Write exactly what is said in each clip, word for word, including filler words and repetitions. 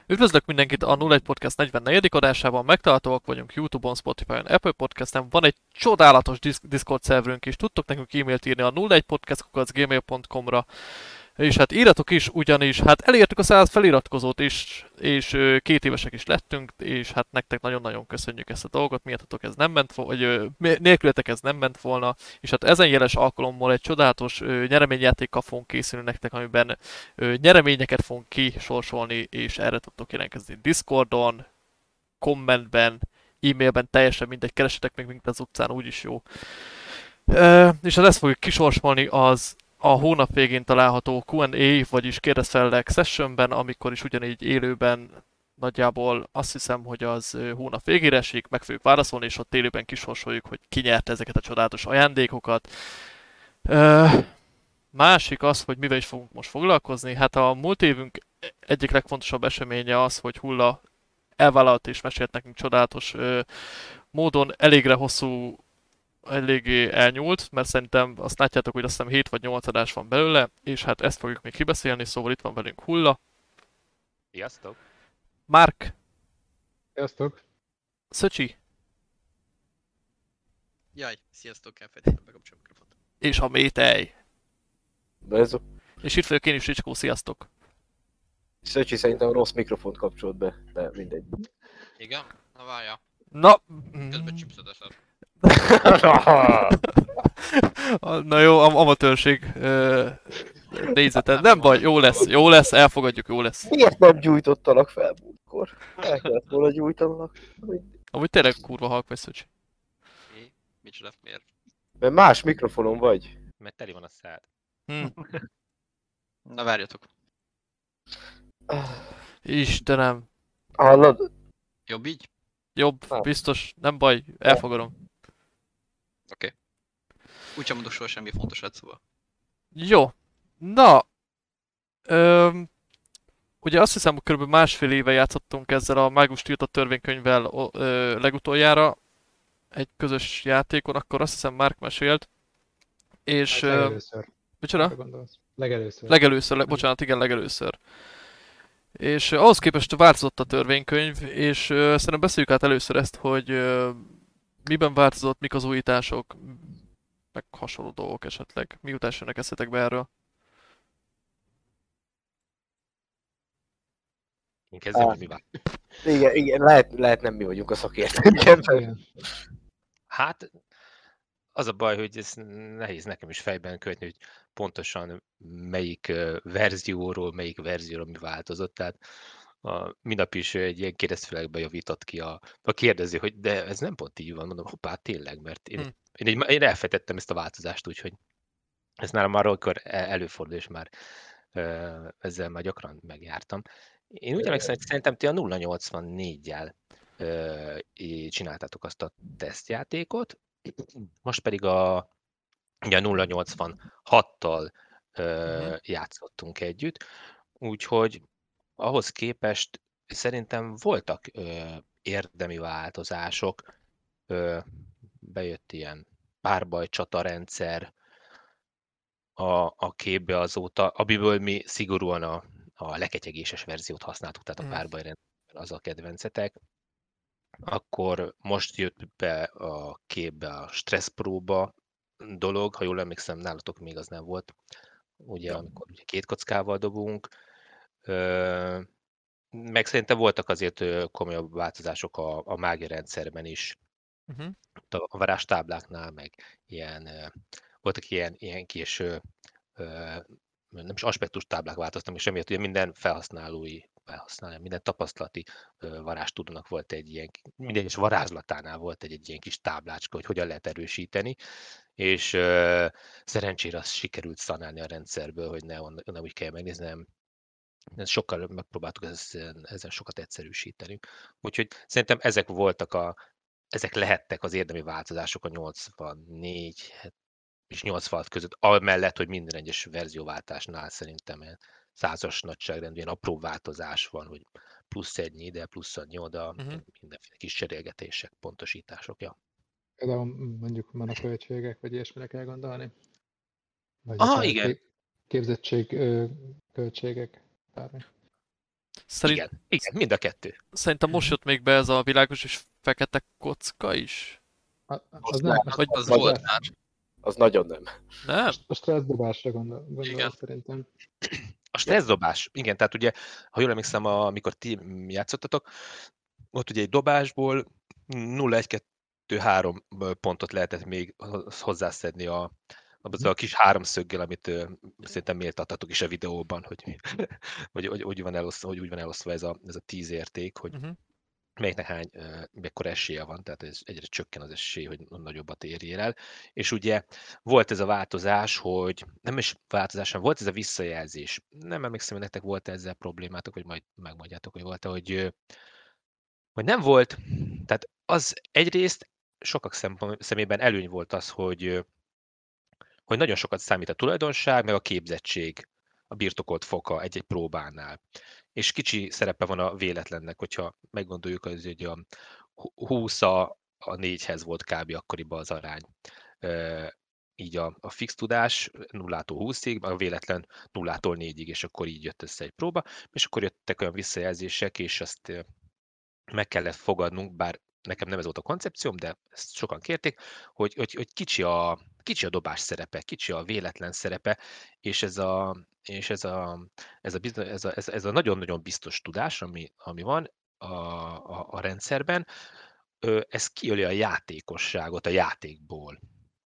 Üdvözlök mindenkit a nulla egy Podcast negyvennegyedik adásában, megtalálhatóak vagyunk YouTube-on, Spotify-on, Apple Podcast-en, van egy csodálatos Discord szerverünk is, tudtok nekünk e-mailt írni a nulla egy podcast kukac gmail pont com-ra, és hát írjatok is, ugyanis hát elértük a száz feliratkozót is, és ö, két évesek is lettünk, és hát nektek nagyon-nagyon köszönjük ezt a dolgot, miattatok ez nem ment volna, vagy ö, nélkületek ez nem ment volna, és hát ezen jeles alkalommal egy csodálatos ö, nyereményjátékkal fogunk készülni nektek, amiben ö, nyereményeket fogunk kisorsolni, és erre tudtok jelentkezni Discordon, kommentben, e-mailben, teljesen mindegy, keresetek meg minket az utcán, úgyis jó. Ö, és hát ezt fogjuk kisorsolni az a hónap végén található Q and A, vagyis kérdezfelelek sessionben, amikor is ugyanígy élőben nagyjából azt hiszem, hogy az hónap végére esik, meg fogjuk válaszolni, és ott élőben kisorsoljuk, hogy ki nyerte ezeket a csodálatos ajándékokat. Ö, másik az, hogy mivel is fogunk most foglalkozni. Hát a múlt évünk egyik legfontosabb eseménye az, hogy Hulla elvállalt és mesélt nekünk csodálatos ö, módon elégre hosszú, eléggé elnyúlt, mert szerintem azt látjátok, hogy azt hiszem hét vagy nyolc adás van belőle, és hát ezt fogjuk még kibeszélni, szóval itt van velünk Hulla, Sziasztok! Mark, Sziasztok! Szöcsi, Jaj, sziasztok, elfelejtettem bekapcsolni a mikrofont. és a Métej. Bezok. És itt vagyok én is, Ricskó, sziasztok! Szöcsi szerintem rossz mikrofont kapcsolt be, de mindegy. Igen? Na várja, Na... közben csipszod eszed. Na jó, am- amatőrség ö, nézete. Nem baj, jó lesz, jó lesz, elfogadjuk, jó lesz. Miért nem gyújtottalak fel múltkor? El kellett volna gyújtanak. Amúgy tényleg kurva halk vagy, Szöcsi. Mi? Micsoda? Miért? Mert más mikrofonon vagy. Mert teli van a szád. Hm. Na várjatok. Istenem. Hallod? Jobb így? Jobb, biztos, nem baj, elfogadom. Oké. Okay. Úgy sem mondok soha semmi fontosat, szóval. Jó. Na. Öm, ugye azt hiszem, hogy kb. Másfél éve játszottunk ezzel a Mágus tiltott törvénykönyvvel o, ö, legutoljára egy közös játékon, akkor azt hiszem Mark mesélt. És... ö, Legelőször. Micsoda? Mire gondolsz? Legelőször. Legelőször, le, bocsánat, igen, legelőször. És uh, ahhoz képest változott a törvénykönyv, és uh, szerintem beszéljük át először ezt, hogy uh, miben változott, mik az újítások, meg hasonló dolgok esetleg. Mi utás jönnek eszetekbe erről? Én kezdem, Á. hogy mi vár. Igen, igen, lehet, lehet nem mi vagyunk a szakértők. Igen. Hát, az a baj, hogy ez nehéz nekem is fejben követni, hogy pontosan melyik ö, verzióról, melyik verzióról mi változott. Tehát a, minap is egy ilyen kérdezfelekbe javított ki a, a kérdező, hogy de ez nem pont így van, mondom, hoppá, tényleg, mert én, Hm. én, egy, én elfejtettem ezt a változást, úgyhogy ez nálam már akkor e- előfordul, és már ö, ezzel már gyakran megjártam. Én úgy emlékszem, hogy szerintem ti a nulla nyolcvannégyel ö, í- csináltátok azt a tesztjátékot, most pedig a, ugye a nulla nyolcvanhattal ö, Mhm. játszottunk együtt, úgyhogy ahhoz képest szerintem voltak ö, érdemi változások, ö, bejött ilyen párbajcsata rendszer a, a képbe azóta, amiből mi szigorúan a, a leketyegéses verziót használtuk, tehát a Mhm. párbajrendszer az a kedvencetek. Akkor most jött be a képbe a stresszpróba dolog, ha jól emlékszem, nálatok még az nem volt, ugye, Ja. amikor ugye két kockával dobunk. Ö, meg szerintem voltak azért ö, komolyabb változások a, a mágia rendszerben is, Uh-huh. a a varázstábláknál, meg ilyen, ö, voltak ilyen, ilyen kis, ö, ö, nem is aspektus táblák változtak, és emiatt ugye minden felhasználói, felhasználói, minden tapasztalati ö, varázstudónak volt egy ilyen, minden egyes varázslatánál volt egy, egy ilyen kis táblácska, hogy hogyan lehet erősíteni, és ö, szerencsére azt sikerült szanálni a rendszerből, hogy ne, on, ne úgy kell megnézni, hanem ezt sokkal megpróbáltuk ezen, ezen sokat egyszerűsíteni. Úgyhogy szerintem ezek voltak a, ezek lehettek az érdemi változások a nyolcvannégy és nyolcvanhat között, amellett, hogy minden egyes verzióváltásnál szerintem ilyen százas nagyságrendű ilyen apró változás van, hogy plusz egy ide, plusz annyi oda, Mhm. mindenféle kis cserélgetések, pontosítások. Ja. Például mondjuk manaköltségek, vagy ilyesmire kell gondolni? Vagy Aha, akár igen. kép- képzettség ö, költségek, bármi. Szerint, Igen, igen, mind a kettő. Szerintem most jött még be ez a világos és fekete kocka is. A- a- Az Az nem, nem. a, Vagy- a, Az a, volt stressz- már. Az nagyon nem. Nem? a stresszdobásra gondol, gondol Igen. szerintem. A streszdobás, igen, tehát ugye, ha jól emlékszem, amikor ti játszottatok, ott ugye egy dobásból nulla egy kettő három pontot lehetett még hozzászedni a, az a kis háromszöggel, amit ö, szerintem méltattatok is a videóban, hogy, hogy, hogy, hogy, van elosztva, hogy úgy van elosztva ez a, ez a tíz érték, hogy Uh-huh. melyiknek hány, ö, mekkora esélye van, tehát ez egyre csökken az esély, hogy nagyobbat érjél el. És ugye volt ez a változás, hogy nem is változás, hanem volt ez a visszajelzés. Nem emlékszem, hogy nektek volt ezzel problémátok, hogy majd megmondjátok, hogy volt-e, hogy, ö, hogy nem volt. Tehát az egyrészt sokak szempont- szemében előny volt az, hogy, ö, hogy nagyon sokat számít a tulajdonság, meg a képzettség, a birtokolt foka egy-egy próbánál. És kicsi szerepe van a véletlennek, hogyha meggondoljuk, hogy a húsz a, a négyhez volt kb. Akkoriban az arány. Ö, így a, a fix tudás nullától húszig, a véletlen nullától négyig, és akkor így jött össze egy próba, és akkor jöttek olyan visszajelzések, és azt ö, meg kellett fogadnunk, bár nekem nem ez volt a koncepcióm, de ezt sokan kérték, hogy, hogy, hogy kicsi, a, kicsi a dobás szerepe, kicsi a véletlen szerepe, és ez a, és ez a, ez a, bizony- ez a, ez, ez a nagyon-nagyon biztos tudás, ami, ami van a, a, a rendszerben, ö, ez kiöli a játékosságot a játékból.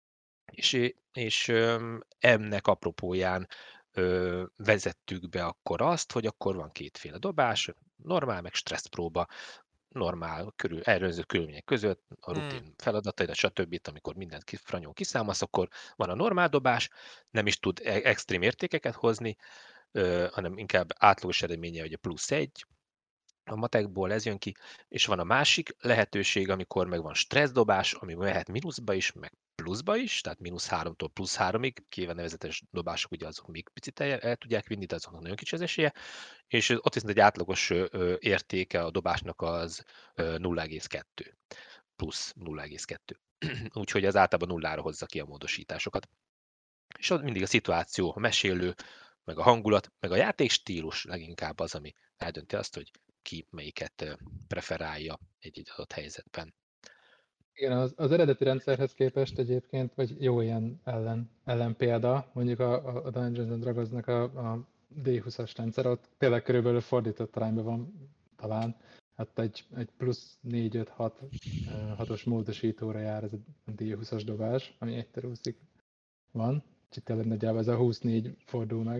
És, és öm, ennek apropóján ö, vezettük be akkor azt, hogy akkor van kétféle dobás, normál, meg stresszpróba, normál, körül, elrendező körülmények között, a Hmm. rutin feladataid, stb. Amikor mindent ki- franyón kiszámolsz, akkor van a normál dobás, nem is tud e- extrém értékeket hozni, ö, hanem inkább átlagos eredménye, hogy a plusz egy, a matekból ez jön ki, és van a másik lehetőség, amikor meg van stresszdobás, ami mehet mínuszba is, meg pluszba is, tehát mínusz háromtól plusz háromig, kéve nevezetes dobások, ugye azok még picit el, el tudják vinni, de azoknak nagyon kicsi az esélye, és ott viszont egy átlagos ö, értéke a dobásnak az ö, nulla egész kettő, plusz nulla egész kettő. Úgyhogy az általában nullára hozza ki a módosításokat. És ott mindig a szituáció, a mesélő, meg a hangulat, meg a játékstílus leginkább az, ami eldönti azt, hogy ki melyiket ö, preferálja egy-egy adott helyzetben. Igen, az, az eredeti rendszerhez képest egyébként, vagy jó ilyen ellen, ellen példa, mondjuk a, a Dungeons and Dragonsnak a, a dé húszas rendszer, ott tényleg körülbelül fordított arányban van talán, hát egy, egy plusz négy öt hat hatos módosítóra jár ez a dé húszas dobás, ami egytől húszig van, úgyhogy tényleg nagyjából ez a huszonnégy fordul meg.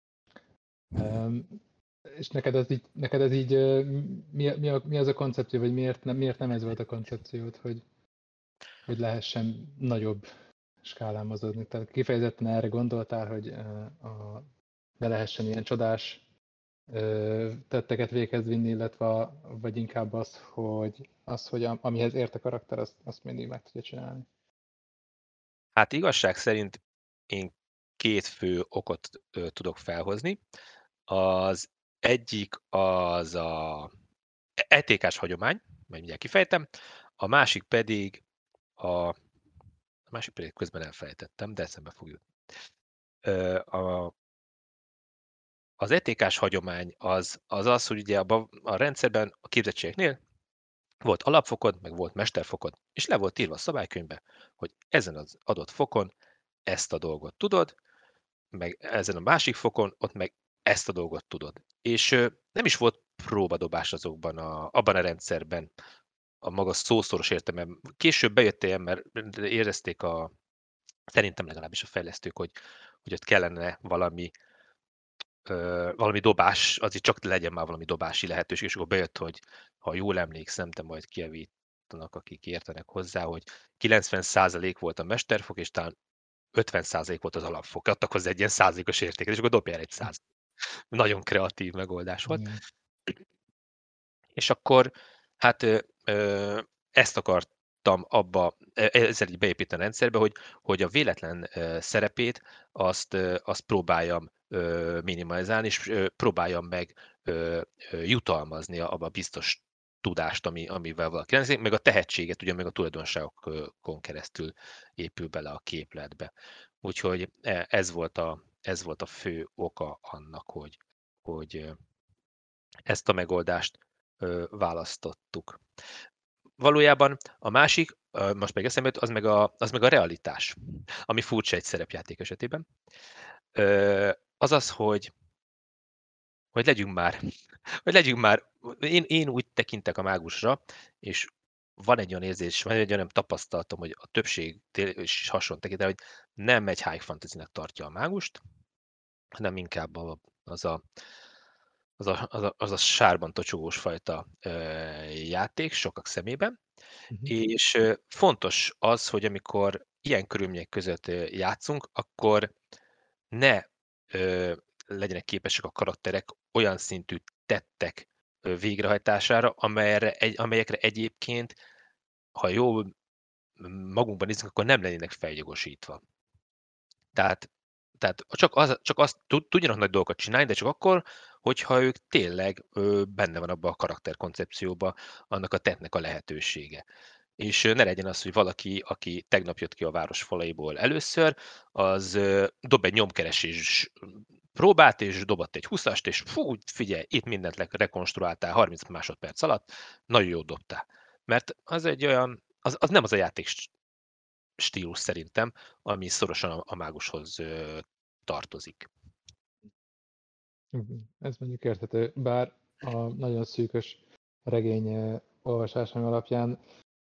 Um, és neked ez így, neked ez így ö, mi, mi, a, mi az a koncepció, vagy miért nem, miért nem ez volt a koncepciód, hogy hogy lehessen nagyobb skálán mozogni. Tehát kifejezetten erre gondoltál, hogy a, be lehessen ilyen csodás tetteket véghez vinni, illetve a, vagy inkább az, hogy, az, hogy amihez ért a karakter, azt, azt mindig meg tudja csinálni. Hát igazság szerint én két fő okot ö, tudok felhozni. Az egyik az a é té ká-s hagyomány, majd mindjárt kifejtem, a másik pedig a, a másik pedig közben elfelejtettem, de eszembe fog jutni. Ö, a, az é té ká-s hagyomány az az, az hogy ugye a, a rendszerben a képzettségeknél volt alapfokod, meg volt mesterfokod, és le volt írva a szabálykönyvbe, hogy ezen az adott fokon ezt a dolgot tudod, meg ezen a másik fokon, ott meg ezt a dolgot tudod. És ö, nem is volt próbadobás azokban a, abban a rendszerben, a maga szószoros értelemben. Később bejött ilyen, mert érezték a, szerintem legalábbis a fejlesztők, hogy, hogy ott kellene valami, ö, valami dobás, azért csak legyen már valami dobási lehetőség, és akkor bejött, hogy ha jól emlékszem, te majd kijavítanak, akik értenek hozzá, hogy kilencven százalék volt a mesterfok, és talán ötven százalék volt az alapfok. Adtak hozzá egy ilyen százalékos értéket, és akkor dobjál egy száz. Nagyon kreatív megoldás volt. Igen. És akkor hát ö, ö, ezt akartam abba, e- ezzel így beépíteni a rendszerbe, hogy, hogy a véletlen ö, szerepét azt, ö, azt próbáljam ö, minimalizálni, és ö, próbáljam meg ö, ö, jutalmazni abba a biztos tudást, ami, amivel valaki rendelkezik, meg a tehetséget, ugye meg a tulajdonságokon keresztül épül bele a képletbe. Úgyhogy e- ez volt a, ez volt a fő oka annak, hogy, hogy ezt a megoldást ö, választottuk. Valójában a másik, ö, most meg eszembe jut, az meg a, az meg a realitás, ami furcsa egy szerepjáték esetében. Ö, az az, hogy, hogy legyünk már, hogy legyünk már, én, én úgy tekintek a mágusra, és van egy olyan érzés, van egy olyan tapasztalatom, hogy a többség is hasonló tekintet, hogy nem egy high fantasy-nek tartja a mágust, hanem inkább a, az a az a, az a, az a sárban tocsogós fajta ö, játék sokak szemében, Mhm. és ö, fontos az, hogy amikor ilyen körülmények között ö, játszunk, akkor ne ö, legyenek képesek a karakterek olyan szintű tettek ö, végrehajtására, amelyre, egy, amelyekre egyébként, ha jól magunkban nézzünk, akkor nem lennének feljogosítva. Tehát, tehát csak, az, csak azt tud- tudjanak nagy dolgokat csinálni, de csak akkor, hogyha ők tényleg ö, benne van abban a karakterkoncepcióban annak a tettnek a lehetősége. És ö, ne legyen az, hogy valaki, aki tegnap jött ki a város falaiból először, az ö, dob egy nyomkeresés próbát, és dobott egy húszast, és fú, figyelj, itt mindent le- rekonstruáltál harminc másodperc alatt, nagyon jót dobtál. Mert az egy olyan, az, az nem az a játék stílus szerintem, ami szorosan a, a mágushoz ö, tartozik. Mhm. Ez mondjuk érthető, bár a nagyon szűkös regény eh, olvasásom alapján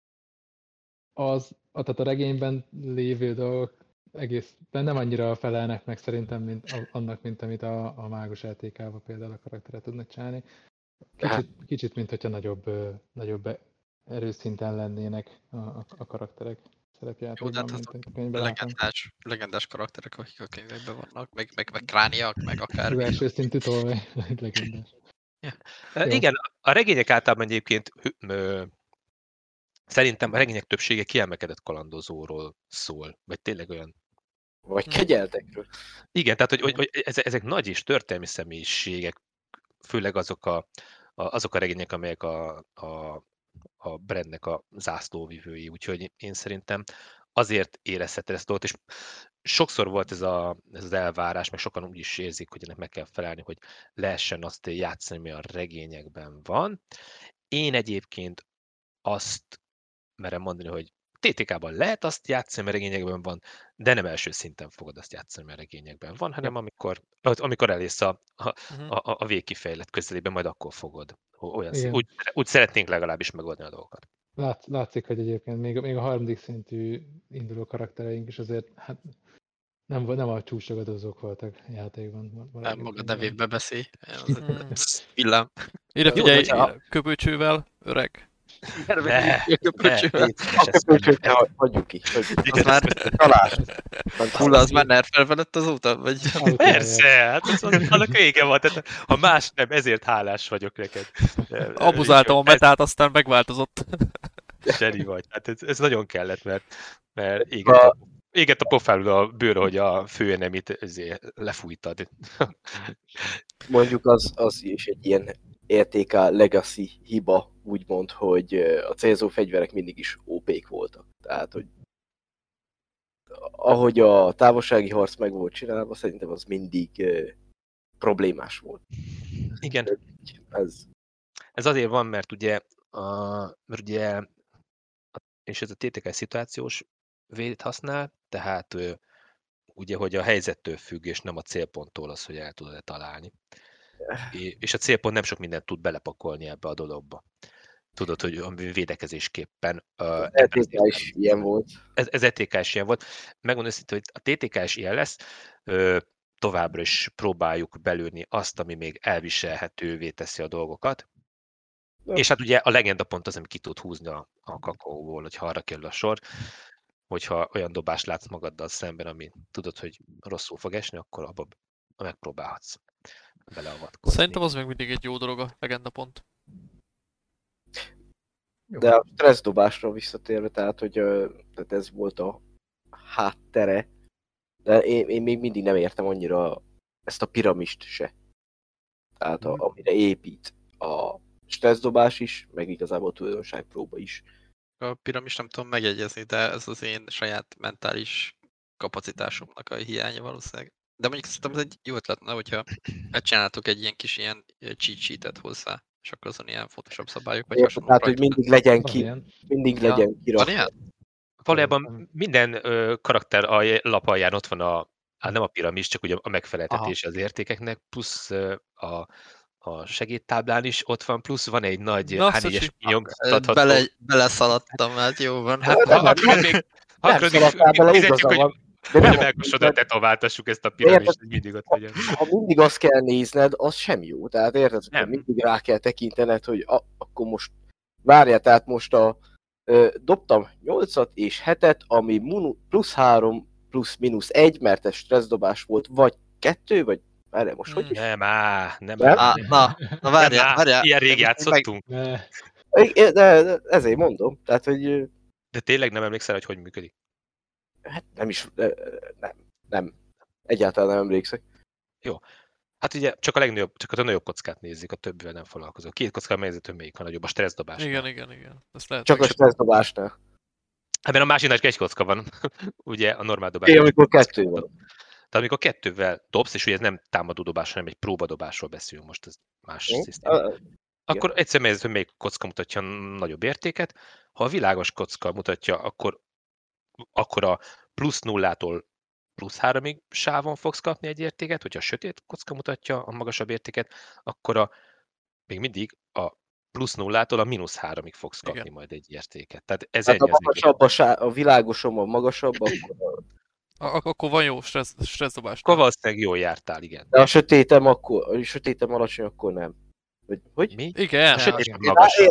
az, a- tehát a regényben lévő dolgok egész, de nem annyira felelnek meg szerintem, mint a- annak, mint amit a, a mágus er té ká-ban például a karaktere tudnak csinálni. Kicsit, kicsit mint hogyha nagyobb, ö, nagyobb e- erőszinten lennének a, a, a karakterek Jó, de szerepjátékban, hát mint azok amit a könyvben látom. legendás, legendás karakterek, akik a könyvekben vannak, meg, meg, meg krániak, meg Az akármi. első szintű tolvaj, legendás. Ja. Jó. Igen, a regények általában egyébként ö, szerintem a regények többsége kiemelkedett kalandozóról szól, vagy tényleg olyan. Vagy kegyeltekről. Igen, tehát hogy, hogy, hogy ezek, ezek nagy és történelmi személyiségek, főleg azok a, a, azok a regények, amelyek a, a, a brandnek a zászlóvivői, úgyhogy én szerintem azért érezheted ezt a dolgot, és sokszor volt ez, a, ez az elvárás, meg sokan úgy is érzik, hogy ennek meg kell felelni, hogy lehessen azt játszani, ami a regényekben van. Én egyébként azt merem mondani, hogy té té ká-ban lehet azt játszani, mert regényekben van, de nem első szinten fogod azt játszani, mert regényekben van, hanem amikor, amikor elérsz a, a, Mhm. a, a végkifejlett közelében, majd akkor fogod. Olyan szín, Igen. úgy, úgy szeretnénk legalábbis megoldani a dolgokat. Lát, látszik, hogy egyébként még, még a harmadik szintű induló karaktereink is azért hát nem, vo- nem a csúcsagadozók voltak a játékban. Nem maradjunk maga ennyiben. nevébe beszél. Hmm. Villám. Ide Jó, figyelj, hogyha- köpőcsővel, öreg. Ne, ne, Köpöcsővel. A köpőcsőt ne hagyjuk ki. hagyjuk ki. Az már Találás. hulla, az már nerfelve lett azóta? Vagy... Outlier. Persze, hát az, az, annak vége van, tehát ha más nem, ezért hálás vagyok neked. Abuzáltam a Ez- metát, aztán megváltozott. Zseni vagy. Hát ez, ez nagyon kellett, mert, mert égett, a, égett a pofálul a bőr, hogy a főenemit ezért lefújtad. Mondjuk az, az is egy ilyen er té ká legacy hiba, úgymond, hogy a célzó fegyverek mindig is ó pék voltak. Tehát, hogy ahogy a távolsági harc meg volt csinálva, szerintem az mindig uh, problémás volt. Igen, Ez, ez azért van, mert ugye, a, mert ugye és ez a té té ká szituációs védét használ, tehát ő, ugye, hogy a helyzettől függ, és nem a célponttól az, hogy el tudod-e találni. É- És a célpont nem sok mindent tud belepakolni ebbe a dologba. Tudod, hogy ami védekezésképpen uh, az er té ká is ilyen volt. Ez, ez er té ká is ilyen volt. Megmondom őszintén, hogy a té té ká is ilyen lesz. Ö, továbbra is próbáljuk belőni azt, ami még elviselhetővé teszi a dolgokat. Ja. És hát ugye a legenda pont az, ami ki tud húzni a, a kakaóból, hogyha arra kerül a sor. Hogyha olyan dobást látsz magaddal szemben, ami tudod, hogy rosszul fog esni, akkor abba megpróbálhatsz beleavatkozni. Szerintem az még mindig egy jó dolog a legenda pont. De a stresszdobásra visszatérve, tehát, hogy ö, tehát ez volt a háttere, de én, én még mindig nem értem annyira ezt a piramist se. Tehát a, amire épít a stresszdobás is, meg igazából a tulajdonságpróba is. A piramis nem tudom megjegyezni, de ez az én saját mentális kapacitásomnak a hiánya valószínűleg. De mondjuk szerintem ez egy jó ötlet, na, hogyha megcsináltok egy ilyen kis ilyen cheat sheetet hozzá, és akkor azon ilyen Photoshop szabályok, vagy Érted? hasonló Tehát, hogy rajta. mindig legyen Van ki, ilyen. mindig Ja. legyen Van kirakva. ilyen? Valójában minden ö, karakter alj, lap alján ott van a, hát nem a piramis, csak ugye a megfeleltetése az értékeknek, plusz ö, a, a segédtáblán is ott van, plusz van egy nagy Na, há négyes Szöcsi. kinyomtatható. Bele, beleszaladtam, hát jó van. Hát, Nem, ha akarod még, ha nem akarod szaladtál még bele, fizetjük, igaza hogy van. De hogy nem a melkosodat akarod. tetováltassuk ezt a piramist, Érted? hogy mindig ott legyen. Ha mindig azt kell nézned, az sem jó. Tehát érted, Nem. hogy mindig rá kell tekintened, hogy a, akkor most várjál, tehát most a ö, dobtam nyolcat és hetet, ami munu, plusz három, plusz mínusz egy, mert ez stresszdobás volt, vagy kettő, vagy várjál, most hogy is? Nem, á, nem, Nem? á, Á, nem. na, na várjál, Nem, á, várjál. ilyen rég Meg- játszottunk, Ne. De, de ezért mondom, tehát hogy ö, de tényleg nem emlékszel, hogy hogy működik. hát nem is, ö, nem, nem, egyáltalán nem emlékszek. Hát ugye csak a legnagyobb, csak a nagyobb kockát nézzük, a többivel nem foglalkozó. Két kocka megnézett, melyik a nagyobb, a stresszdobás. Igen, igen, igen. Ezt lehet Csak a meg- stresszdobásnál. Hát mert a másiknál csak egy kocka van, ugye a normál dobás. Én, amikor kettő van. Tehát amikor kettővel dobsz, és ugye ez nem támadó dobás, hanem egy próbadobásról beszélünk most, ez más Hm? szisztém. Ö, Akkor egyszer megnézed, hogy melyik kocka mutatja a nagyobb értéket. Ha a világos kocka mutatja, akkor, akkor a plusz nullától plusz háromig sávon fogsz kapni egy értéket, hogyha a sötét kocka mutatja a magasabb értéket, akkor a, még mindig a plusz nullától a mínusz háromig fogsz kapni Igen. majd egy értéket. Tehát ez Hát a ennyi az magasabb, a, sá, a világosom a magasabb, akkor, A- akkor van jó stressz, stresszobás. Akkor valószínűleg jól jártál, igen. de a sötétem akkor, a sötétem alacsony, akkor nem. Hogy? hogy? Mi? Igen. A sötét igen. magasabb.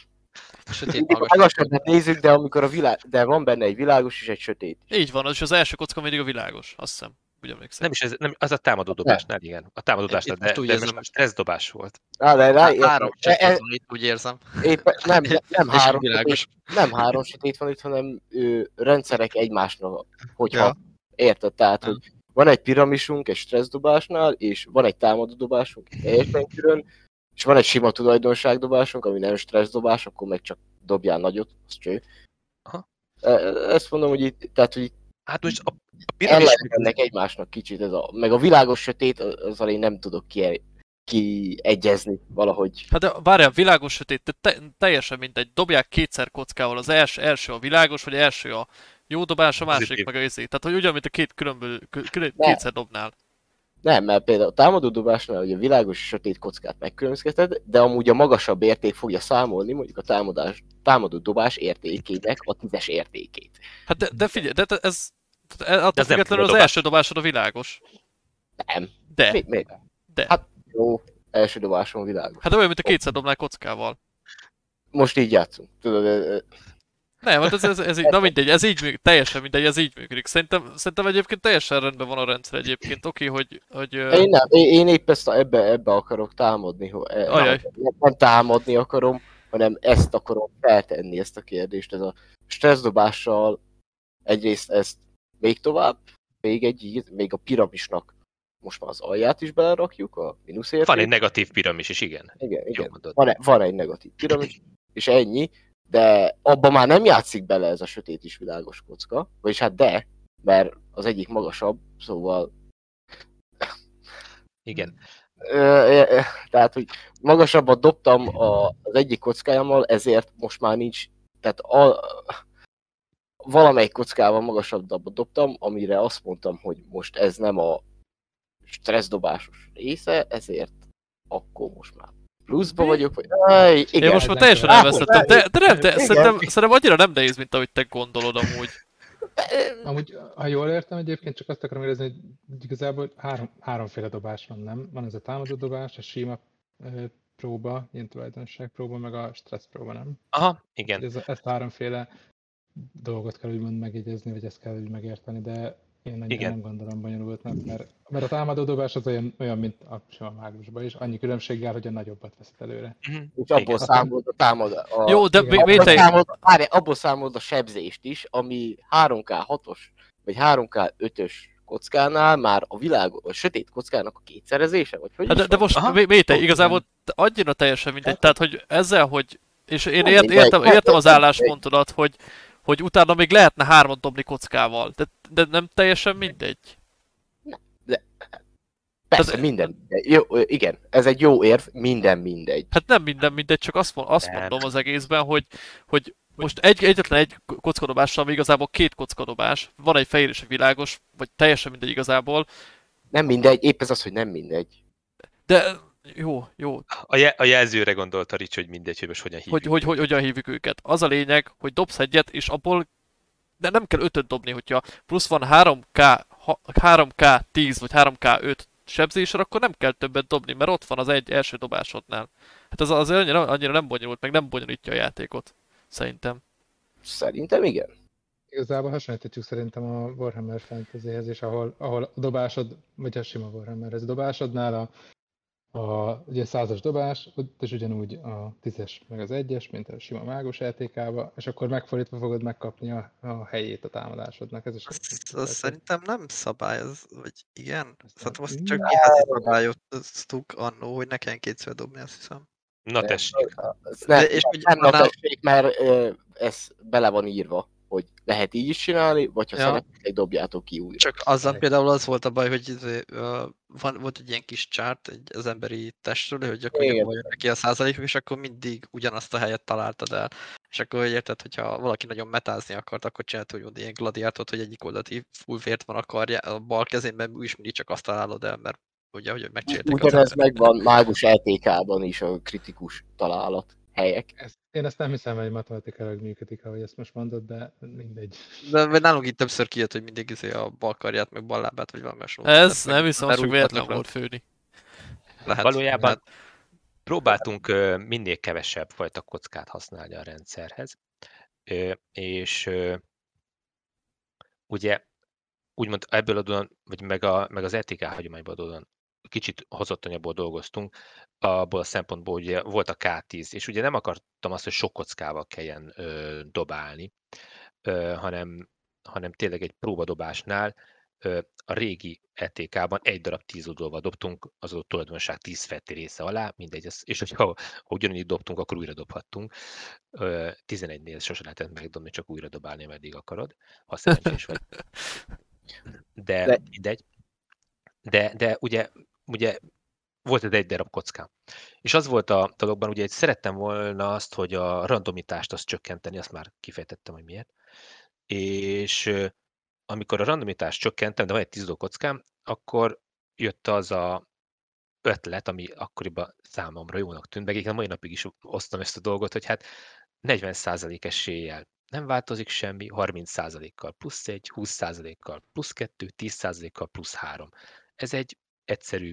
A sötét Mindig a magas. magasabbat nézzük, de amikor a világ, de van benne egy világos és egy sötét. Így van, és az első kocka mindig a világos, azt hiszem. Úgy emlékszem. Nem is ez, nem, az a támadó dobásnál, igen. A támadó dobásnál, Itt de, most úgy de érzem- most a stresszdobás volt. Á, de rá, Há- Három e, e, sötét van itt, úgy érzem. éppen, nem, nem, nem, És három világos. sötét, nem három sötét van itt, hanem ő, rendszerek egymásnak, hogyha Ja. érted, tehát, Nem. hogy van egy piramisunk egy stresszdobásnál, és van egy támadó dobásunk, teljesen külön, és van egy sima tulajdonságdobásunk, ami nem stresszdobás, akkor meg csak dobjál nagyot, az cső. Aha. E, Ezt mondom, hogy itt, tehát, hogy itt Hát most a, a piramis... ellennek egymásnak kicsit ez a, meg a világos sötét, azzal én nem tudok ki, kiegyezni valahogy. Hát de várjál, világos sötét, te, te, teljesen mindegy. Dobják kétszer kockával, az első, első a világos, vagy első a jó dobás, a másik Pozitív. meg a izé. Tehát, hogy ugyan, mint a két különböző, kül- külön, Ne. kétszer dobnál. Nem, mert például a támadó dobásnál ugye a világos és sötét kockát megkülönbözteted, de amúgy a magasabb érték fogja számolni mondjuk a támadás, támadó dobás értékének a tízes értékét. Hát de, de figyelj, de te- ez... de attól ez nem függetlenül az dobás. első dobásod a világos. Nem. De, Mi, mi? de. Hát jó, első dobáson világos. Hát olyan, mint a kétszer dobnál kockával. Most így játszunk. Tudod, ö, ö, Nem, hát ez, ez, ez így, na mindegy, ez így működik, teljesen mindegy, ez így működik. Szerintem, szerintem egyébként teljesen rendben van a rendszer egyébként. Oké, hogy... hogy ö, én nem, én, én épp ezt a, ebbe, ebbe akarok támadni, hogy e, Ajaj. nem, nem támadni akarom, hanem ezt akarom feltenni, ezt a kérdést. Ez a stresszdobással egyrészt ezt még tovább, még egy íz, még a piramisnak most már az alját is belerakjuk, a mínusz érték. Van egy negatív piramis is, igen. Igen, Jó igen. mondod. Van, van egy negatív piramis, és ennyi, de abban már nem játszik bele ez a sötét is világos kocka, vagyis hát de, mert az egyik magasabb, szóval Igen. Ö, ö, ö, tehát, hogy magasabbat dobtam a, az egyik kockájámmal, ezért most már nincs, tehát a, valamelyik kockával magasabbat dobtam, amire azt mondtam, hogy most ez nem a stresszdobásos része, ezért akkor most már pluszba vagyok, vagy... Aj, igen. Én most már ezek teljesen a- elvesztettem, de, de nem, de Igen. szerintem, szerintem annyira nem nehéz, mint ahogy te gondolod amúgy. Amúgy, ha jól értem egyébként, csak azt akarom érezni, hogy igazából három, háromféle dobás van, nem? Van ez a támadó dobás, a sima ö, próba, ilyen tulajdonság próba, meg a stressz próba, nem? Aha, igen. Ez, ezt a háromféle dolgot kell úgymond megjegyezni, vagy ezt kell úgy megérteni, de én annyira Igen. nem gondolom bonyolultnak, mert, mert a támadó dobás az olyan, olyan mint a sima mágusban is, annyi különbséggel, hogy a nagyobbat veszed előre. Mhm. És abból Igen. számolod a támad... A, Jó, de igen. még abból, Métei, számolod, várj, abból számolod a sebzést is, ami három ká hatos, vagy három ká ötös kockánál már a világ, a sötét kockának a kétszerezése, vagy hogy hát is de, de van? most Aha. Mé- Métei, Ott igazából te- annyira teljesen mindegy, tehát hogy ezzel, hogy, és én Nem ért, mindegy, értem, nem értem az mindegy. álláspontodat, hogy, hogy utána még lehetne hármat dobni kockával, de, de nem teljesen mindegy. Persze, Tehát- minden mindegy. Jó, igen, ez egy jó érv, minden mindegy. Hát nem minden mindegy, csak azt, mond, azt Nem. mondom az egészben, hogy, hogy most egy, egyetlen egy kockadobással, ami igazából két kockadobás, van egy fehér és egy világos, vagy teljesen mindegy igazából, Nem mindegy, épp ez az, hogy nem mindegy. de jó, jó, A, je, a jelzőre gondolt a Rich, hogy mindegy, hogy most hogyan hívjuk. hogy, hogy, hogy hogyan hívjuk őket. Az a lényeg, hogy dobsz egyet, és abból de nem kell ötöt dobni, hogyha plusz van három ká, három ká tíz vagy három ká öt sebzésre, akkor nem kell többet dobni, mert ott van az egy első dobásodnál. Hát az azért annyira, annyira nem bonyolult, meg nem bonyolítja a játékot, szerintem. Szerintem igen. Igazából hasonlíthatjuk szerintem a Warhammer Fantasyhez is, ahol, ahol a dobásod, vagy a sima Warhammerhez dobásodnál a, a ugye százas dobás, ott is ugyanúgy a tízes meg az egyes, mint a sima mágus játékában, és akkor megfordítva fogod megkapni a, a helyét a támadásodnak. Ez is Azt, azt szerintem nem szabályoz, vagy igen? Szerintem azt nem- csak mi házi szabályoztuk annó, hogy ne kelljen kétszer dobni, azt hiszem. Na tessék. Ez ne, De és hogy nem annál- tessék, mert ö, ez bele van írva, hogy lehet így is csinálni, vagy ha Ja. szeretnék, dobjátok ki újra. Csak azzal például az volt a baj, hogy izé, ö, van, volt egy ilyen kis chart egy, az emberi testről, hogy akkor Igen. jön neki a százalékok, és akkor mindig ugyanazt a helyet találtad el. És akkor hogy érted, hogyha valaki nagyon metázni akart, akkor csinált úgy ilyen gladiátort, hogy egyik oldalt így full vért van a karja, a bal kezében úgyis mindig csak azt találod el, mert ugye, hogy megcsinálták az Ugyanez emberek. megvan mágus é té ká-ban is a kritikus találat helyek. Ezt, én ezt nem hiszem, hogy matematikailag működik, ahogy ezt most mondod, de mindegy. De vagy nálunk itt többször kijött, hogy mindig izé a bal karját, meg bal lábát, vagy valami hasonló. Ez meg- nem hiszem, az mert csak úgy véletlen voltak volt főni. Lehet, Valójában lehet. próbáltunk ö, minél kevesebb fajta kockát használni a rendszerhez, Ö, és ö, ugye úgymond ebből adódóan, vagy meg, a, meg az é té ká hagyományból adódóan kicsit hozottanyabbból dolgoztunk, abból a szempontból, hogy ugye volt a ká tíz, és ugye nem akartam azt, hogy sok kockával kelljen ö, dobálni, ö, hanem, hanem tényleg egy próbadobásnál ö, a régi é té ká-ban egy darab tíz oldalval dobtunk az adott tulajdonság tíz fetti része alá, mindegy, ez, és hogyha ha ugyanúgy dobtunk, akkor újra dobhattunk. Ö, tizenegynél sose lehetett megdobni, csak újra dobálni, ameddig akarod, ha szerencsés vagy. De, De- mindegy. De, de ugye, ugye volt egy egy darab kockám. És az volt a dologban, ugye hogy szerettem volna azt, hogy a randomitást azt csökkenteni, azt már kifejtettem, hogy miért. És ö, amikor a randomitást csökkentem, de van egy tíz dob kockám, akkor jött az a ötlet, ami akkoriban számomra jónak tűnt, meg igen, mai napig is osztom ezt a dolgot, hogy hát negyven százalék eséllyel nem változik semmi, harminc százalékkal plusz egy, húsz százalékkal plusz kettő, tíz százalékkal plusz három. Ez egy egyszerű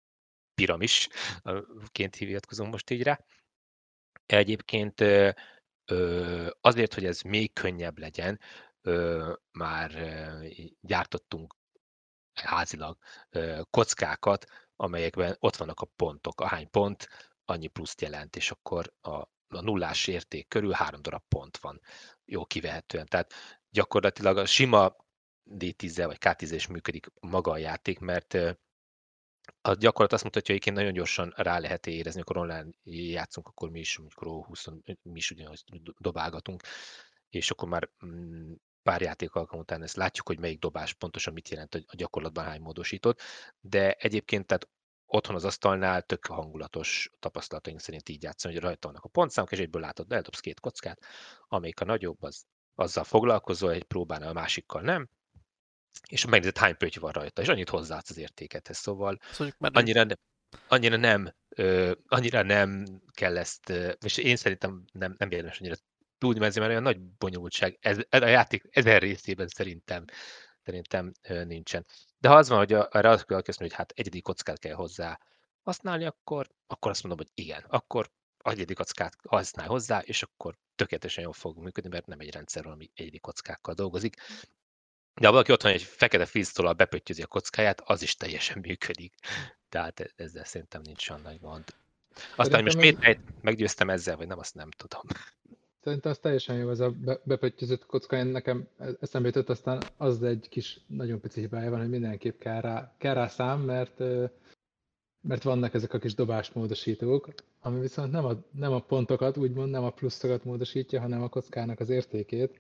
piramisként hivatkozom most így rá. Egyébként ö, ö, azért, hogy ez még könnyebb legyen, ö, már ö, gyártottunk házilag ö, kockákat, amelyekben ott vannak a pontok. Ahány pont, annyi pluszt jelent, és akkor a, a nullás érték körül három darab pont van, jó kivehetően. Tehát gyakorlatilag a sima dé tízzel vagy ká tízzel is működik maga a játék, mert ö, a gyakorlat azt mutatja, hogy nagyon gyorsan rá lehet érezni, amikor online játszunk, akkor mi is, amikor húsz, mi is ugyanazt dobálgatunk, és akkor már mm, pár játék alkalom után ezt látjuk, hogy melyik dobás pontosan mit jelent a gyakorlatban, hány módosított, de egyébként tehát otthon az asztalnál tök hangulatos tapasztalataink szerint így játszani, hogy rajta vannak a pontszámok, és egyből látod, de eldobsz két kockát, amelyik a nagyobb, az, azzal foglalkozol, egy próbánál, a másikkal nem, és megnézed, hány pötty van rajta, és annyit hozzáadsz az értékethez, szóval Szóval menő. annyira, ne- annyira nem, ö, annyira nem kell ezt, ö, és én szerintem nem, nem érdemes annyira tudni, mert ezért olyan nagy bonyolultság, ez, ez a játék ezen részében szerintem, szerintem ö, nincsen. De ha az van, hogy a, arra azt kell kezdeni, hogy hát egyedi kockát kell hozzá használni, akkor, akkor azt mondom, hogy igen, akkor egyedi kockát használj hozzá, és akkor tökéletesen jól fog működni, mert nem egy rendszer, ami egyedi kockákkal dolgozik. De ha valaki otthon egy fekete fíztollal bepöttyözi a kockáját, az is teljesen működik. Tehát ezzel szerintem nincs olyan nagy gond. Aztán, hogy most Szerintem miért egy- meggyőztem ezzel, vagy nem, azt nem tudom. Szerintem az teljesen jó, ez a be- bepöttyözött kocka, én nekem eszembe jutott, aztán az egy kis, nagyon pici hibája van, hogy mindenképp kell rá, kell rá szám, mert, ö, mert vannak ezek a kis dobásmódosítók, ami viszont nem a, nem a pontokat, úgymond nem a pluszokat módosítja, hanem a kockának az értékét.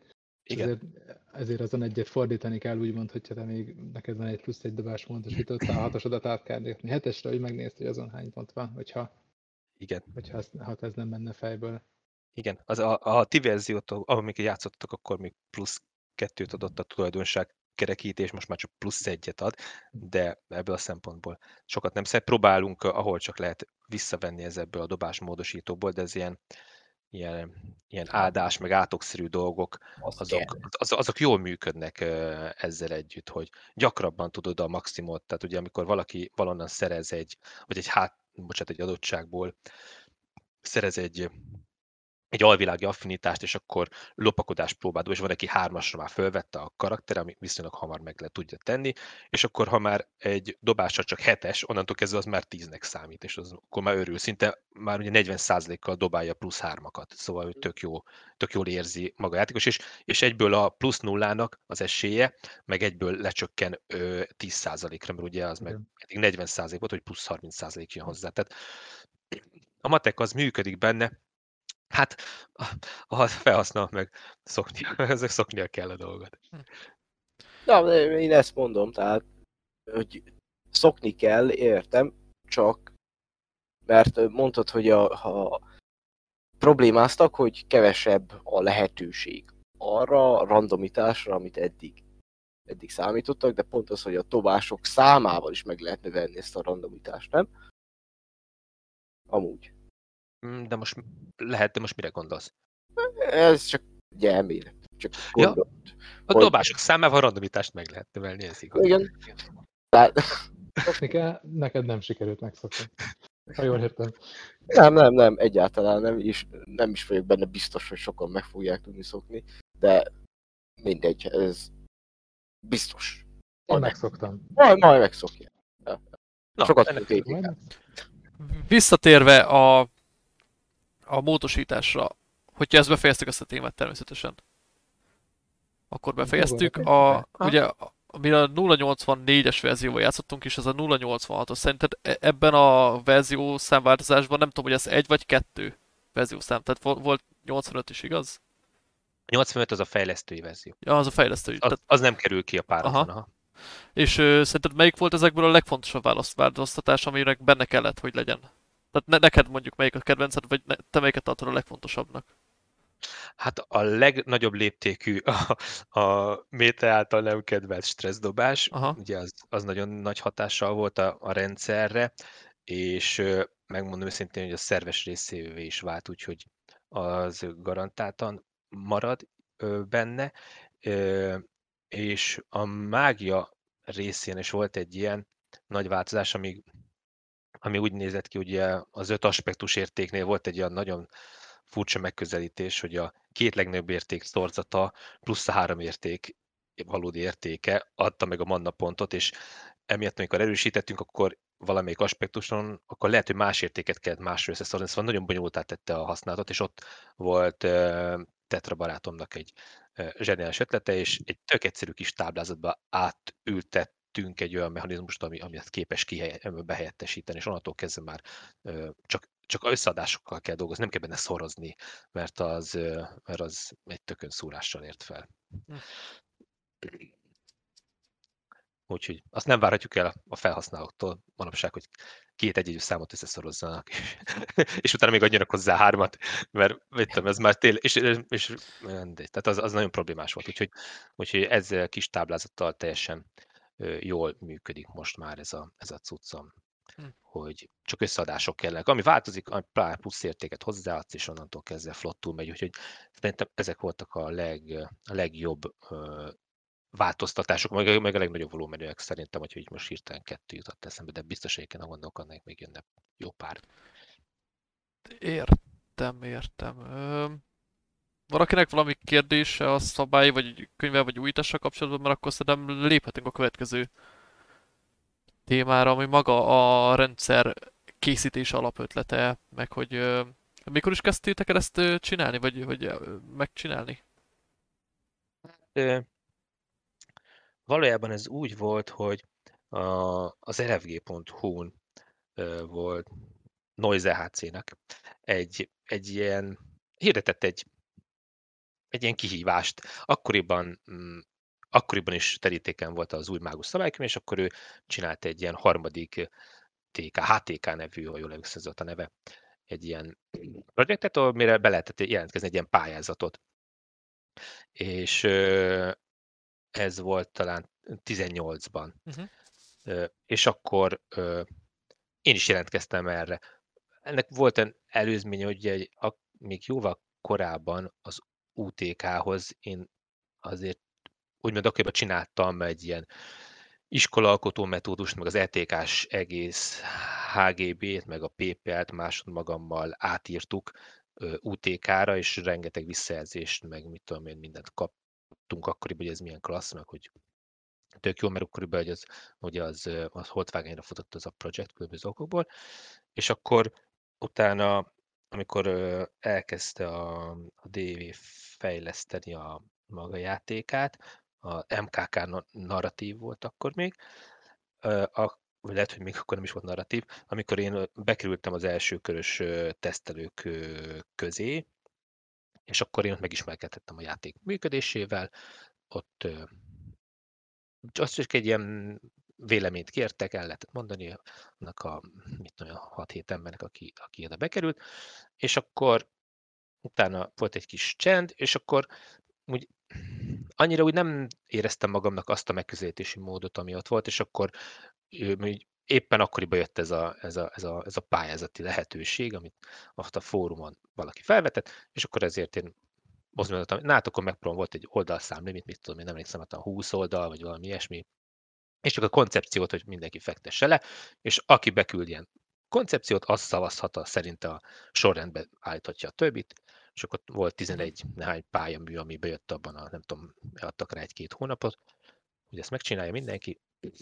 Igen. Ezért, ezért azon egyet fordítani kell, úgymond, hogyha te még neked van egy plusz egy dobás módosított, a hatosodat át kell lépni hetesre, hogy megnézd, hogy azon hány pont van, hogyha, Igen. hogyha ez, ha ez nem menne fejből. Igen. Az a, a ti verziót, ahol még játszottak, akkor még plusz kettőt adott a tulajdonság kerekítés, most már csak plusz egyet ad, de ebből a szempontból sokat nem szép. Próbálunk, ahol csak lehet visszavenni ez ebből a dobásmódosítóból, de ez ilyen, ilyen, ilyen áldás, meg átokszerű dolgok, Azt azok, kell. az, azok jól működnek ö, ezzel együtt, hogy gyakrabban tudod a maximumot, tehát ugye amikor valaki valonnan szerez egy, vagy egy hát, bocsánat, egy adottságból szerez egy egy alvilági affinitást, és akkor lopakodást próbál, és van, aki hármasra már fölvette a karakter, ami viszonylag hamar meg le tudja tenni, és akkor ha már egy dobásra csak hetes, onnantól kezdve az már tíznek számít, és az, akkor már örül. Szinte már ugye negyven százalékkal dobálja plusz hármakat, szóval hogy tök, jó, tök jól érzi maga a játékos, és, és egyből a plusz nullának az esélye, meg egyből lecsökken ö, tíz százalékra, mert ugye az meg Igen. eddig negyven százalék volt, hogy plusz harminc százalék jön hozzá. Tehát a matek az működik benne, hát, ha felhasznál meg szoknia, ezek szoknia kell a dolgot. Na, de én ezt mondom, tehát, hogy szokni kell, értem, csak mert mondtad, hogy a, ha problémáztak, hogy kevesebb a lehetőség arra a randomitásra, amit eddig, eddig számítottak, de pont az, hogy a dobások számával is meg lehet növelni ezt a randomitást, nem? Amúgy. Mm, De most lehet, de most mire gondolsz? Ez csak egy elmélet. Csak Ja, gondolt. A Hogy- dobások számával a randomitást meg lehet növelni, ez igaz. Igen. Tehát, Szokni kell, neked nem sikerült megszokni. Ha jól értem. nem, nem, nem, egyáltalán nem, és nem is vagyok benne biztos, hogy sokan meg fogják tudni szokni, de mindegy, ez biztos. Én Majd, meg, megszoktam. majd, majd megszokják. Na, Sokat ennek tudok Majd érni. megszoktam. Visszatérve a, a módosításra, hogyha ezt befejeztük ezt a témát természetesen, akkor befejeztük. A, ugye, a- mi a nulla nyolcvannégyes verzióval játszottunk, és ez a nulla nyolcvanhatos. Szerinted e- ebben a verzió számváltozásban nem tudom, hogy ez egy vagy kettő verziószám. Tehát vo- volt nyolcvanöt is, igaz? A nyolcvanöt az a fejlesztői verzió. Ja, az a fejlesztő. Az, Tehát, az nem kerül ki a páratlan. Aha. Aha. és ö, szerinted melyik volt ezekből a legfontosabb választ- változtatás, aminek benne kellett, hogy legyen? Tehát ne, neked mondjuk melyik a kedvenced, vagy ne, te melyiket tartod a legfontosabbnak? Hát a legnagyobb léptékű a, a Méte által nem kedvelt stresszdobás, Aha. ugye az, az nagyon nagy hatással volt a, a rendszerre, és ö, megmondom őszintén, hogy a szerves részévé is vált, úgyhogy az garantáltan marad ö, benne, ö, és a mágia részén is volt egy ilyen nagy változás, ami, ami úgy nézett ki, ugye az öt aspektus értéknél volt egy olyan nagyon furcsa megközelítés, hogy a két legnagyobb érték szorzata plusz a három érték valódi értéke adta meg a manna pontot, és emiatt, amikor erősítettünk, akkor valamelyik aspektuson, akkor lehet, hogy más értéket kellett másra összeszorzni, szóval nagyon bonyolultá tette a használatot, és ott volt uh, Tetra barátomnak egy uh, zseniális ötlete, és egy tök egyszerű kis táblázatba átültettünk egy olyan mechanizmust, ami, ami ezt képes kihelye, behelyettesíteni, és onnantól kezdve már uh, csak csak összeadásokkal kell dolgozni, nem kell benne szorozni, mert az, mert az egy tökön szúrással ért fel. Hm. Úgyhogy azt nem várhatjuk el a felhasználóktól manapság, hogy két egyegyű számot összeszorozzanak, és, és utána még adjanak hozzá hármat, mert vettem, ez már tényleg, és, és mindegy, tehát az, az nagyon problémás volt, úgyhogy, úgyhogy ezzel kis táblázattal teljesen jól működik most már ez a, ez a cuccom. Hm. Hogy csak összeadások kellenek. Ami változik, a pár plusz értéket hozzáadsz, és onnantól kezdve flottul megy. Úgyhogy szerintem ezek voltak a, leg, a legjobb uh, változtatások, meg, meg a legnagyobb volumenűek szerintem, hogy így most hirtelen kettő jutott eszembe, de biztos egyébként a gondolkodnék, még jönne jó pár. Értem, értem. Ö, valakinek valami kérdése a szabály, vagy könyvvel, vagy újítással kapcsolatban, mert akkor szerintem léphetünk a következő témára, ami maga a rendszer készítés alapötlete, meg hogy ö, mikor is kezdtétek el ezt ö, csinálni, vagy, vagy ö, megcsinálni? Ö, valójában ez úgy volt, hogy a, az er ef gé pont hu-n ö, volt Noise e há cé-nek egy, egy ilyen, hirdetett egy egy ilyen kihívást. Akkoriban, mm, akkoriban is terítéken volt az új mágus szabálykönyv, és akkor ő csinált egy ilyen harmadik té ká, há té ká nevű, ha jól emlékszem, ez volt a neve, egy ilyen projektet, ahol mire be lehetett jelentkezni egy ilyen pályázatot. És ö, ez volt talán tizennyolcban. Uh-huh. Ö, és akkor ö, én is jelentkeztem erre. Ennek volt egy előzménye, hogy egy, a, még jóval korábban az u té ká-hoz én azért úgymond akkoriban csináltam egy ilyen iskolalkotó metódust, meg az é té ká-s egész há gé bé-t, meg a pé pé el-t másodmagammal átírtuk ö, u té ká-ra, és rengeteg visszajelzést, meg mit tudom én, mindent kaptunk akkoriban, hogy ez milyen klassz, meg hogy tök jó, mert akkoriban hogy az, hogy az, ö, az Volkswagenra futott az a projekt különböző okokból, és akkor utána, amikor ö, elkezdte a, a dé vé fejleszteni a maga játékát, a em ká ká na- narratív volt akkor még, ö, a, vagy lehet, hogy még akkor nem is volt narratív, amikor én ö, bekerültem az első körös ö, tesztelők ö, közé, és akkor én ott megismerkedhettem a játék működésével, ott ö, azt csak egy ilyen véleményt kértek, el lehetett mondani annak a, mit tudom, a hat-hét embernek, aki, aki oda bekerült, és akkor utána volt egy kis csend, és akkor úgy annyira úgy nem éreztem magamnak azt a megközelítési módot, ami ott volt, és akkor ő, úgy éppen akkoriban jött ez a, ez, a, ez, a, ez a pályázati lehetőség, amit azt a fórumon valaki felvetett, és akkor ezért én azt mondtam, na hát akkor megpróbálom, volt egy oldalszám limit, mit tudom, én nem emlékszem, hát a húsz oldal, vagy valami ilyesmi, és csak a koncepciót, hogy mindenki fektesse le, és aki beküld ilyen koncepciót, az szavazhat, a, szerint a sorrendben állíthatja a többit, és akkor volt tizenegy néhány pályamű, ami bejött abban a, nem tudom, adtak rá egy-két hónapot, hogy ezt megcsinálja mindenki,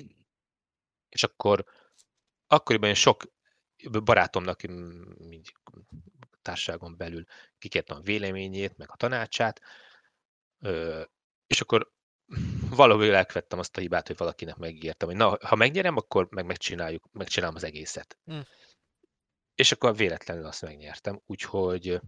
és akkor akkoriban én sok barátomnak így társaságon belül kikértem a véleményét, meg a tanácsát, és akkor valahogy elkövettem azt a hibát, hogy valakinek megígértem, hogy na, ha megnyerem, akkor meg megcsináljuk, megcsinálom az egészet. Mm. És akkor véletlenül azt megnyertem, úgyhogy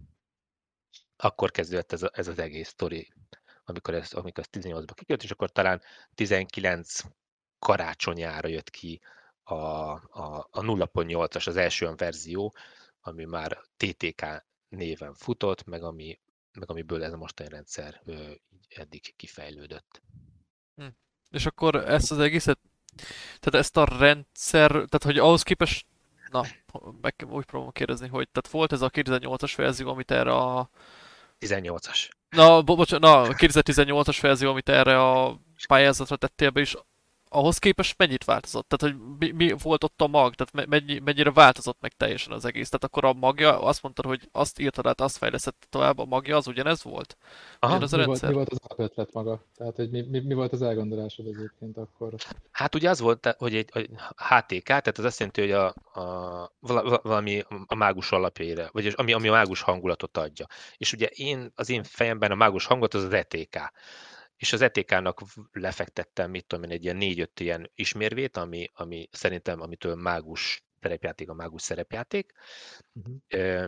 akkor kezdődött ez, a, ez az egész sztori, amikor ez, amikor ez tizennyolcban kikerült, és akkor talán tizenkilenc karácsonyára jött ki a, a, a nulla pont nyolcas, az első olyan verzió, ami már té té ká néven futott, meg, ami, meg amiből ez a mostani rendszer ö, így eddig kifejlődött. Hm. És akkor ezt az egészet, tehát ezt a rendszer, tehát hogy ahhoz képest, na, meg úgy próbálom kérdezni, hogy tehát volt ez a kétezer-nyolcas verzió, amit erre a... tizennyolcas. Na, bo- bocsánat, na, a kétezer-tizennyolcas verzió, amit erre a pályázatra tettél be, és ahhoz képest mennyit változott? Tehát, hogy mi, mi volt ott a mag? Tehát mennyi, mennyire változott meg teljesen az egész? Tehát akkor a magja, azt mondtad, hogy azt írtad át, azt fejlesztett tovább, a magja az ugyanez volt? Aha. Ugyanaz a Mi volt, rendszer? mi volt az alapötlet maga? Tehát, hogy mi, mi, mi volt az elgondolásod egyébként akkor? Hát ugye az volt, hogy egy, egy há té ká, tehát az azt jelenti, hogy a, a, valami a mágus alapjaira, vagy ami, ami a mágus hangulatot adja. És ugye én, az én fejemben a mágus hangot az az é té ká. És az é té ká-nak lefektettem, mit tudom én, egy ilyen négy-öt ilyen ismérvét, ami, ami szerintem, amitől mágus szerepjáték a mágus szerepjáték. Uh-huh.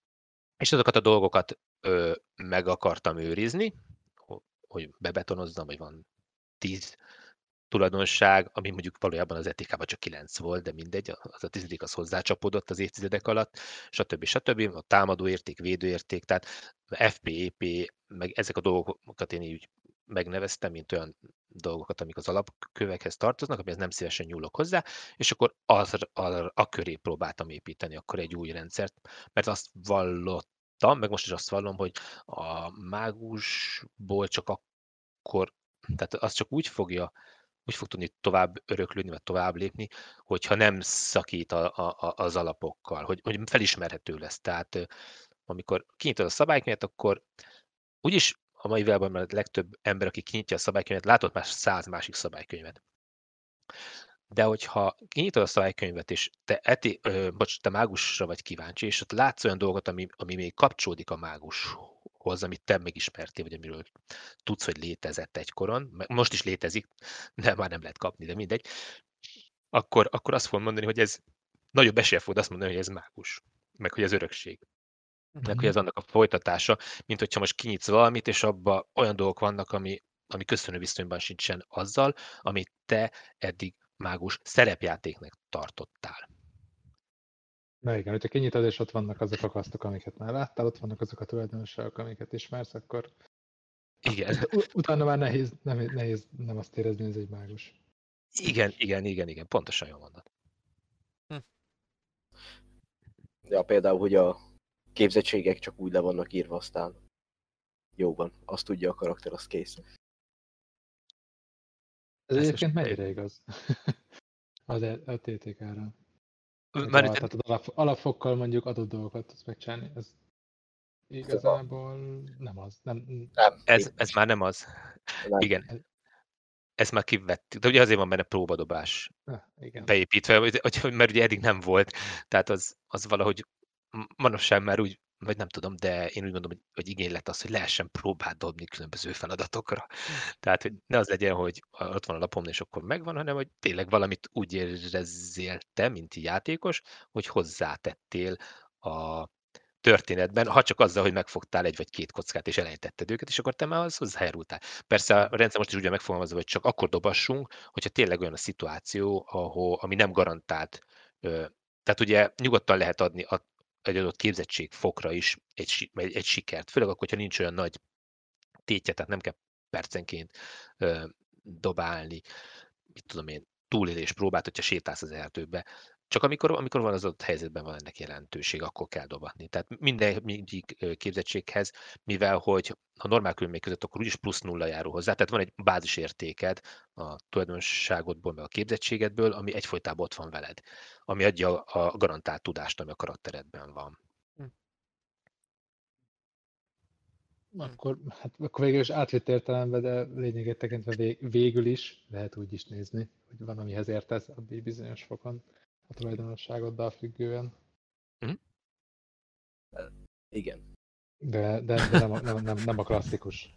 És azokat a dolgokat ö, meg akartam őrizni, hogy bebetonozzam, hogy van tíz tulajdonság, ami mondjuk valójában az é té ká-ban csak kilenc volt, de mindegy, az a tizedik az hozzácsapódott az évtizedek alatt, stb. stb. A támadó érték, védőérték, tehát ef pé, é pé, meg ezek a dolgokat én így megneveztem, mint olyan dolgokat, amik az alapkövekhez tartoznak, amihez nem szívesen nyúlok hozzá, és akkor az, a, a köré próbáltam építeni akkor egy új rendszert, mert azt vallottam, meg most is azt vallom, hogy a mágusból csak akkor, tehát az csak úgy fogja úgy fog tudni tovább öröklődni, vagy tovább lépni, hogyha nem szakít a, a, az alapokkal, hogy, hogy felismerhető lesz. Tehát amikor kinyitod a szabálykönyvet, akkor úgyis a mai világban a legtöbb ember, aki kinyitja a szabálykönyvet, látott már száz másik szabálykönyvet. De hogyha kinyitod a szabálykönyvet, és te, eti, ö, bocs, te mágusra vagy kíváncsi, és ott látsz olyan dolgot, ami, ami még kapcsolódik a mágushoz, amit te megismertél, vagy amiről tudsz, hogy létezett egykoron, most is létezik, de már nem lehet kapni, de mindegy, akkor, akkor azt fogom mondani, hogy ez nagyobb esélye fogod azt mondani, hogy ez mágus, meg hogy ez örökség. Meg hogy ez annak a folytatása, mint hogyha most kinyitsz valamit, és abban olyan dolgok vannak, ami, ami köszönő viszonyban sincsen azzal, amit te eddig mágus szerepjátéknak tartottál. Na igen, hogyha kinyitod, és ott vannak azok a kasztok, amiket már láttál, ott vannak azok a tulajdonságok, amiket ismersz, akkor Igen. ut- utána már nehéz nem, nehéz nem azt érezni, hogy ez egy mágus. Igen, igen, igen, igen, pontosan jól mondod. Ja, például, hogy a képzettségek csak úgy le vannak írva, aztán jó van, azt tudja a karakter, az kész. Ez Ezt egyébként most- mennyire igaz? Az e- a té té ká-ra. Már Már, itt- tehát az alap, alapfokkal mondjuk adott dolgokat tudsz megcsinálni. Ez igazából nem az. Nem, Nem, ez, ez már nem az. nem. Igen. Ezt már kivettük. De ugye azért van benne próbadobás ah, igen. beépítve, hogy- hogy- mert ugye eddig nem volt. Tehát az, az valahogy manapság már úgy, vagy nem tudom, de én úgy gondolom, hogy, hogy igény lett az, hogy lehessen próbát dobni különböző feladatokra. Tehát, hogy ne az legyen, hogy ott van a lapom, és akkor megvan, hanem hogy tényleg valamit úgy érezzél te, mint játékos, hogy hozzátettél a történetben, ha csak azzal, hogy megfogtál egy vagy két kockát, és elejtetted őket, és akkor te már az hozzájárultál. Persze a rendszer most is ugye megfogalmazva, hogy csak akkor dobassunk, hogyha tényleg olyan a szituáció, ahol, ami nem garantált. Tehát ugye nyugodtan lehet adni a, egy adott képzettség fokra is egy, egy, egy sikert, főleg akkor, hogyha nincs olyan nagy tétje, tehát nem kell percenként ö, dobálni, mit tudom én, túlélés próbát, hogyha sétálsz az erdőbe. Csak amikor, amikor van az adott helyzetben van ennek jelentőség, akkor kell dobatni. Tehát minden mindig képzettséghez, mivel hogy ha normál körülmények között, akkor úgyis plusz nulla járul hozzá, tehát van egy bázisértéked a tulajdonságodból, meg a képzettségedből, ami egyfolytában ott van veled, ami adja a garantált tudást, ami a karakteredben van. Akkor, hát, akkor végül is átvitt értelemben, de lényegét tekintve vég, végül is lehet úgy is nézni, hogy van, amihez értesz addig bizonyos fokon a tulajdonosságoddal függően. Mm. Igen. De, de, de nem, a, nem, nem, nem a klasszikus.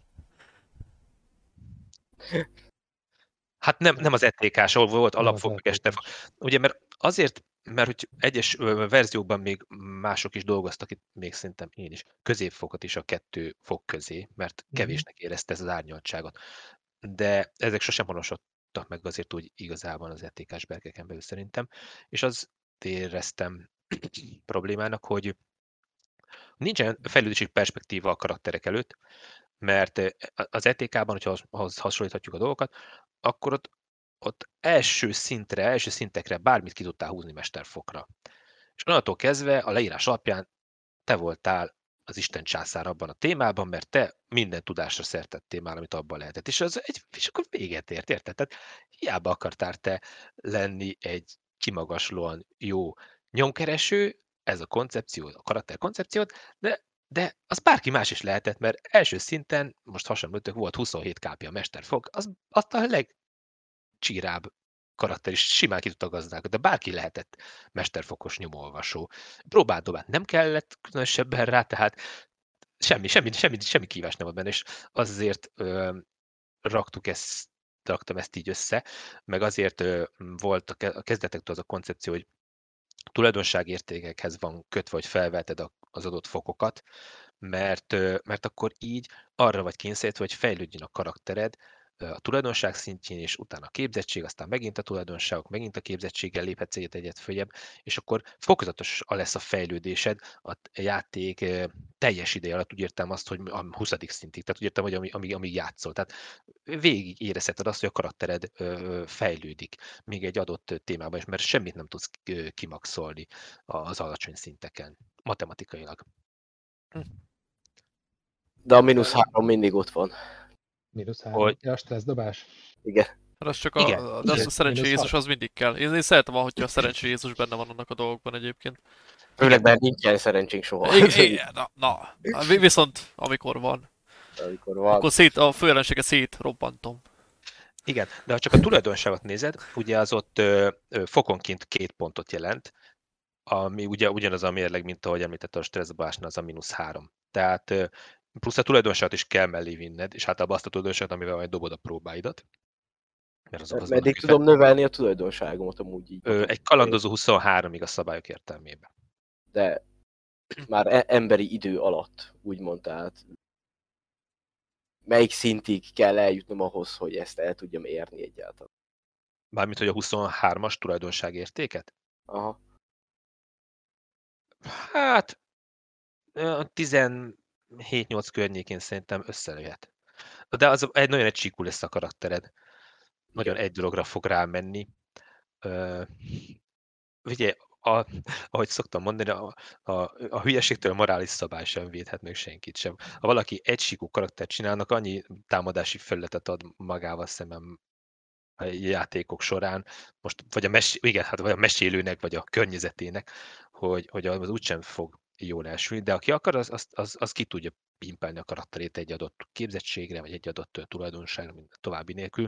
Hát nem, nem az é té ká-s, ahol volt Nem az alapfok, meg este. é té ká-s. Ugye, mert azért, mert hogy egyes ö, verziókban még mások is dolgoztak, itt még szerintem én is, középfokot is a kettő fok közé, mert kevésnek érezte ez az árnyaltságot. De ezek sosem honosodtak meg azért úgy igazában az é té ká-s berkeken belül szerintem, és az éreztem problémának, hogy nincsen fejlődési perspektíva a karakterek előtt, mert az é té ká-ban, hogyha ahhoz hasonlíthatjuk a dolgokat, akkor ott, ott első szintre, első szintekre bármit ki tudtál húzni mesterfokra. És onnantól kezdve a leírás alapján te voltál az Isten császár abban a témában, mert te minden tudásra szertettél már, amit abban lehetett. És, az egy, és akkor véget ért, érted? Tehát hiába akartál te lenni egy kimagaslóan jó nyomkereső, ez a koncepció, a karakter koncepciót, de de az bárki más is lehetett, mert első szinten, most hasonlítok, volt huszonhét ká pé a mesterfok, az, az a legcsírább karakter is simán ki tudta gazdálkodni, de bárki lehetett mesterfokos nyomolvasó. Próbált dobát nem kellett különösebben rá, tehát semmi, semmi, semmi, semmi kívás nem volt benne, és azért ö, raktuk ezt, raktam ezt így össze, meg azért ö, volt a kezdetektől az a koncepció, hogy tulajdonságértékekhez van kötve, hogy felveted az adott fokokat, mert, mert akkor így arra vagy kényszerítve, hogy fejlődjön a karaktered a tulajdonság szintjén, és utána a képzettség, aztán megint a tulajdonságok, megint a képzettséggel léphetsz egyet egyet följebb, és akkor fokozatos lesz a fejlődésed a játék teljes ideje alatt, úgy értem azt, hogy a huszadik szintig, tehát úgy értem, hogy amíg, amíg, amíg játszol. Tehát végig érezheted azt, hogy a karaktered fejlődik még egy adott témában is, mert semmit nem tudsz kimaxolni az alacsony szinteken, matematikailag. De a mínusz három mindig ott van. Mínusz három. Hogy- Ja, stressz dobás. Igen. Az csak Igen, a, de az igen. a szerencsé Mínusz Jézus hat. az mindig kell. Én, én szeretem, hogyha a szerencsé Jézus benne van annak a dolgokban egyébként. Főleg, mert nincsen szerencsénk soha. I, I, na, na, Vi- viszont amikor van, Amikor van. akkor szét, a főellenséget szétrobbantom. Igen, de ha csak a tulajdonságot nézed, ugye az ott ö, ö, fokonként két pontot jelent, ami ugye ugyanaz a mérleg, mint ahogy említette a stresszbásnál, az a mínusz három. Tehát ö, plusz a tulajdonságot is kell mellé vinned, és általában azt a tulajdonságot, amivel majd dobod a próbáidat. Mert azokhoz Meddig vannak tudom növelni a tulajdonságomat amúgy így. Ö, egy kalandozó huszonháromig a szabályok értelmében. De már e- emberi idő alatt, úgymond, tehát melyik szintig kell eljutnom ahhoz, hogy ezt el tudjam érni egyáltalán. Mármint, hogy a huszonhármas tulajdonságértéket? Aha. Hát, a tizenhét-nyolc környékén szerintem összejöhet. De az egy nagyon egysíkú lesz a karaktered. Nagyon Igen. egy dologra fog rámenni. Ö, ugye, a, ahogy szoktam mondani, a, a, a hülyeségtől a morális szabály sem védhet meg senkit sem. Ha valaki egysíkú karaktert csinálnak, annyi támadási felületet ad magával szemben a játékok során, most vagy a, mes, igen, hát vagy a mesélőnek, vagy a környezetének, hogy, hogy az úgysem fog jól elsülni, de aki akar, az, az, az, az ki tudja pimpelni a karakterét egy adott képzettségre, vagy egy adott tulajdonságra, mint további nélkül.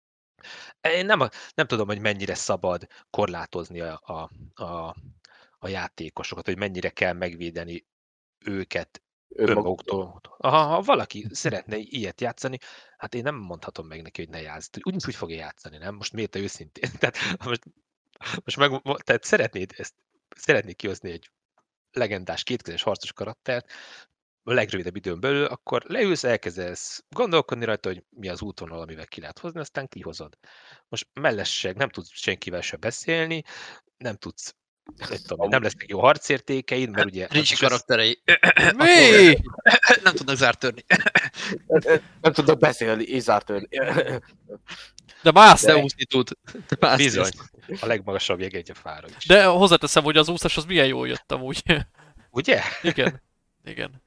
Én nem, nem tudom, hogy mennyire szabad korlátozni a, a, a, a játékosokat, hogy mennyire kell megvédeni őket Önmaguktól. önmaguktól. Ha, ha valaki szeretne ilyet játszani, hát én nem mondhatom meg neki, hogy ne játsz. Úgyis úgy fogja játszani, nem? Most miért te őszintén? Tehát most, most meg, tehát szeretnéd ezt, szeretnéd kihozni egy legendás kétkezes harcos karaktert, a legrövidebb időn belül, akkor leülsz, elkezdesz gondolkodni rajta, hogy mi az útvonal, amivel ki lehet hozni, aztán kihozod. Most mellesleg nem tudsz senkivel se beszélni, nem tudsz, nem, tudom, nem lesznek jó harcértékeid, mert ugye... Ricsi karakterei. Mi? Nem tudnak zárt törni. Nem tudok beszélni, és zárt törni. De mász. De úszni tud. Mászni Bizony, azt. a legmagasabb jegegy a fára is. De hozzáteszem, hogy az úszás az milyen jól jött amúgy. Ugye? Igen. Igen.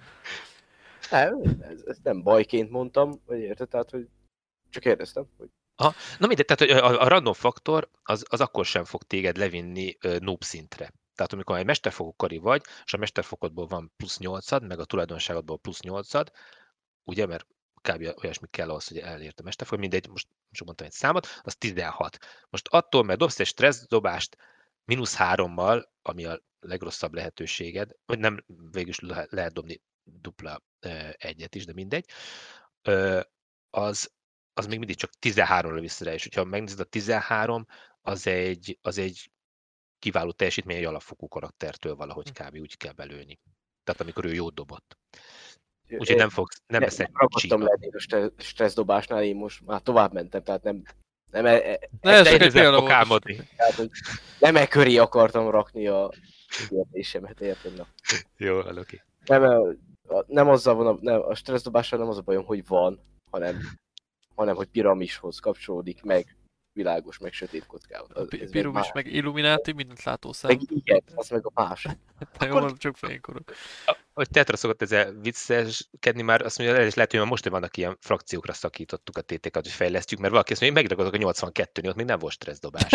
Nem, ez, ez nem bajként mondtam, vagy érted? Tehát, hogy csak kérdeztem, hogy Na mindegy, tehát hogy a, a random faktor az, az akkor sem fog téged levinni uh, noob szintre. Tehát amikor egy mesterfokú kari vagy, és a mesterfokodból van plusz nyolcad, meg a tulajdonságodból plusz nyolcad, ugye, mert kb. Olyasmi kell ahhoz, hogy elérte a mesterfokot, mindegy, most, most mondtam egy számot, az tizenhat. Most attól, mert dobsz egy stressz dobást mínusz hárommal, ami a legrosszabb lehetőséged, vagy nem, végül is le, lehet dobni dupla uh, egyet is, de mindegy, uh, az, az még mindig csak tizenháromra visz rá, és hogyha megnézed a tizenhárom, az egy, az egy kiváló teljesítmény egy alapfokú karaktertől valahogy kb. Úgy kell belőni. Tehát amikor ő jót dobott. Úgyhogy nem fogsz, nem ne, veszek nem ragadtam csíkot. lenni a stre- stresszdobásnál, én most már tovább mentem, tehát nem, nem, e, e, Ne, ez e- csak egy ezzel példa fog volt. álmodni. tehát, hogy nem e köré akartam rakni a kérdésemet, érted? Na. Jó, oké. Nem, e- a- nem azzal van, a, nem, a stresszdobással nem az a bajom, hogy van, hanem, hanem hogy piramishoz kapcsolódik meg világos, meg sötét kockával. Az- ez meg Pirumis, más. meg Illuminati, mindent látó szem. Meg igen, az meg a másik. De jó, van, csak fénykorok. Hogy Tetra szokott ezzel vicceskedni, már azt mondja, el is lehet, hogy már most vannak ilyen frakciókra szakítottuk a té té-kat, hogy fejlesztjük, mert valaki azt mondja, hogy megragadok a nyolcvankettőnél, ott még nem volt stresszdobás.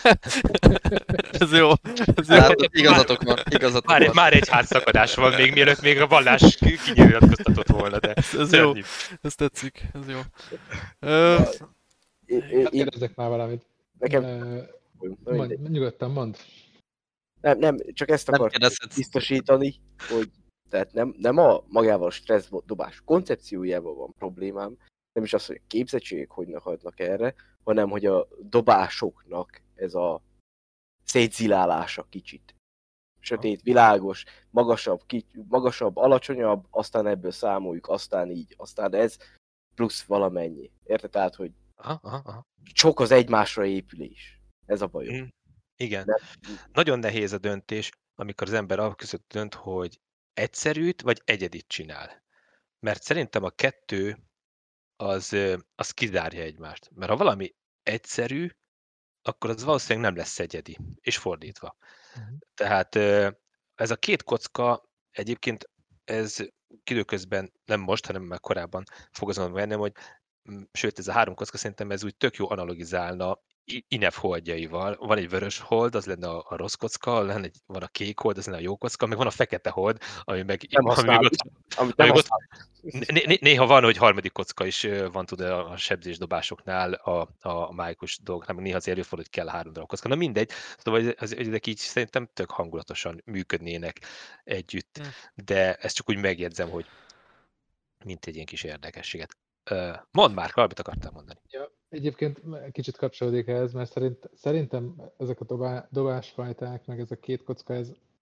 Ez jó. Ez jó. Látod, igazatok van, igazatok Már, van. már egy hátszakadás van még, mielőtt még a vallás kinyilatkoztatott volna, de Ez jó. szeretném. Ez tetszik. Ez jó. Ö, Én, én, Hát én, kérdezzek már valamit. nekem Ö, na Mond, mindegy. nyugodtan mond. nem, nem, csak ezt Nem akartam kérdezhetsz. biztosítani, hogy tehát nem, nem a magával a stresszdobás koncepciójával van problémám, nem is az, hogy a képzettségek hogy hatnak erre, hanem hogy a dobásoknak ez a szétzilálása kicsit. Sötét, világos, magasabb, kicsi, magasabb, alacsonyabb, aztán ebből számoljuk, aztán így, aztán ez, plusz valamennyi. Érted? Tehát, hogy Aha, aha, aha. sok az egymásra épülés. Ez a bajom. Mm, igen. De- Nagyon nehéz a döntés, amikor az ember arra között dönt, hogy egyszerűt vagy egyedit csinál. Mert szerintem a kettő az, ö, az kizárja egymást. Mert ha valami egyszerű, akkor az valószínűleg nem lesz egyedi, és fordítva. Mhm. Tehát ö, ez a két kocka egyébként ez időközben, nem most, hanem már korábban fog azon vennem, hogy mm, sőt, ez a három kocka szerintem ez úgy tök jó analogizálna I- Inef holdjaival. Van egy vörös hold, az lenne a, a rossz kocka, lenne egy, van a kék hold, az lenne a jó kocka, meg van a fekete hold, ami meg, Nem ami meg használ, ott, amit nem ami ott használ. Né- né- néha van, hogy harmadik kocka is ö, van tud a sebzésdobásoknál, a, a májkus dolgoknál, meg néha az előfordul, hogy kell három darab kocka. Na mindegy, szóval az, az, ezek így szerintem tök hangulatosan működnének együtt, Hm. de ezt csak úgy megjegyzem, hogy mint egy ilyen kis érdekességet. Ö, Mondd már, valamit akartál mondani. Ja, egyébként kicsit kapcsolódik ehhez, mert szerint, szerintem ezek a dobá, dobásfajták, meg ez a két kocka, ez,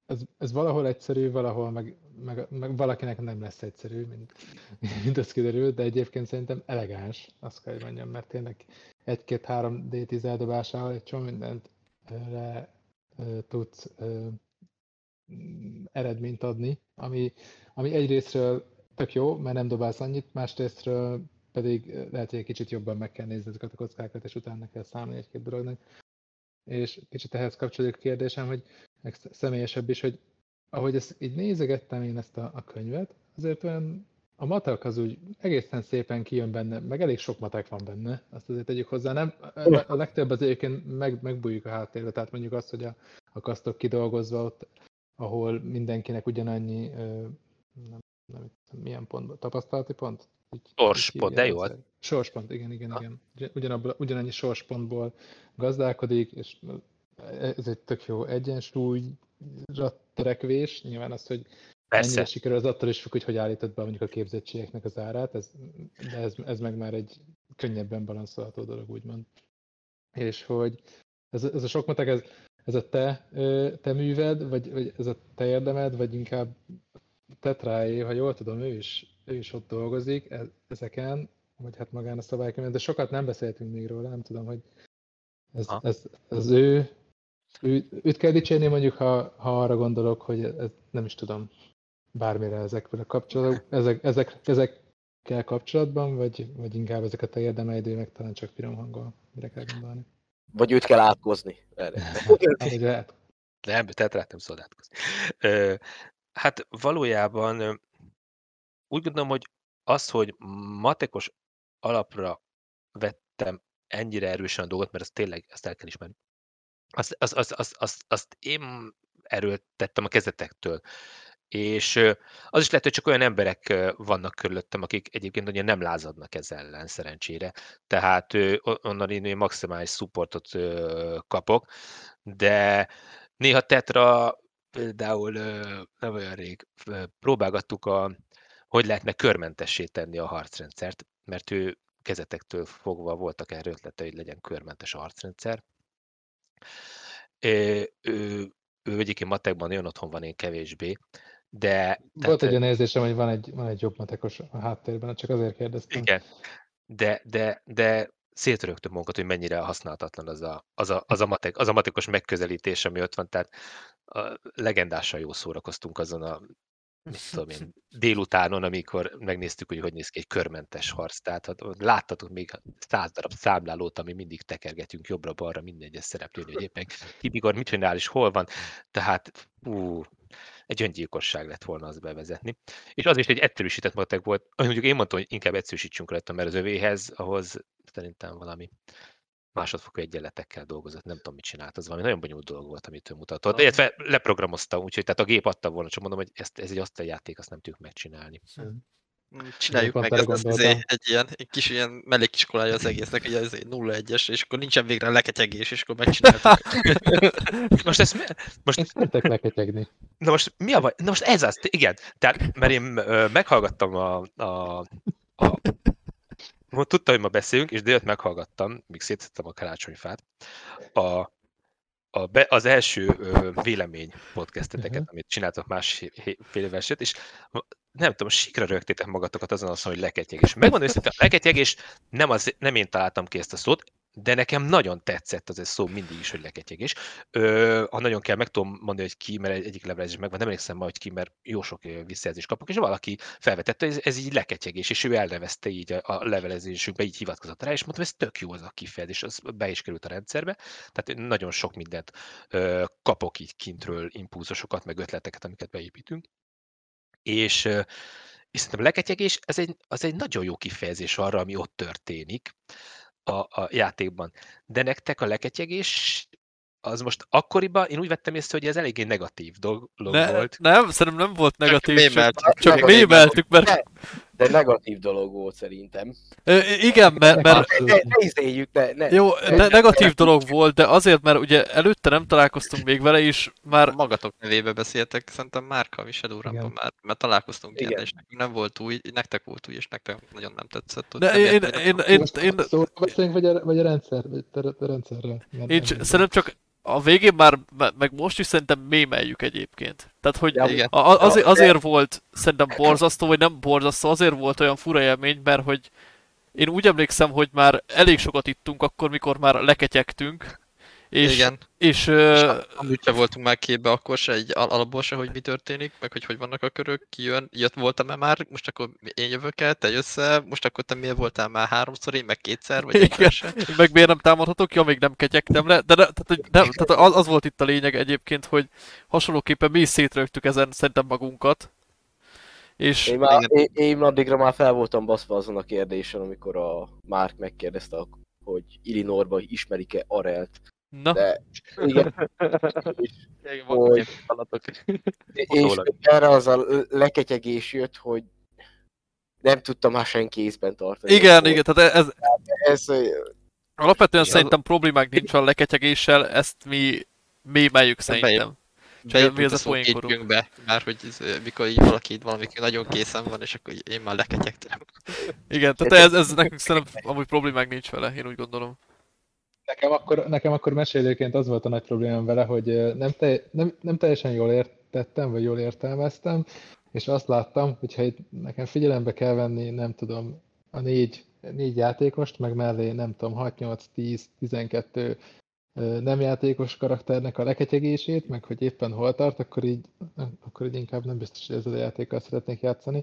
ez, ez valahol egyszerű, valahol meg, meg, meg valakinek nem lesz egyszerű, mint, mint ez kiderült, de egyébként szerintem elegáns, azt kell, hogy mondjam, mert tényleg egy-két-három dé tíz eldobásával egy csomó mindent le tudsz ö, eredményt adni, ami, ami egyrésztről tök jó, mert nem dobálsz annyit, másrésztről pedig lehet, hogy egy kicsit jobban meg kell nézni ezeket a kockákat, és utána kell számolni egy-két dolognak. És kicsit ehhez kapcsolódik a kérdésem, hogy meg személyesebb is, hogy ahogy ezt így nézegettem én ezt a, a könyvet, azért olyan a matek az úgy egészen szépen kijön benne, meg elég sok matek van benne, azt azért tegyük hozzá, nem? A legtöbb az egyébként meg, megbújjuk a háttérbe, tehát mondjuk azt, hogy a, a kasztok kidolgozva ott, ahol mindenkinek ugyanannyi, nem, nem milyen pont, tapasztalati pont? Sorspont, de jó. Sorspont, igen, igen, igen. Ugyanabból, ugyanannyi sorspontból gazdálkodik, és ez egy tök jó egyensúlyra törekvés. Nyilván az, hogy Persze. mennyire sikerül, az attól is függ, hogy hogy állítod be mondjuk a képzettségeknek az árát, ez, de ez, ez meg már egy könnyebben balanszolható dolog, úgymond. És hogy ez, ez a sok matek, ez, ez a te, te műved, vagy, vagy ez a te érdemed, vagy inkább Tetráé, ha jól tudom, ő is, ő is ott dolgozik ezeken, vagy hát magán a szabálykönyvben, de sokat nem beszéltünk még róla, nem tudom, hogy ez, ez, ez ő, ő, őt kell dicsérni mondjuk, ha, ha arra gondolok, hogy ez, nem is tudom, bármire ezekkel kapcsolatban, ezek, ezek, ezekkel kapcsolatban, vagy, vagy inkább ezek a te érdemeidő, meg talán csak finom hangol, mire kell gondolni. Vagy őt kell átkozni. Nem, Tetrát nem szabad átkozni. Hát valójában úgy gondolom, hogy az, hogy matekos alapra vettem ennyire erősen a dolgot, mert ezt tényleg ezt el kell ismerni. Azt, azt, azt, azt, azt, azt én erőltettem a kezdetektől. És az is lehet, hogy csak olyan emberek vannak körülöttem, akik egyébként ugye nem lázadnak ez ellen, szerencsére. Tehát onnan én maximális supportot kapok, de néha Tetra például nem olyan rég próbálgattuk, a, hogy lehetne körmentessé tenni a harcrendszert, mert ő kezetektől fogva voltak erre ötlete, hogy legyen körmentes a harcrendszer. Ő, ő, ő egyébként matekban nagyon otthon van, én kevésbé, de... Volt tehát, egy olyan érzésem, hogy van egy, van egy jobb matekos a háttérben, csak azért kérdeztem. Igen, de, de, de szétrögtük magunkat, hogy mennyire használhatatlan az a, az, a, az, a matek, az a matekos megközelítés, ami ott van, tehát a legendásan jó szórakoztunk azon a mit tudom én, délutánon, amikor megnéztük, hogy hogy néz ki egy körmentes harc. Tehát hát, láttatok még száz darab számlálót, ami mindig tekergetünk jobbra-balra minden egyes szereplőnél, hogy éppen ki mikor mit csinál és hol van. Tehát ú, egy öngyilkosság lett volna az bevezetni. És az is egy egyszerűsített matek volt. Mondjuk én mondtam, hogy inkább egyszerűsítsünk rajta, mert az övéhez, ahhoz szerintem valami másodfokú egyenletekkel dolgozott, nem tudom, mit csinált, az valami nagyon bonyolult dolog volt, amit ő mutatott. De illetve leprogramozta, úgyhogy tehát a gép adta volna, csak mondom, hogy ezt, ez egy asztaljáték, azt nem tudjuk megcsinálni. Csináljuk meg ezt, az, az egy ilyen egy kis ilyen mellékiskolája az egésznek, hogy ez egy nulla egyes, és akkor nincsen végre leketyegés, és akkor megcsináltuk. Most ezt mi? Most... Én szeretek leketyegni. Na most mi a baj? Na most ez az, igen. Tehát, mert én meghallgattam a, a, a tudtam, hogy ma beszélünk, és délután meghallgattam, míg szétszedtem a karácsonyfát, a, a be, az első ö, vélemény podcasteteket, uh-huh. amit csináltak másfél évvel sőt, és nem tudom, sikra rögtétek magatokat azon azt, hogy leketyegés. Megmondom őszintén, a leketyegés nem, az, nem én találtam ki ezt a szót, de nekem nagyon tetszett az ez szó mindig is, hogy leketyegés. Ö, ha nagyon kell, meg tudom mondani, hogy ki, mert egyik levelezés megvan, nem emlékszem ma, hogy ki, mert jó sok visszajelzést kapok, és valaki felvetette, hogy ez, ez így leketyegés, és ő elnevezte így a, a levelezésünkbe, így hivatkozott rá, és mondtam, ez tök jó az a kifejezés, az be is került a rendszerbe, tehát nagyon sok mindent ö, kapok így kintről, impulzusokat, meg ötleteket, amiket beépítünk. És, és szerintem a leketyegés ez egy, az egy nagyon jó kifejezés arra, ami ott történik a, a játékban. De nektek a leketyegés az most akkoriban, én úgy vettem észre, hogy ez eléggé negatív dolog ne, volt. Nem, szerintem nem volt negatív, csak mémeltük, csak csak mémeltük mert... De, de negatív dolog volt szerintem. E, igen, mert... mert... Ne, ne izéljük, ne, ne. Jó, de negatív dolog volt, de azért, mert ugye előtte nem találkoztunk még vele is, már... Magatok nevébe beszéltek, szerintem Márka Shadow-ban már, mert találkoztunk ilyen, és nekünk nem volt új, nektek volt új, és nektek nagyon nem tetszett. De én, én, én, én, én... Szóval beszéljünk, vagy a, vagy a rendszer, vagy a rendszerrel. Én szerintem csak a végén már, meg most is szerintem mémeljük egyébként. Tehát, hogy Ja, Igen. a- a- azért, de- azért volt szerintem borzasztó, vagy nem borzasztó, azért volt olyan fura élmény, mert hogy én úgy emlékszem, hogy már elég sokat ittunk akkor, mikor már leketyegtünk, és, Igen. és És ö, am- amúgy se voltunk már képbe akkor se, egy al- alapból se, hogy mi történik, meg hogy hogy vannak a körök, ki jön, jött voltam-e már, most akkor én jövök el, te jössz el, most akkor te miért voltál már háromszor, én meg kétszer, vagy egyszer igen, se. én meg miért nem támadhatok? Ja, még nem ketyegtem le, de ne, tehát, hogy nem, tehát az, az volt itt a lényeg egyébként, hogy hasonlóképpen mi is szétrögtük ezen szerintem magunkat, és Én, már, Igen. én, én addigra már fel voltam baszva azon a kérdésen, amikor a Mark megkérdezte, hogy Illinoisba ismerik-e Arelt. na, De igen, és, Igen, Hogy- vannak ilyen pillanatok. és Utólag. erre az a leketyegés jött, hogy nem tudtam már sen kézben tartani. igen, Akkor igen, tehát ez, Ez, alapvetően Igen. szerintem problémák nincs a leketyegéssel, ezt mi mémeljük szerintem. Bejutunk mi ez a a poénkorú? szókétjünkbe, már hogy ez, mikor így valaki itt valami nagyon készen van, és akkor én már leketyegtem. Igen, tehát ez, ez nekünk szerintem amúgy problémák nincs vele, én úgy gondolom. Nekem akkor, nekem akkor mesélőként az volt a nagy problémám vele, hogy ö, nem, te, nem, nem teljesen jól értettem, vagy jól értelmeztem, és azt láttam, hogyha itt nekem figyelembe kell venni, nem tudom, a négy, négy játékost, meg mellé, nem tudom, hat, nyolc, tíz, tizenkettő ö, nem játékos karakternek a leketyegését, meg hogy éppen hol tart, akkor így, akkor így inkább nem biztos, hogy ezzel a játékkal szeretnék játszani.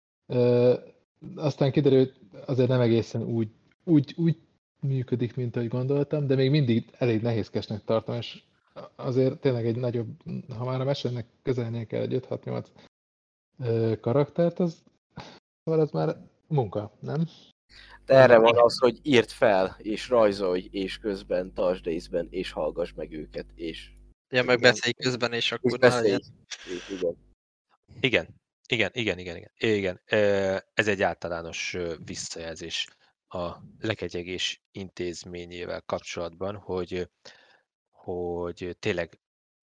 Ö, aztán kiderült, azért nem egészen úgy, úgy, úgy működik, mint ahogy gondoltam, de még mindig elég nehézkesnek tartom, és azért tényleg egy nagyobb, ha már a mesének közelnél kell egy öt hat nyolc karaktert, az, szóval ez már munka, nem? de erre van az, hogy írd fel, és rajzolj, és közben tartsd észben, és hallgass meg őket, és, Ja, meg Igen. beszélj közben, és és akkor ne beszélj. legyen. És igen. Igen, igen, igen, igen, igen. igen. Ö, Ez egy általános ö, visszajelzés a leketyegés intézményével kapcsolatban, hogy, hogy tényleg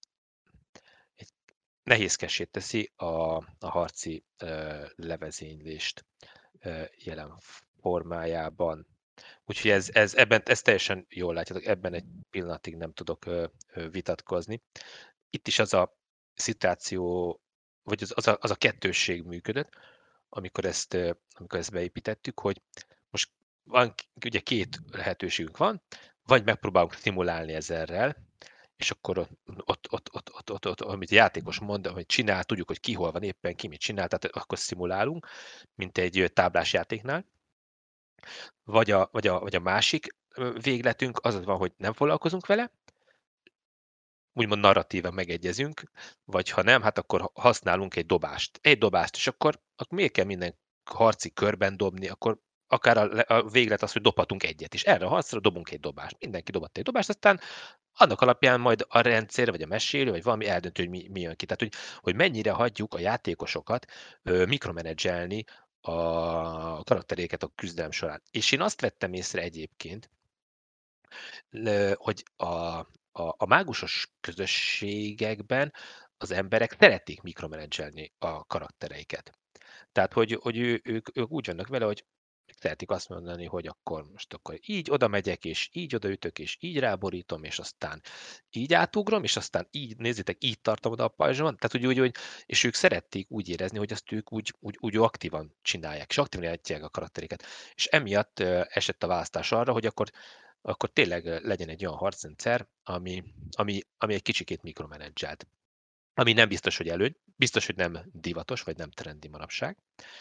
egy nehézkessé teszi a, a harci ö, levezénylést ö, jelen formájában. Úgyhogy ez, ez, ebben, ez teljesen jól látjátok, ebben egy pillanatig nem tudok ö, ö, vitatkozni. Itt is az a szituáció, vagy az, az, a, az a kettősség működött, amikor ezt, ö, amikor ezt beépítettük, hogy most van, ugye két lehetőségünk van, vagy megpróbálunk stimulálni ezerrel, és akkor ott, ott, ott, ott, ott, ott, ott amit a játékos mond, amit csinál, tudjuk, hogy ki hol van éppen, ki mit csinál, tehát akkor szimulálunk, mint egy ö, táblás játéknál. Vagy a, vagy a, vagy a másik ö, végletünk az van, hogy nem foglalkozunk vele, úgymond narratíva megegyezünk, vagy ha nem, hát akkor használunk egy dobást. Egy dobást, és akkor, akkor miért kell minden harci körben dobni, akkor akár a, a véglet az, hogy dobhatunk egyet, és erre a harcra dobunk egy dobást. Mindenki dobott egy dobást, aztán annak alapján majd a rendszer, vagy a mesélő, vagy valami eldöntő, hogy mi, mi jön ki. Tehát, hogy, hogy mennyire hagyjuk a játékosokat ö, mikromenedzselni a karakteréket a küzdelem során. És én azt vettem észre egyébként, Ö, hogy a, a, a mágusos közösségekben az emberek szeretik mikromenedzselni a karaktereiket. Tehát, hogy, hogy ő, ők, ők úgy vannak vele, hogy szeretik azt mondani, hogy akkor most akkor így oda megyek, és így odaütök, és így ráborítom, és aztán így átugrom, és aztán így, nézzétek, így tartom oda a pajzsomat. Tehát, úgy, úgy, úgy, és ők szerették úgy érezni, hogy azt ők úgy, úgy, úgy aktívan csinálják, és aktívan játszják a karakteriket. És emiatt ö, esett a választás arra, hogy akkor akkor tényleg ö, legyen egy olyan harcrendszer, ami, ami, ami egy kicsikét mikromenedzselt. Ami nem biztos, hogy előny, biztos, hogy nem divatos, vagy nem trendi manapság,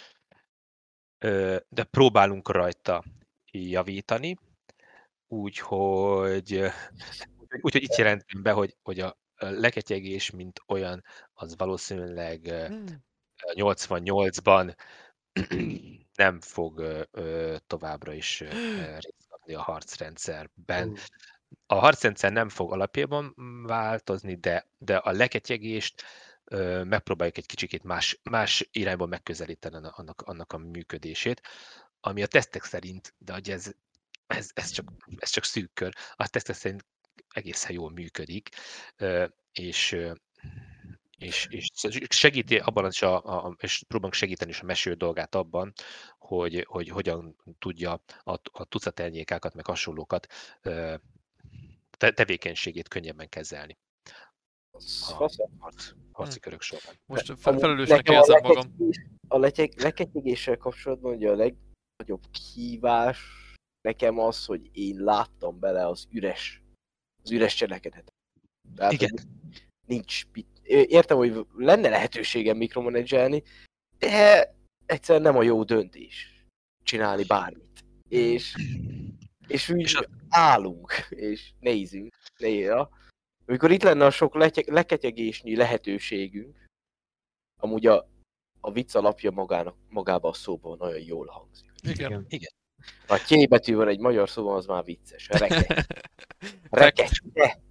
Ö, de próbálunk rajta javítani, úgyhogy úgyhogy itt jelentem be, hogy, hogy a a leketyegés, mint olyan, az valószínűleg ö, nyolcvannyolcban nem fog ö, ö, továbbra is ö, ö, részt kapni a harcrendszerben. A harcrendszer nem fog alapjában változni, de, de a leketyegést ö, megpróbáljuk egy kicsikét más, más irányból megközelíteni annak, annak a működését, ami a tesztek szerint, de hogy ez, ez, ez, csak, ez csak szűk kör, a tesztek szerint egészen jól működik, ö, és ö, és, és segíti abban is, a, a, és próbálunk segíteni is a mesélő dolgát abban, hogy, hogy hogyan tudja a, a tucat elnyékákat, meg hasonlókat ö, te- tevékenységét könnyebben kezelni Az a faszom. harc, harci körök során. Most fe- Amúgy felelősnek nekem a érzem magam. leketyegés- A letyeg- leketyegéssel kapcsolatban ugye a legnagyobb kihívás nekem az, hogy én láttam bele az üres, az üres cselekedetet. Tehát, Igen. hogy nincs mit. Értem, hogy lenne lehetőségem mikromanedzselni, de egyszerűen nem a jó döntés csinálni bármit. És, és úgy És a- állunk, és nézünk. Néha. Amikor itt lenne a sok letyeg, leketyegésnyi lehetőségünk, amúgy a, a vicc alapja magának, magában a szóban nagyon jól hangzik. Igen. Ha K betű van egy magyar szóban, az már vicces. Rekegy. Rekegy. De,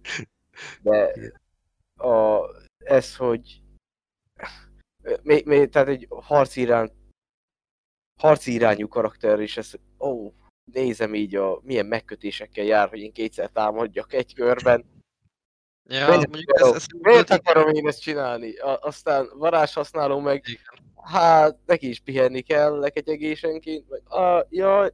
de a, ez, hogy még, még, tehát egy harci, irány, harci irányú karakter, és ez, ó, nézem így, a, milyen megkötésekkel jár, hogy én kétszer támadjak egy körben. Ja, Miért mondjuk ez, ez Miért akarom én ezt csinálni? A, aztán varázs használom meg, igen. hát neki is pihenni kell leketyegésenként, meg ah, ja,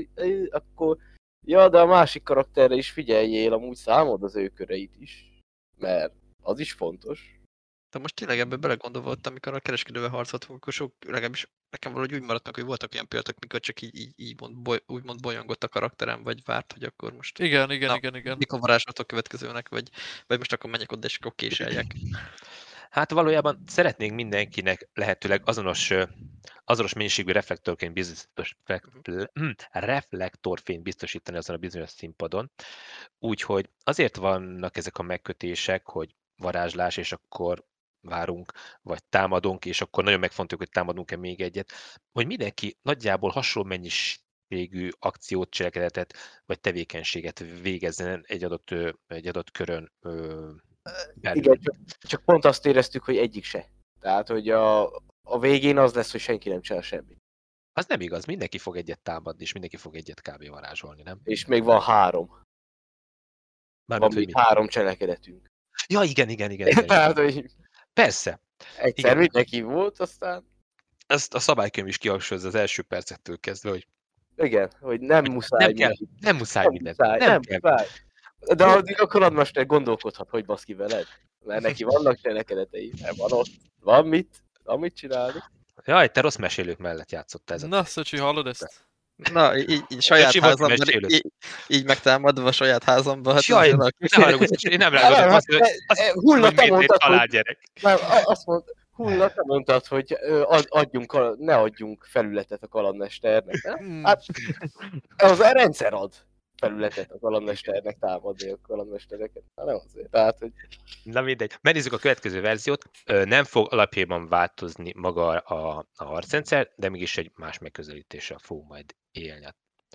akkor ja, de a másik karakterre is figyeljél, amúgy számod az ő köreit is, mert az is fontos. De most tényleg ebbe belegondolva ott, amikor a kereskedővel harcoltunk, akkor sok, legalábbis nekem valahogy úgy maradt meg, hogy voltak olyan pillanatok, mikor csak így, így, így mond, boly, úgymond bolyongott a karakterem, vagy várt, hogy akkor most Igen, igen, Na, igen, igen. mikor varázslatok következőnek, vagy, vagy most akkor menjek oda, és akkor késeljek. Hát valójában szeretnénk mindenkinek lehetőleg azonos, ö, azonos mennyiségű reflektorként biztos, hm, reflektorfényt biztosítani azon a bizonyos színpadon. Úgyhogy azért vannak ezek a megkötések, hogy varázslás, és akkor várunk, vagy támadunk, és akkor nagyon megfontoljuk, hogy támadunk-e még egyet, hogy mindenki nagyjából hasonló mennyiségű akciót, cselekedetet, vagy tevékenységet végezzen egy adott, ö, egy adott körön ö, belül. Igen, csak, csak pont azt éreztük, hogy egyik se. Tehát, hogy a, a végén az lesz, hogy senki nem csinál semmit. Az nem igaz, mindenki fog egyet támadni, és mindenki fog egyet kb. Varázsolni, nem? És még van három. Van Mármint, hogy még mit? három cselekedetünk. Ja, igen, igen, igen. igen, Tehát, igen. hogy Persze. egyszer Igen. mindenki volt, aztán Ezt a szabálykönyv is kihangsúlyozza az első percettől kezdve, hogy igen, hogy nem muszáj. nem kell, mindig. nem muszáj Nem mindent. muszáj, Nem nem kell. muszáj. De addig a kalandmester gondolkodhat, hogy baszki veled. Mert neki vannak cselekedetei, mert van ott, van mit, van mit csinálni. Jaj, te rossz mesélők mellett játszott ez a... Na, Szöcsi, hallod ezt? Na, így, így saját Öcsi volt házamban, mesélő. így, így megtámadva a saját házamba. Hát Jaj, ez valaki- ne haragudj, én nem Nem, rágondoltam, hát, azt mondom, hogy- azt e, mondom, Hulla, hogy te miért egy mondtad, hogy családgyerek. nem, a- azt mond, Hulla, te mondtad, hogy ö, ad- adjunk, a- ne adjunk felületet a kalandmesternek. Nem? Hmm. Hát, az a rendszer ad felületet a kalandmesternek támadni a kalandmestereket. Hát nem azért. Tehát, hogy Na mindegy. Megnézzük a következő verziót. Ö, Nem fog alapjában változni maga a, a harcrendszer, de mégis egy más megközelítéssel fog majd élni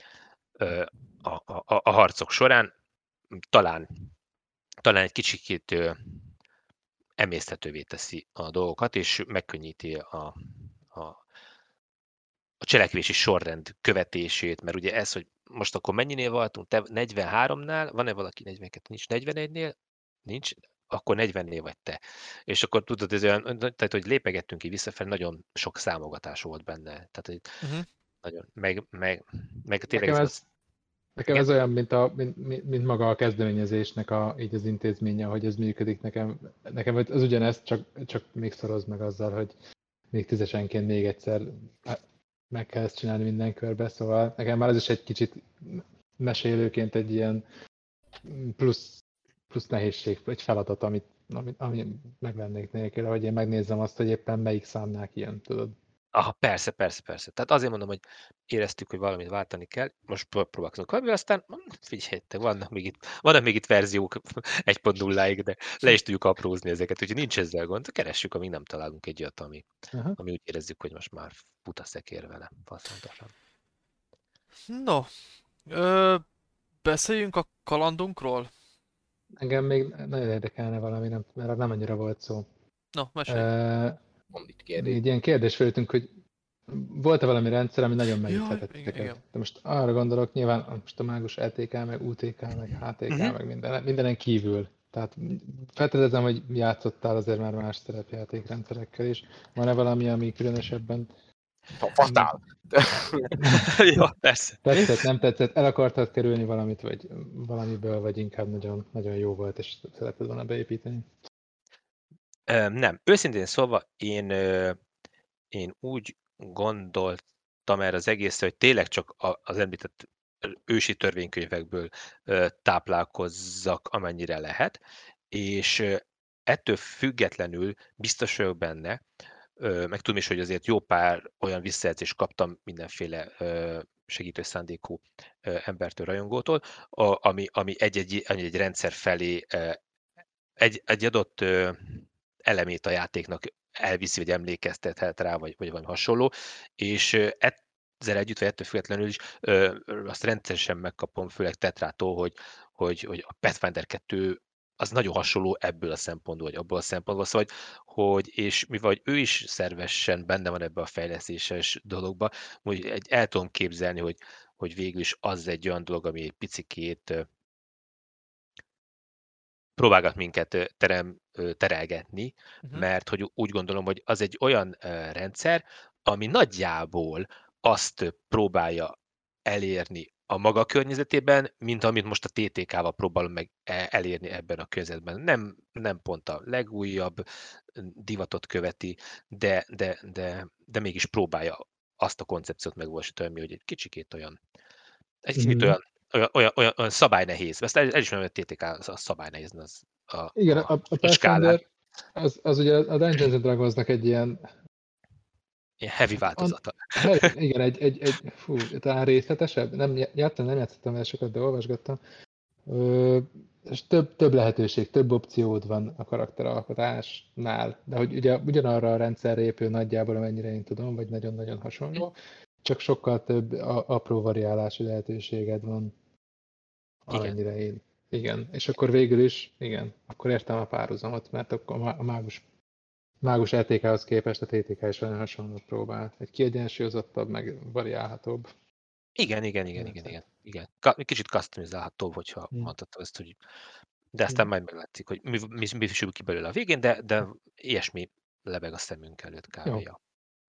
Ö, a, a, a, a harcok során. Talán, talán egy kicsikét ö, emészthetővé teszi a dolgokat, és megkönnyíti a, a, a cselekvési sorrend követését, mert ugye ez, hogy most akkor mennyinél voltunk, te negyvenháromnál, van-e valaki negyvenkettő, nincs negyvenegynél, nincs, akkor negyvennél vagy te. És akkor tudod, ez olyan, tehát, hogy lépegettünk így visszafelé, nagyon sok számogatás volt benne. Tehát, hogy Uh-huh. nagyon, meg, meg, meg tényleg Nekem ez, ez, nekem Igen? ez olyan, mint, a, mint, mint mint maga a kezdeményezésnek a, így az intézménye, hogy ez működik nekem. Nekem az ugyanez, csak, csak még szoroz meg azzal, hogy még tízesenként még egyszer meg kell ezt csinálni minden körbe, szóval nekem már ez is egy kicsit mesélőként egy ilyen plusz, plusz nehézség, egy feladat, amit, amit, amit megvennék nélkül, hogy én megnézzem azt, hogy éppen melyik számnál kijön, tudod. aha, persze, persze, persze. Tehát azért mondom, hogy éreztük, hogy valamit váltani kell, most pró- próbálkozunk valamivel, aztán hm, figyeljetek, vannak még itt, vannak még itt verziók egy pont nulláig, de le is tudjuk aprózni ezeket, úgyhogy nincs ezzel gond, keressük, amíg nem találunk egy olyat, ami, Aha. ami úgy érezzük, hogy most már fut a szekér vele, faszontosan. No, ö, beszéljünk a kalandunkról. Engem még nagyon érdekelne valami, nem, mert nem annyira volt szó. No, mesélj. Uh, mondd itt kérdés. Egy ilyen kérdés fölöttünk, hogy volt-e valami rendszer, ami nagyon Jaj, megüthetett igen, titeket? igen. De most arra gondolok, nyilván most a mágus é té ká, meg u té ká, meg há té ká, Mhm. meg minden, mindenen kívül. Tehát feltételezem, hogy játszottál azért már más szerepjátékrendszerekkel is. Van-e valami, ami különösebben A fatál. Ja, persze. Tetszett, nem tetszett, el akartad kerülni valamit, vagy valamiből, vagy inkább nagyon, nagyon jó volt, és szeretted volna beépíteni? Ö, nem. Őszintén szólva, én, ö, én úgy gondoltam erre az egészre, hogy tényleg csak a- az említett ősi törvénykönyvekből ö, táplálkozzak, amennyire lehet, és ö, ettől függetlenül biztos vagyok benne, ö, meg tudom is, hogy azért jó pár olyan visszajelzést kaptam mindenféle ö, segítő szándékú ö, embertől, rajongótól, a, ami, ami egy-egy, egy rendszer felé ö, egy, egy adott ö, elemét a játéknak elviszi, vagy emlékeztethet rá, vagy, vagy valami hasonló, és ö, ezzel együtt, vagy ettől függetlenül is ö, azt rendszeresen megkapom, főleg Tetrától, hogy, hogy, hogy a Pathfinder kettő az nagyon hasonló ebből a szempontból, vagy abból a szempontból, szóval, hogy, hogy és mivel ő is szervesen benne van ebbe a fejlesztéses dologba, hogy egy, el tudom képzelni, hogy, hogy végül is az egy olyan dolog, ami egy picikét ö, próbálgat minket ö, terem, ö, terelgetni, Mhm. mert hogy úgy gondolom, hogy az egy olyan ö, rendszer, ami nagyjából azt ö, próbálja elérni a maga környezetében, mint amit most a té té ká-val próbálom meg e- elérni ebben a környezetben. Nem, nem pont a legújabb ö, divatot követi, de, de, de, de mégis próbálja azt a koncepciót megvalósítani, ami hogy egy kicsikét olyan, egy kicsit Mhm. olyan, olyan, olyan, olyan, olyan szabálynehéz. Ezt el, elismerem, hogy a té té ká az a szabálynehéz, az a, Igen, a, a, a a skálán. Pathfinder, az, az ugye a Dungeons and Dragonsnak egy ilyen, Ilyen heavy hát an, változata. he- igen, egy, egy, egy fú, talán részletesebb, nem játszottam, nem játszottam vele sokat, de olvasgattam. Ö, és több, több lehetőség, több opciód van a karakteralkotásnál, de hogy ugye ugyanarra a rendszerre épül nagyjából, amennyire én tudom, vagy nagyon-nagyon hasonló, csak sokkal több a, apró variálási lehetőséged van, Igen. amennyire én. Igen, és akkor végül is, igen, akkor értem a párhuzamot, mert akkor a má- a mágus, mágus é té ká-hoz képest a té té ká is olyan hasonlót próbál. Egy kiegyensúlyozottabb, meg variálhatóbb Igen, igen, igen, igen, rendszer. igen. igen. Ka- kicsit customizálhatóbb, hogyha Hm. mondhatom ezt, hogy de aztán Hm. majd meglátszik, hogy mi, mi, mi sül ki belőle a végén, de, de ilyesmi lebeg a szemünk előtt Jó. kávéja.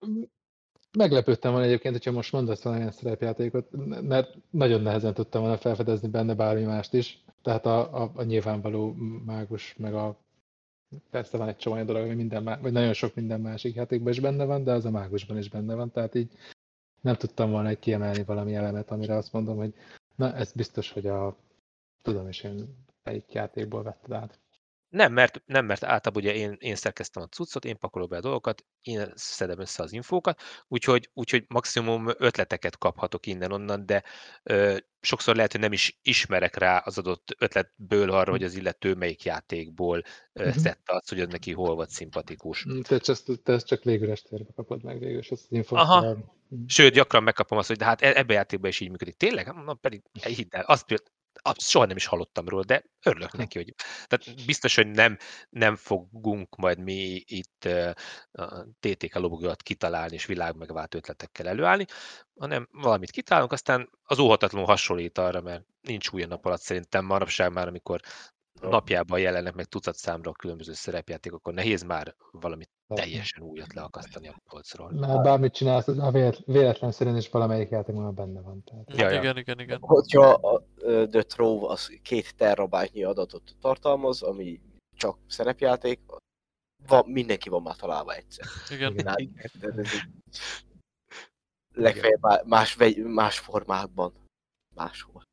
Meglepődtem volna egyébként, hogyha most mondasz valamilyen szerepjátékot, mert nagyon nehezen tudtam volna felfedezni benne bármi mást is. Tehát a, a, a nyilvánvaló mágus, meg a persze van egy csomó olyan dolog, ami minden má, vagy nagyon sok minden másik játékban is benne van, de az a mágusban is benne van, tehát így nem tudtam volna kiemelni valami elemet, amire azt mondom, hogy na ez biztos, hogy a tudom is én melyik játékból vetted át. Nem, mert, nem, mert általában ugye én, én szerkeztem a cuccot, én pakolok be a dolgokat, én szedem össze az infókat, úgyhogy, úgyhogy maximum ötleteket kaphatok innen-onnan, de ö, sokszor lehet, hogy nem is ismerek rá az adott ötletből arra, hogy az illető melyik játékból ö, Uh-huh. szedte azt, hogy az neki hol volt szimpatikus. Te, ezt, te ezt csak légüres térbe kapod meg végül, és ezt az infót Aha, tovább. sőt, gyakran megkapom azt, hogy de hát e- ebben a játékban is így működik. Tényleg? Na, pedig hidd el, azt például, azt soha nem is hallottam róla, de örülök neki, hogy tehát biztos, hogy nem, nem fogunk majd mi itt uh, a té té ká lobogat kitalálni és világmegváltó ötletekkel előállni, hanem valamit kitálunk, aztán az óhatatlanul hasonlít arra, mert nincs új a nap alatt szerintem manapság már, amikor napjában jelennek meg tucat számra a különböző szerepjátékok, akkor nehéz már valamit teljesen újat leakasztani a polcról. Mert bármit csinálsz, az a vélet- véletlen szerint is valamelyik játékban benne van. Tehát. Mm, Ja, ja. Igen, igen, igen. Hogyha a ö, The Trove az két terabájtnyi adatot tartalmaz, ami csak szerepjáték, van, mindenki van már találva egyszer. Igen. Igen. Tehát, tehát ez így legfeljebb má- más, vegy- más formákban. Máshol.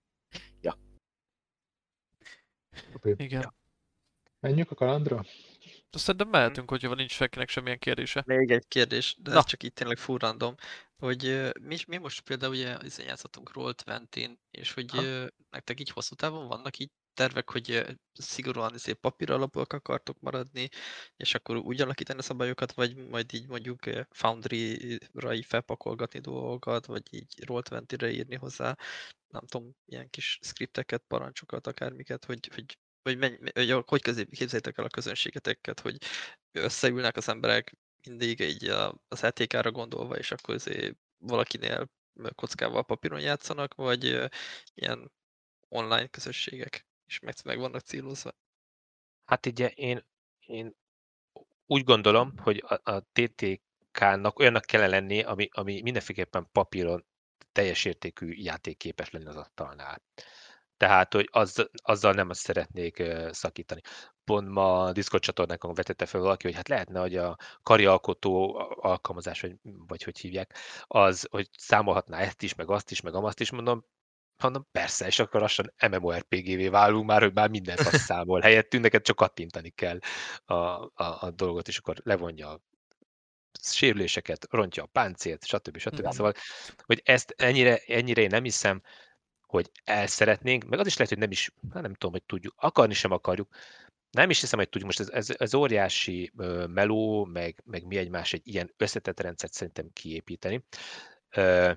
Oké. Igen. Menjünk a kalandra? De szerintem mehetünk, hogyha nincs senkinek semmilyen kérdése. Még egy kérdés, de Na. ez csak itt tényleg full random, hogy ö, mi, mi most például ugye izén játszottunk roll húszon, és hogy Aha. ö, nektek így hosszú távon vannak így tervek, hogy ö, szigorúan izé papír alapúak akartok maradni, és akkor úgy alakítani a szabályokat, vagy majd így mondjuk ö, Foundry-ra így felpakolgatni dolgokat, vagy így roll húszonra írni hozzá, nem tudom, ilyen kis skripteket, parancsokat, akármiket, hogy, hogy hogy, menj, hogy hogy közé- képzeljétek el a közönségeteket, hogy összeülnek az emberek mindig így a- az é té ká-ra gondolva, és akkor azért valakinél kockával, papíron játszanak, vagy ö, ilyen online közösségek is meg, meg vannak célozva. Hát ugye én, én úgy gondolom, hogy a, a té té játékánnak olyannak kellene lenni, ami, ami mindenféleképpen papíron teljes értékű játékképes lenni az asztalnál. Tehát, hogy az, azzal nem azt szeretnék uh, szakítani. Pont ma a Discord csatornákon vetette fel valaki, hogy hát lehetne, hogy a karialkotó alkalmazás, vagy, vagy hogy hívják, az, hogy számolhatná ezt is, meg azt is, meg amazt is, mondom, mondom, persze, és akkor lassan MMORPG-vé válunk már, hogy már mindent azt számol. Helyettünk neked csak kattintani kell a, a, a dolgot, és akkor levonja a sérüléseket, rontja a páncélt, stb. stb. Mhm. Szóval, hogy ezt ennyire, ennyire én nem hiszem, hogy el szeretnénk, meg az is lehet, hogy nem is, hát nem tudom, hogy tudjuk, akarni sem akarjuk, nem is hiszem, hogy tudjuk, most ez, ez, ez óriási uh, meló, meg, meg mi egymás egy ilyen összetett rendszert szerintem kiépíteni. Uh,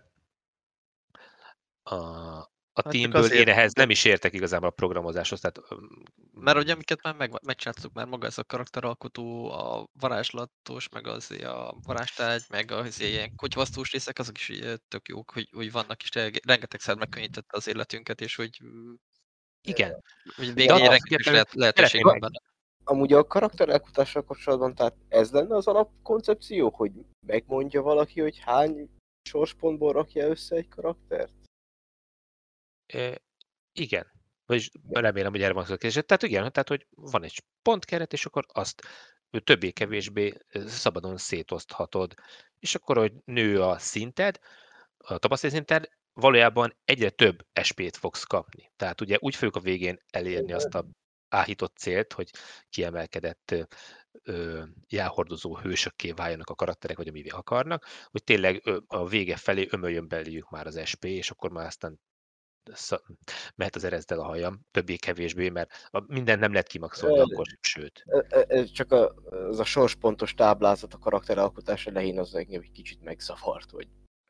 a, a Hát csak Teamből azért, én ehhez de- nem is értek igazából a programozáshoz, tehát Mert ugye amiket már meg, megcsináltuk, már maga ez a karakteralkotó, a varázslatos, meg az a varázstárgy, meg az ilyen kotyvasztós részek, azok is ugye tök jók, hogy, hogy vannak is, tényleg rengetegszer megkönnyítette az életünket, és hogy, igen. hogy De végén attól rengeteg függetlenül lehet, lehetőség szeretném- van benne. Amúgy a karakteralkotással kapcsolatban, tehát ez lenne az alapkoncepció, hogy megmondja valaki, hogy hány sorspontból rakja össze egy karaktert? E, igen. Vagyis remélem, hogy erre van szó. Tehát igen, tehát hogy van egy pontkeret, és akkor azt többé-kevésbé szabadon szétoszthatod. És akkor, hogy nő a szinted, a tapasztalati szinted, valójában egyre több es pét fogsz kapni. Tehát ugye úgy fogjuk a végén elérni azt a áhított célt, hogy kiemelkedett ö, jelhordozó hősökké váljanak a karakterek, vagy amivé akarnak, hogy tényleg ö, a vége felé ömöljön beléjük már az es pé, és akkor már aztán sz- mehet az erezdel a hajam, többé-kevésbé, mert mindent nem lehet kimaxolni Ö, akkor, sőt. Ez csak a, az a sorspontos táblázat a karakteralkotás elején az engem egy kicsit megzavart, hogy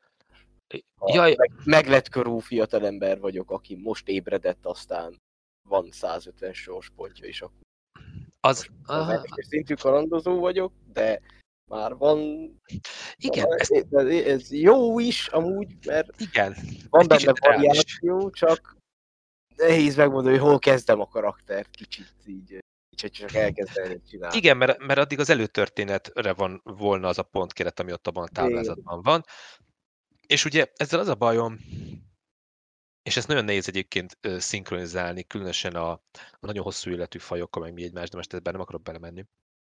Jaj, meg, meglettkörű fiatalember vagyok, aki most ébredett, aztán van százötven sorspontja, és akkor az... az Ah, első szintű kalandozó vagyok, de már van... igen, van- ezt, ez, ez jó is amúgy, mert igen. van egy benne kicsit reális. variáció, csak nehéz megmondani, hogy hol kezdem a karaktert, kicsit így, így csak elkezdeni csinálni. Igen, mert, mert addig az előtörténetre van volna az a pontkeret, ami ott abban a táblázatban van. És ugye ezzel az a bajom, és ezt nagyon nehéz egyébként ö, szinkronizálni, különösen a, a nagyon hosszú életű fajokkal, meg mi egymás, de most ebben nem akarok belemenni,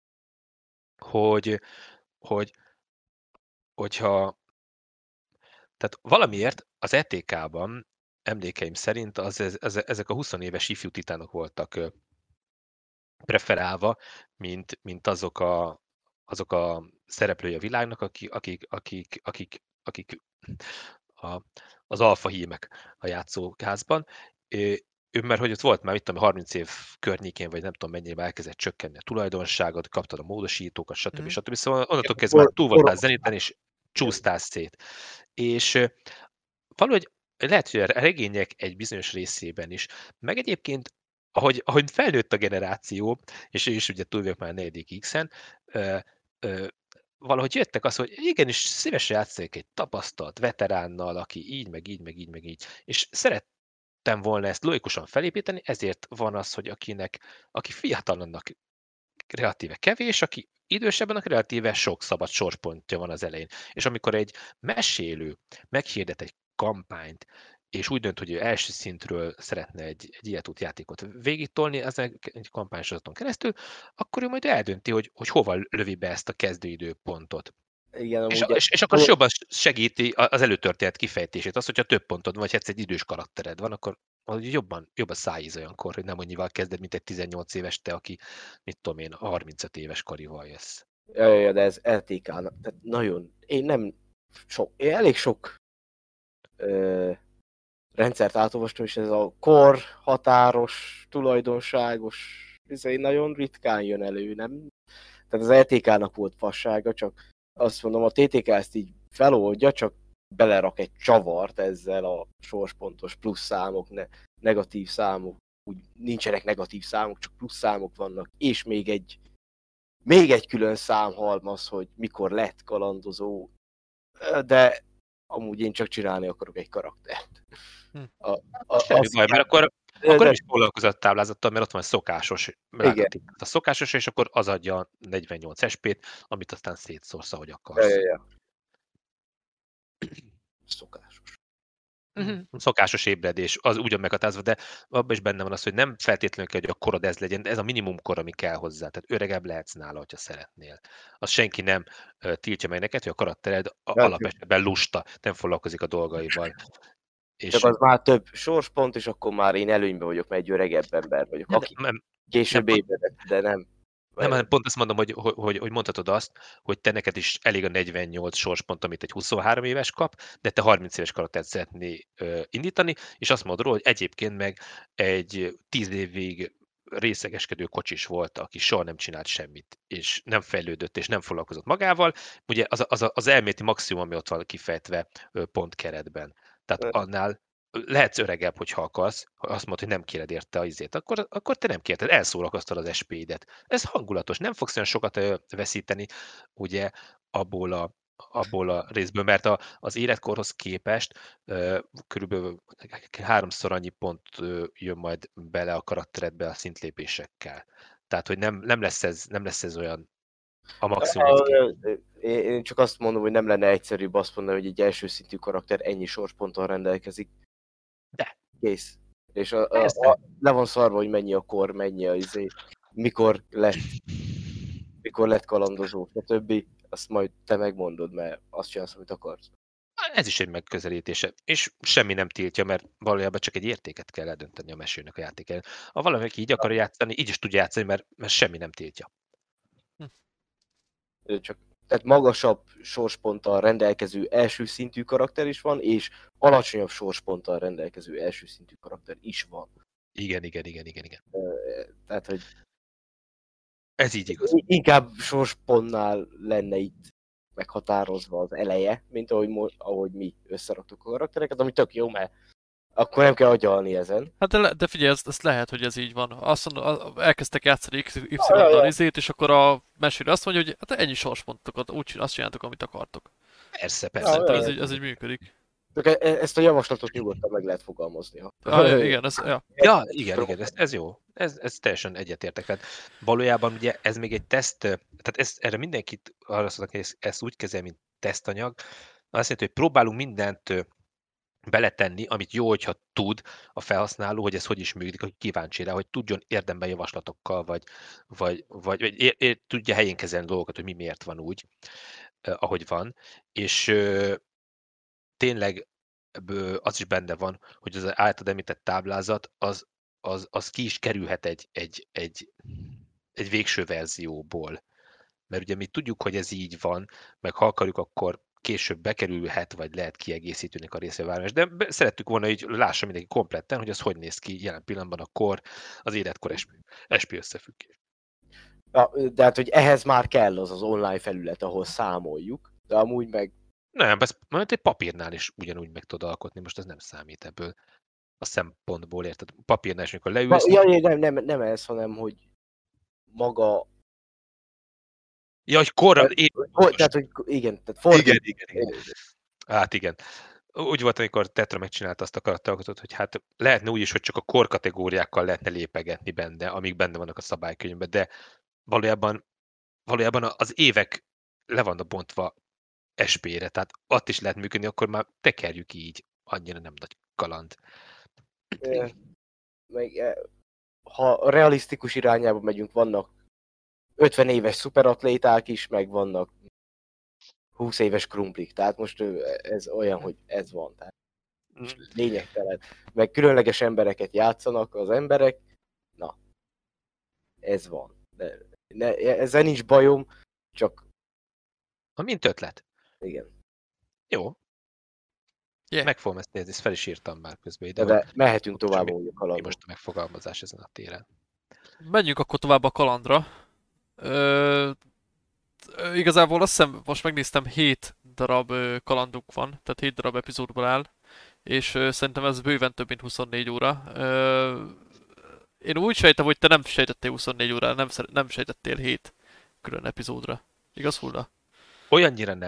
hogy, hogy hogyha, tehát valamiért az é té ká-ban emlékeim szerint az, ez, ez, ezek a húsz éves ifjú titánok voltak ö, preferálva, mint, mint azok, a, azok a szereplői a világnak, akik, akik, akik, akik, akik a, az alfa hímek a játszóházban. Ö, ő, mert hogy ott volt már, mit tudom, harminc év környékén, vagy nem tudom mennyiben elkezdett csökkenni a tulajdonságod, kaptad a módosítókat, stb. Mhm. stb. Szóval onnantól kezdve már túl voltál zeniten, és csúsztál szét. És ö, valahogy lehet, hogy a regények egy bizonyos részében is, meg egyébként, ahogy, ahogy felnőtt a generáció, és én is ugye túl vagyok már a negyedik X-en, ö, ö, valahogy jöttek az, hogy igenis szívesen játszik egy tapasztalt veteránnal, aki így, meg így, meg így, meg így. És szerettem volna ezt logikusan felépíteni, ezért van az, hogy akinek, aki fiatalannak relatíve kevés, aki idősebb, annak relatíve sok szabad sorspontja van az elején. És amikor egy mesélő meghirdet egy kampányt, és úgy dönt, hogy ő első szintről szeretne egy, egy ilyetút játékot végigtolni ezen egy kampánysorozaton keresztül, akkor ő majd eldönti, hogy, hogy hova lövi be ezt a kezdőidőpontot. Igen, És, amúgy és, és akkor jobban segíti az előtörténet kifejtését. Az, hogyha több pontod van, vagy egyszer egy idős karaktered van, akkor jobban, jobban szájíz olyankor, hogy nem annyival kezded, mint egy tizennyolc éves te, aki, mit tudom én, harmincöt éves karival jössz. Ja, ja, de ez é té ká-nak, tehát nagyon, én nem sok, én elég sok ö, rendszert átolvastam, és ez a kor, határos, tulajdonságos, ez egy nagyon ritkán jön elő, nem? Tehát az é té ká-nak volt fassága, csak azt mondom, a té té ká ezt így feloldja, csak belerak egy csavart ezzel a sorspontos plusz számok, ne, negatív számok, úgy nincsenek negatív számok, csak plusz számok vannak, és még egy még egy külön számhalmaz, hogy mikor lett kalandozó, de amúgy én csak csinálni akarok egy karaktert. Hm. A, a, Semmi azt baj, mert akkor, akkor de- nem is foglalkozott táblázattal, mert ott van szokásos, rákattik a szokásos, és akkor az adja a negyvennyolc es pét, amit aztán szétszórsz, ahogy Ja, akarsz. ja, ja. Szokásos. Uh-huh. Szokásos ébredés, az ugyan meghatározva, de abban is benne van az, hogy nem feltétlenül kell, hogy a korod ez legyen, de ez a minimum kor, ami kell hozzá. Tehát öregebb lehetsz nála, hogyha szeretnél. Az senki nem uh, tiltja meg neked, hogy a karaktered a, alapesetben lusta, nem foglalkozik a dolgaival. És Csak az már több sorspont, és akkor már én előnyben vagyok, mert egy öregebb ember vagyok, nem, aki nem, később nem, ébredett, de nem. Nem, hanem pont azt mondom, hogy, hogy, hogy mondhatod azt, hogy te neked is elég a negyvennyolc sorspont, amit egy huszonhárom éves kap, de te harminc éves karaktert szeretné ö, indítani, és azt mondod róla, hogy egyébként meg egy tíz évig részegeskedő kocsis volt, aki soha nem csinált semmit, és nem fejlődött, és nem foglalkozott magával. Ugye az, az, az elméleti maximum, ami ott van kifejtve ö, pontkeretben. Tehát annál lehetsz öregebb, hogyha akarsz, ha azt mondod, hogy nem kéred érte a izét, akkor, akkor te nem kérted, elszórakoztad az es pé-idet. Ez hangulatos, nem fogsz olyan sokat ö, veszíteni, ugye, abból a, abból a részből, mert a, az életkorhoz képest ö, körülbelül háromszor annyi pont ö, jön majd bele a karakteredbe a szintlépésekkel. Tehát, hogy nem, nem, lesz, ez, nem lesz ez olyan a maximum. Én csak azt mondom, hogy nem lenne egyszerűbb azt mondani, hogy egy első szintű karakter ennyi sorsponttal rendelkezik. De. Kész. És a, a, a, le van szarva, hogy mennyi a kor, mennyi a izé, mikor lett, mikor lett kalandozó, stb. Azt majd te megmondod, mert azt csinálsz, amit akarsz. Ez is egy megközelítése, és semmi nem tiltja, mert valójában csak egy értéket kell eldönteni a mesélőnek a játékára. Ha valaki így akar játszani, így is tud játszani, mert, mert semmi nem tiltja. Csak, tehát magasabb sorsponttal rendelkező első szintű karakter is van, és alacsonyabb sorsponttal rendelkező első szintű karakter is van. Igen, igen, igen, igen, igen. Tehát, hogy ez így igaz. Inkább sorspontnál lenne itt meghatározva az eleje, mint ahogy, ahogy mi összeraktuk a karaktereket, ami tök jó, mert akkor nem kell agyalni ezen. Hát de, de figyelj, ez, ez lehet, hogy ez így van. Azt mondom, elkezdtek játszani Y-nal izét, és akkor a mesélő azt mondja, hogy hát ennyi sorspontokat, úgy azt csináltok, amit akartok. Persze, persze. Szerintem ez, ez így működik. Ezt a javaslatot nyugodtan meg lehet fogalmazni. Ha. Ah, igen, ez, ja. Ja, igen, igen, ez, ez jó. Ez, ez teljesen egyetértek. Tehát valójában ugye ez még egy teszt, tehát ez, erre mindenkit arra szólnak, hogy ezt, ezt úgy kezel, mint tesztanyag. Azt jelenti, hogy próbálunk mindent beletenni, amit jó, hogyha tud a felhasználó, hogy ez hogy is működik, hogy kíváncsi rá, hogy tudjon érdemben javaslatokkal, vagy, vagy, vagy, vagy ér, ér, tudja helyén kezelni dolgokat, hogy mi miért van úgy, eh, ahogy van. És eh, tényleg ebből az is benne van, hogy az általad említett táblázat, az, az, az ki is kerülhet egy, egy, egy, egy végső verzióból. Mert ugye mi tudjuk, hogy ez így van, meg ha akarjuk, akkor később bekerülhet, vagy lehet kiegészítőnek a részvevállalás, de szerettük volna, hogy lássa mindenki kompletten, hogy az hogy néz ki jelen pillanatban a kor, az életkor es pé összefüggés. Ja, de hát, hogy ehhez már kell az az online felület, ahol számoljuk, de amúgy meg... Nem, ez majd egy papírnál is ugyanúgy meg tudod alkotni, most ez nem számít ebből a szempontból, érted? Papírnál is, amikor leülsz... Ja, nem, nem, nem ez, hanem, hogy maga... Ja, hogy korral... Hogy, tehát, hogy igen, tehát fordít. Igen, igen, igen. Hát igen. Úgy volt, amikor Tetra megcsinálta azt a karakteralkotót, hogy hát lehetne úgy is, hogy csak a kor kategóriákkal lehetne lépegetni benne, amik benne vannak a szabálykönyvben, de valójában, valójában az évek le vannak bontva es pé-re, tehát ott is lehet működni, akkor már tekerjük így, annyira nem nagy kaland. Meg, ha realisztikus irányába megyünk, vannak ötven éves szuperatléták is, meg vannak húsz éves krumplik, tehát most ez olyan, hogy ez van, tehát lényegtelen. Meg különleges embereket játszanak az emberek, na, ez van. De ne, ezzel nincs bajom, csak... Ha mint ötlet. Igen. Jó. Yeah. Meg fogom ezt nézni, ezt fel is írtam már közben ide. De, de mehetünk tovább, mi, hogy mi most a megfogalmazás ezen a téren. Menjünk akkor tovább a kalandra. Ö, igazából azt hiszem, most megnéztem, hét darab kalandunk van, tehát hét darab epizódból áll, és ö, szerintem ez bőven több mint huszonnégy óra. Ö, én úgy sejtem, hogy te nem sejtettél huszonnégy órára, nem, nem sejtettél hét külön epizódra. Igaz, Hulla? Olyannyira nem.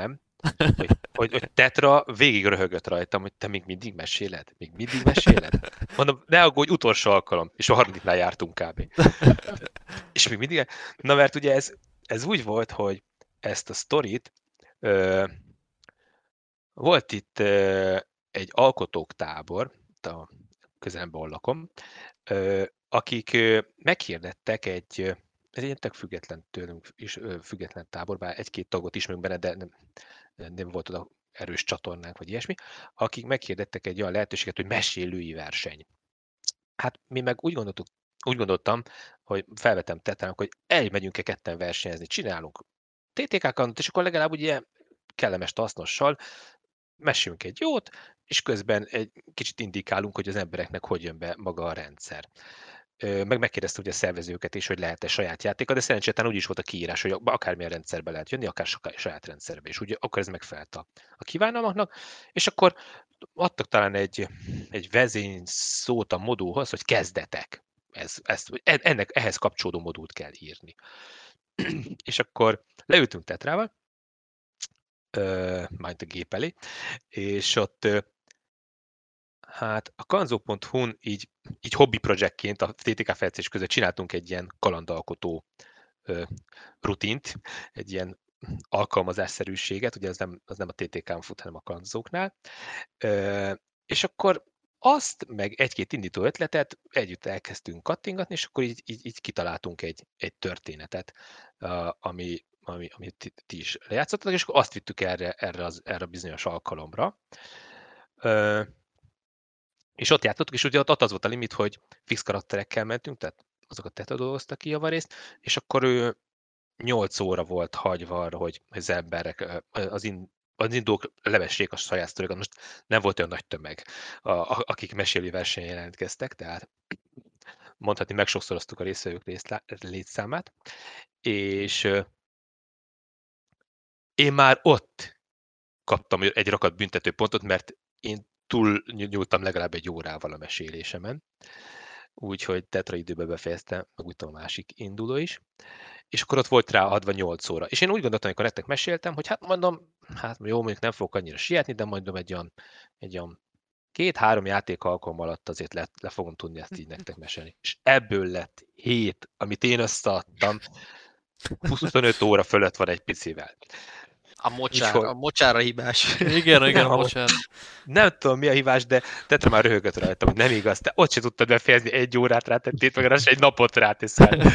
hogy, hogy, hogy Tetra végig röhögött rajtam, hogy te még mindig meséled? Még mindig meséled? Mondom, ne aggódj, utolsó alkalom. És a harmadiknál jártunk kb. És még mindig... Na mert ugye ez, ez úgy volt, hogy ezt a sztorit ö, volt itt ö, egy alkotók tábor, a közelemben, ahol lakom, ö, akik ö, meghirdettek egy, ö, ez egy ilyen tök független tőlünk is ö, független tábor, bár egy-két tagot ismerünk benne, de nem, nem volt oda erős csatornánk, vagy ilyesmi, akik meghirdettek egy olyan lehetőséget, hogy mesélői verseny. Hát mi meg úgy gondoltuk, úgy gondoltam, hogy felvetem Tetrának, hogy elmegyünk-e ketten versenyezni, csinálunk té té ká-kantot, és akkor legalább ugye kellemes hasznossal mesélünk egy jót, és közben egy kicsit indikálunk, hogy az embereknek hogy jön be maga a rendszer. Meg megkérdezte ugye a szervezőket is, hogy lehet-e saját játéka, de szerencsétlen úgy is volt a kiírás, hogy akármilyen rendszerbe lehet jönni, akár saját rendszerbe is. Ugye akkor ez megfelelt a, a kívánalmaknak, és akkor adtak talán egy, egy vezény szót a modulhoz, hogy kezdetek. Ez, ezt, ennek, ehhez kapcsolódó modult kell írni. És akkor leültünk Tetrával, majd a gép elé, és ott hát a kanzó pont hu-n így, így hobby projektként a té té ká fejlesztés között csináltunk egy ilyen kalandalkotó ö, rutint, egy ilyen alkalmazásszerűséget, ugye az nem, az nem a té té ká-n fut, hanem a kanzóknál. Ö, és akkor azt, meg egy-két indító ötletet együtt elkezdtünk kattingatni, és akkor így, így, így kitaláltunk egy, egy történetet, uh, ami, ami, amit ti, ti is lejátszottatok, és akkor azt vittük erre, erre, az, erre a bizonyos alkalomra. Uh, és ott játszottuk, és ugye ott az volt a limit, hogy fix karakterekkel mentünk, tehát azokat Tetra dolgozta ki javarészt, és akkor ő nyolc óra volt hagyva arra, hogy az emberek, az, in, az indulók levessék a saját sztorikat. Most nem volt olyan nagy tömeg, a, a, akik mesélő versenyen jelentkeztek, tehát mondhatni, megsokszoroztuk a részvevők létszámát, és én már ott kaptam egy rakat büntető pontot, mert én túl nyúltam legalább egy órával a mesélésemen, úgyhogy Tetra időbe befejezte, meg úgy a másik induló is, és akkor ott volt rá adva nyolc óra. És én úgy gondoltam, amikor nektek meséltem, hogy hát mondom, hát jó, mondjuk nem fogok annyira sietni, de mondom egy olyan, egy olyan két-három játék alkalom alatt azért le, le fogom tudni ezt így nektek mesélni. És ebből lett hét, amit én összeadtam, huszonöt óra fölött van egy picivel. A mocsár, a mocsára hibás. Igen, igen, a mocsár. Nem tudom, mi a hibás, de Tetra már röhögött rajtam, hogy nem igaz. Te ott se tudtad befejezni, egy órát rátettél, meg arra se egy napot ráteszel.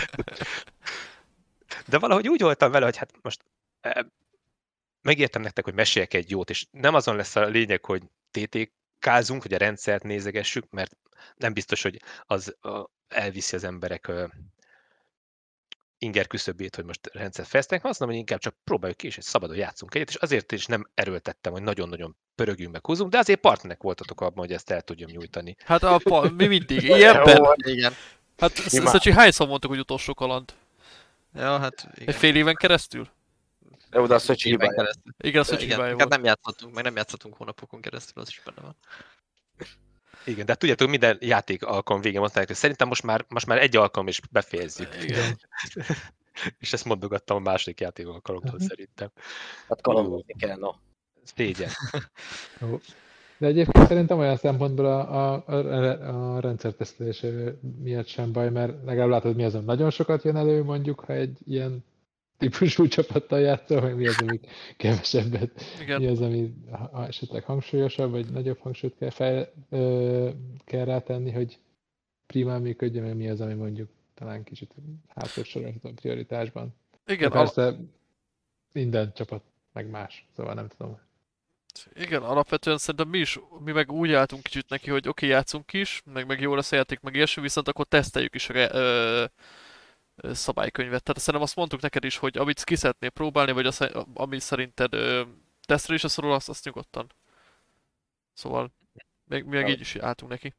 De valahogy úgy voltam vele, hogy hát most eh, megértem nektek, hogy meséljek egy jót, és nem azon lesz a lényeg, hogy té té ká-zunk, hogy a rendszert nézegessük, mert nem biztos, hogy az uh, elviszi az emberek uh, inger küszöbét, hogy most rendszert fejlesztenek, azt mondom, hogy inkább csak próbáljuk ki, és szabadon játszunk egyet, és azért is nem erőltettem, hogy nagyon-nagyon pörögjünk meg húzunk, de azért partnerek voltatok abban, hogy ezt el tudjam nyújtani. Hát a pa- mi mindig, ilyenben. Igen. Hát Szöcsi, hányszor mondtuk, hogy utolsó kaland? Ja, hát igen. Egy fél éven keresztül? De oda a Szöcsi hibája. Igen, a Szöcsi hibája volt. volt. Nem játszottunk, meg nem játszottunk hónapokon keresztül, az is benne van. Igen, de tudjátok, minden játék alkalom végén mondták, hogy szerintem most már, most már egy alkalom is befejezzük. Igen. És ezt mondogattam a második játék alkalomtól Uh-huh. szerintem. Hát kalandozni kell, na. Szégyen. De egyébként szerintem olyan szempontból a, a, a, a rendszertesztelés miatt sem baj, mert legalább látod, mi az, ami nagyon sokat jön elő, mondjuk, ha egy ilyen típusú csapattal játszol, vagy mi az, ami kevesebbet, Igen. mi az, ami esetleg hangsúlyosabb, vagy nagyobb hangsúlyt kell, fel, ö, kell rátenni, hogy primán működjön, meg mi az, ami mondjuk talán kicsit hátul sorolható prioritásban. Igen, De persze al- minden csapat meg más, szóval nem tudom. Igen, alapvetően szerintem mi is, mi meg úgy álltunk kicsit neki, hogy oké, okay, játszunk is, meg, meg jó lesz a játék, meg ilyesmi, viszont akkor teszteljük is a re, ö, ö, szabálykönyvet. Tehát szerintem azt mondtuk neked is, hogy amit ki szeretnél próbálni, vagy az, ami szerinted ö, tesztre is szorul, azt, azt nyugodtan. Szóval még, mi meg így is álltunk neki.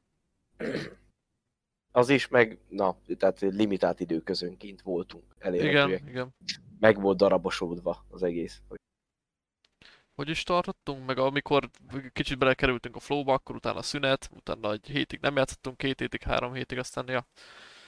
Az is, meg, na, tehát limitált időközönként voltunk elérhetőek. Igen, igen. Meg volt darabosódva az egész. Hogy is tartottunk, meg amikor kicsit belekerültünk a flowba, akkor utána szünet, utána egy hétig nem játszottunk, két hétig, három hétig, aztán ja.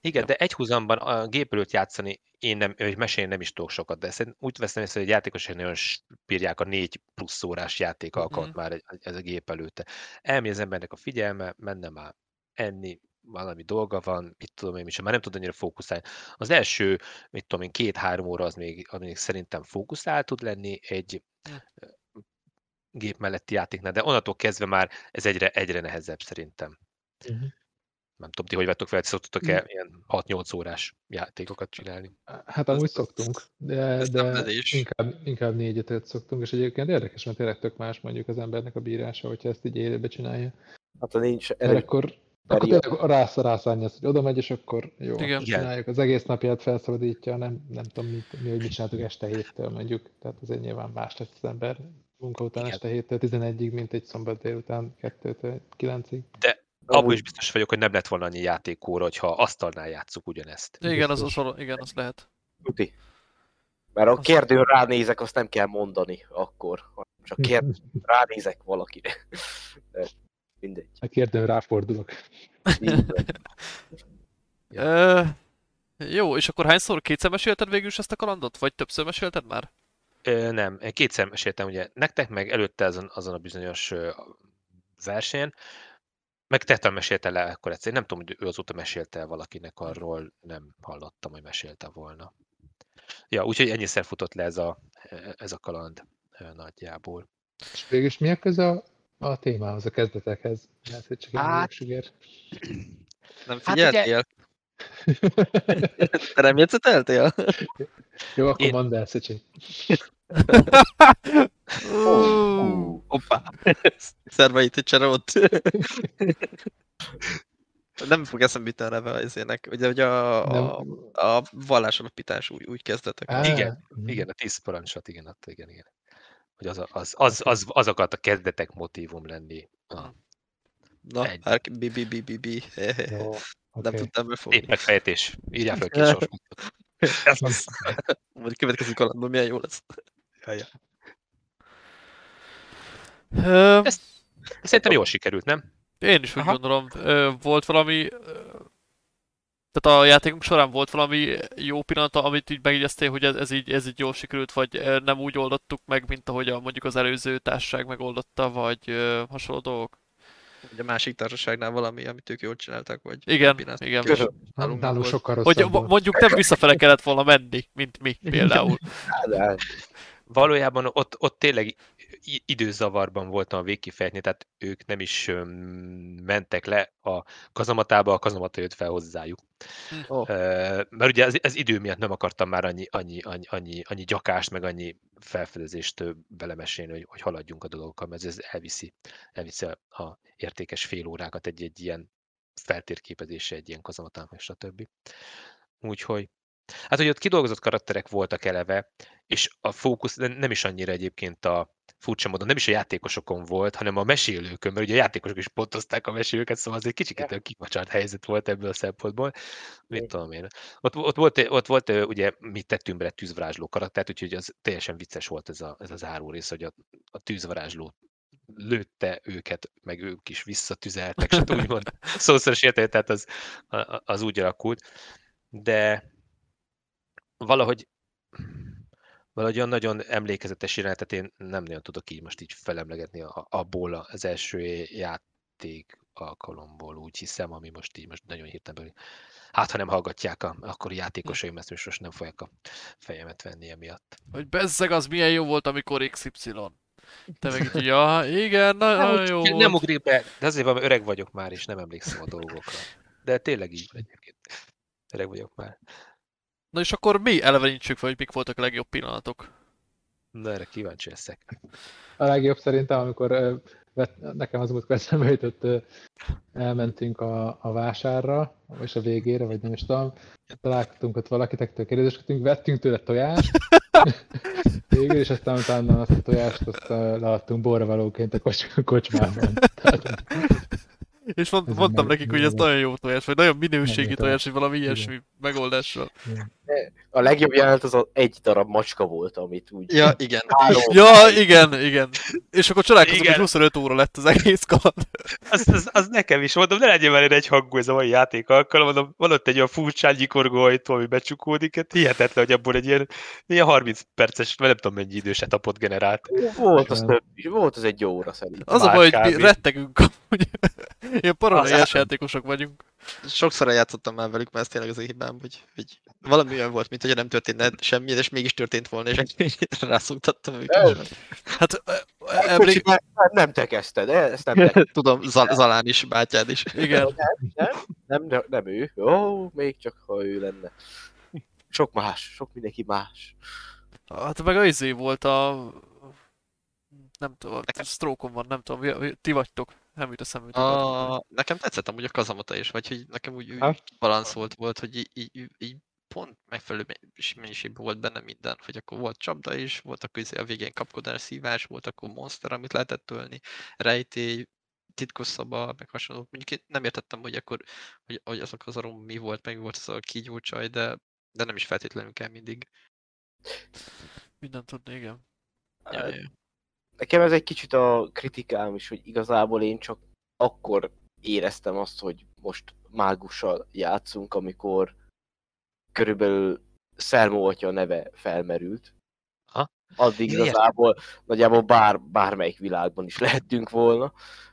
Igen, Ja. de egy húzamban a gép előtt játszani, én nem, vagy mesélni nem is tudok sokat, de ezt úgy veszem észre, hogy a játékosok nagyon bírják a négy plusz órás játék alkalmat Mhm. már egy- ez a gép előtte. Elmegy az embernek a figyelme, menne már enni, valami dolga van, mit tudom én, és már nem tud annyira fókuszálni. Az első, mit tudom én, két-három óra az még, az még szerintem fókuszál tud lenni egy Hm. gép melletti játéknál, de onnantól kezdve már ez egyre, egyre nehezebb szerintem. Mhm. Nem tudom, ti hogy vettek fel, szoktatok-e ilyen hat-nyolc órás játékokat csinálni? Hát amúgy szoktunk, de, ez de szenvedés. inkább, inkább négy-ötöt szoktunk, és egyébként érdekes, mert tényleg tök más mondjuk az embernek a bírása, hogyha ezt így élőbe csinálja. Hát ha nincs Mert elég akkor, akkor periód. tényleg rász, rászárnyaz, hogy oda megy, és akkor jó, Igen. akkor Igen. csináljuk. Az egész napját felszabadítja, nem, nem tudom, mi, mi, hogy mit csináltuk este héttől mondjuk. Tehát azért nyilván más lesz az ember munka után Igen. este héttől tizenegyig, mint egy szombat délután kettőtől kilencig. De abban Amúgy is biztos vagyok, hogy nem lett volna annyi játékóra, hogyha asztalnál játsszuk ugyanezt. Igen, az, Biztos. az, val- igen, az lehet. tuti. Mert a Az- kérdőn ránézek, azt nem kell mondani akkor. Csak kérd, ránézek valakire. De mindegy. A kérdőn ráfordulok. Így van. Ja. Ö, jó, és akkor hányszor kétszer mesélted végül is ezt a kalandot? Vagy többször mesélted már? Ö, nem, én kétszer meséltem ugye nektek, meg előtte azon, azon a bizonyos ö, versenyen, meg Tetan mesélte le akkor egyszer. Én nem tudom, hogy ő azóta mesélte el valakinek, arról nem hallottam, hogy mesélte volna. Ja, úgyhogy ennyiszer futott le ez a, ez a kaland ö, nagyjából. És végülis mi a köze a, a témához, a kezdetekhez? Lehet, hogy csak egy Hát- süger. Nem Hát ugye- figyeltél? Te nem jegyzeteltél? Jó, akkor Én- mondd el, Szecsi. Ú, Hoppá! Szerveit csere ott. Nem fog eszembe jutni a neve az ének. Ugye, ugye a, a, Nem. a vallásalapítás úgy, úgy kezdetek. Á, Igen, mhm. Igen, a tíz parancsot, igen, ott, igen, igen. Hogy az, az, az, az, az akart a kezdetek motívum lenni. A Na, Egy. hát bi bi bi bi bi. Jó, Nem oké. tudtam megfogni. szép megfejtés. Írjál fel kis sors. Ez az. Majd következő kalandban milyen jó lesz. Ö, Ezt- Szerintem jól sikerült, nem? Én is úgy Aha. gondolom, ö, volt valami... ö, Tehát a játékunk során volt valami jó pillanata, amit így megjegyeztél, hogy ez, ez, így, ez így jól sikerült, vagy ö, nem úgy oldottuk meg, mint ahogy a, mondjuk az előző társaság megoldotta, vagy ö, hasonló dolgok? Ugye a másik társaságnál valami, amit ők jól csináltak, vagy... Igen, pillanat. igen. És Köszönöm. nálunk nem Nálunk volt. sokkal Hogy rosszabb mo- volt. mondjuk nem visszafele kellett volna menni, mint mi például. De Valójában ott, ott tényleg i- időzavarban voltam a végkifejtni, tehát ők nem is öm, mentek le a kazamatába, a kazamata jött fel hozzájuk. Ó, Ö, mert ugye az, az idő miatt nem akartam már annyi, annyi, annyi, annyi, annyi gyakást, meg annyi felfedezést ö, belemesélni, hogy, hogy haladjunk a dolgokkal, mert ez elviszi, elviszi a, a értékes fél órákat egy-egy ilyen feltérképezése, egy ilyen kazamatán, és stb. Úgyhogy hát, hogy ott kidolgozott karakterek voltak eleve, és a fókusz de nem is annyira egyébként a furcsa módon, nem is a játékosokon volt, hanem a mesélőkön, mert ugye a játékosok is pontozták a mesélőket, szóval az egy kicsit olyan kimacsart helyzet volt ebből a szempontból. Mit tudom én. Ott, ott, volt, ott volt, ö, ugye, mi tettünk bele tűzvarázsló karaktert, úgyhogy az teljesen vicces volt ez, a, ez az áró rész, hogy a, a tűzvarázsló lőtte őket, meg ők is visszatüzeltek, és úgymond szószoros értelme, tehát az, a- az úgy alakult. De valahogy valahogy olyan nagyon emlékezetes jelenetet én nem nagyon tudok így most így felemlegetni a- abból az első játék alkalomból, úgy hiszem, ami most így most nagyon hirtelen. Hát, ha nem hallgatják a akkori játékosaim, ezt most nem fogják a fejemet venni emiatt. Hogy bezzeg, az milyen jó volt, amikor iksz ipszilon. Te meg így, ja, igen, na- nagyon jó nem volt. ugrik be, de azért van, mert öreg vagyok már, és nem emlékszem a dolgokra. De tényleg így van egyébként. Öreg vagyok már. Na és akkor mi elevenítsük fel, hogy mik voltak a legjobb pillanatok. Na, erre kíváncsi leszek. A legjobb szerintem, amikor ö, vett, nekem az múltkor eszembe jutott, ö, elmentünk a, a vásárra, és a végére, vagy nem is tudom, találkoztunk ott valakitektől, kérdezősködtünk, vettünk tőle tojást, végül, és aztán utána azt a tojást azt ö, leadtunk borravalóként a kocs, kocsmában. Tehát, És mond, Ez mondtam meg- nekik, hogy ez nagyon jó tojás, vagy nagyon minőségi Nagyon tojás, vagy valami Igen. ilyesmi megoldással. A legjobb jelenet az a egy darab macska volt, amit úgy... Ja, igen. Három. Ja, igen, igen. És akkor csodálkozom, Igen. hogy huszonöt óra lett az egész kaland. Az, az, az nekem is, mondom, ne legyen már egy hangú ez a mai játék alkalom, mondom, van ott egy olyan furcsán nyikorgó ajtó, ami becsukódik, hát hihetetlen, hogy abból egy ilyen, ilyen harminc perces, vagy nem tudom mennyi idős etapot generált. Volt az több is, volt az egy óra szerintem. Az a Már baj, hogy mi kb. rettegünk amúgy. Ilyen paranoiás Az- játékosok vagyunk. Sokszor játszottam már velük, mert ez tényleg az én hibám, hogy, hogy valami olyan volt, mint hogy nem történne semmi, és mégis történt volna, és rászoktattam őket. Hát Kocsi, emlék... nem, nem te kezdted, ezt nem te kezdted. Tudom, Zal- Zalán is, bátyád is. Igen. Nem, nem, nem, nem ő. Ó, még csak ha ő lenne. Sok más, sok mindenki más. Hát meg az izé volt a... Nem tudom, stroke-on van, nem tudom, mi- mi- ti vagytok. Nem jut eszembe, mit akartam mondani. A... Nekem tetszett amúgy a kazamata is, vagy hogy nekem úgy, Ha? úgy balanszolt volt, hogy így, így, így pont megfelelő mennyiségben volt benne minden, hogy akkor volt csapda is, volt akkor izé a végén kapkodás, szívás, volt akkor monster, amit lehetett tölni, rejtély, titkos szoba, meg hasonló. Mondjuk én nem értettem, hogy akkor, hogy, hogy azok az arom mi volt, meg mi volt az a kígyócsaj, de, de nem is feltétlenül kell mindig. Mindent tudni, igen. Ja, ja. Nekem ez egy kicsit a kritikám is, hogy igazából én csak akkor éreztem azt, hogy most mágussal játszunk, amikor körülbelül Szelmó atya neve felmerült. Ha? Addig Ja, igazából nagyjából bár, bármelyik világban is lehettünk volna.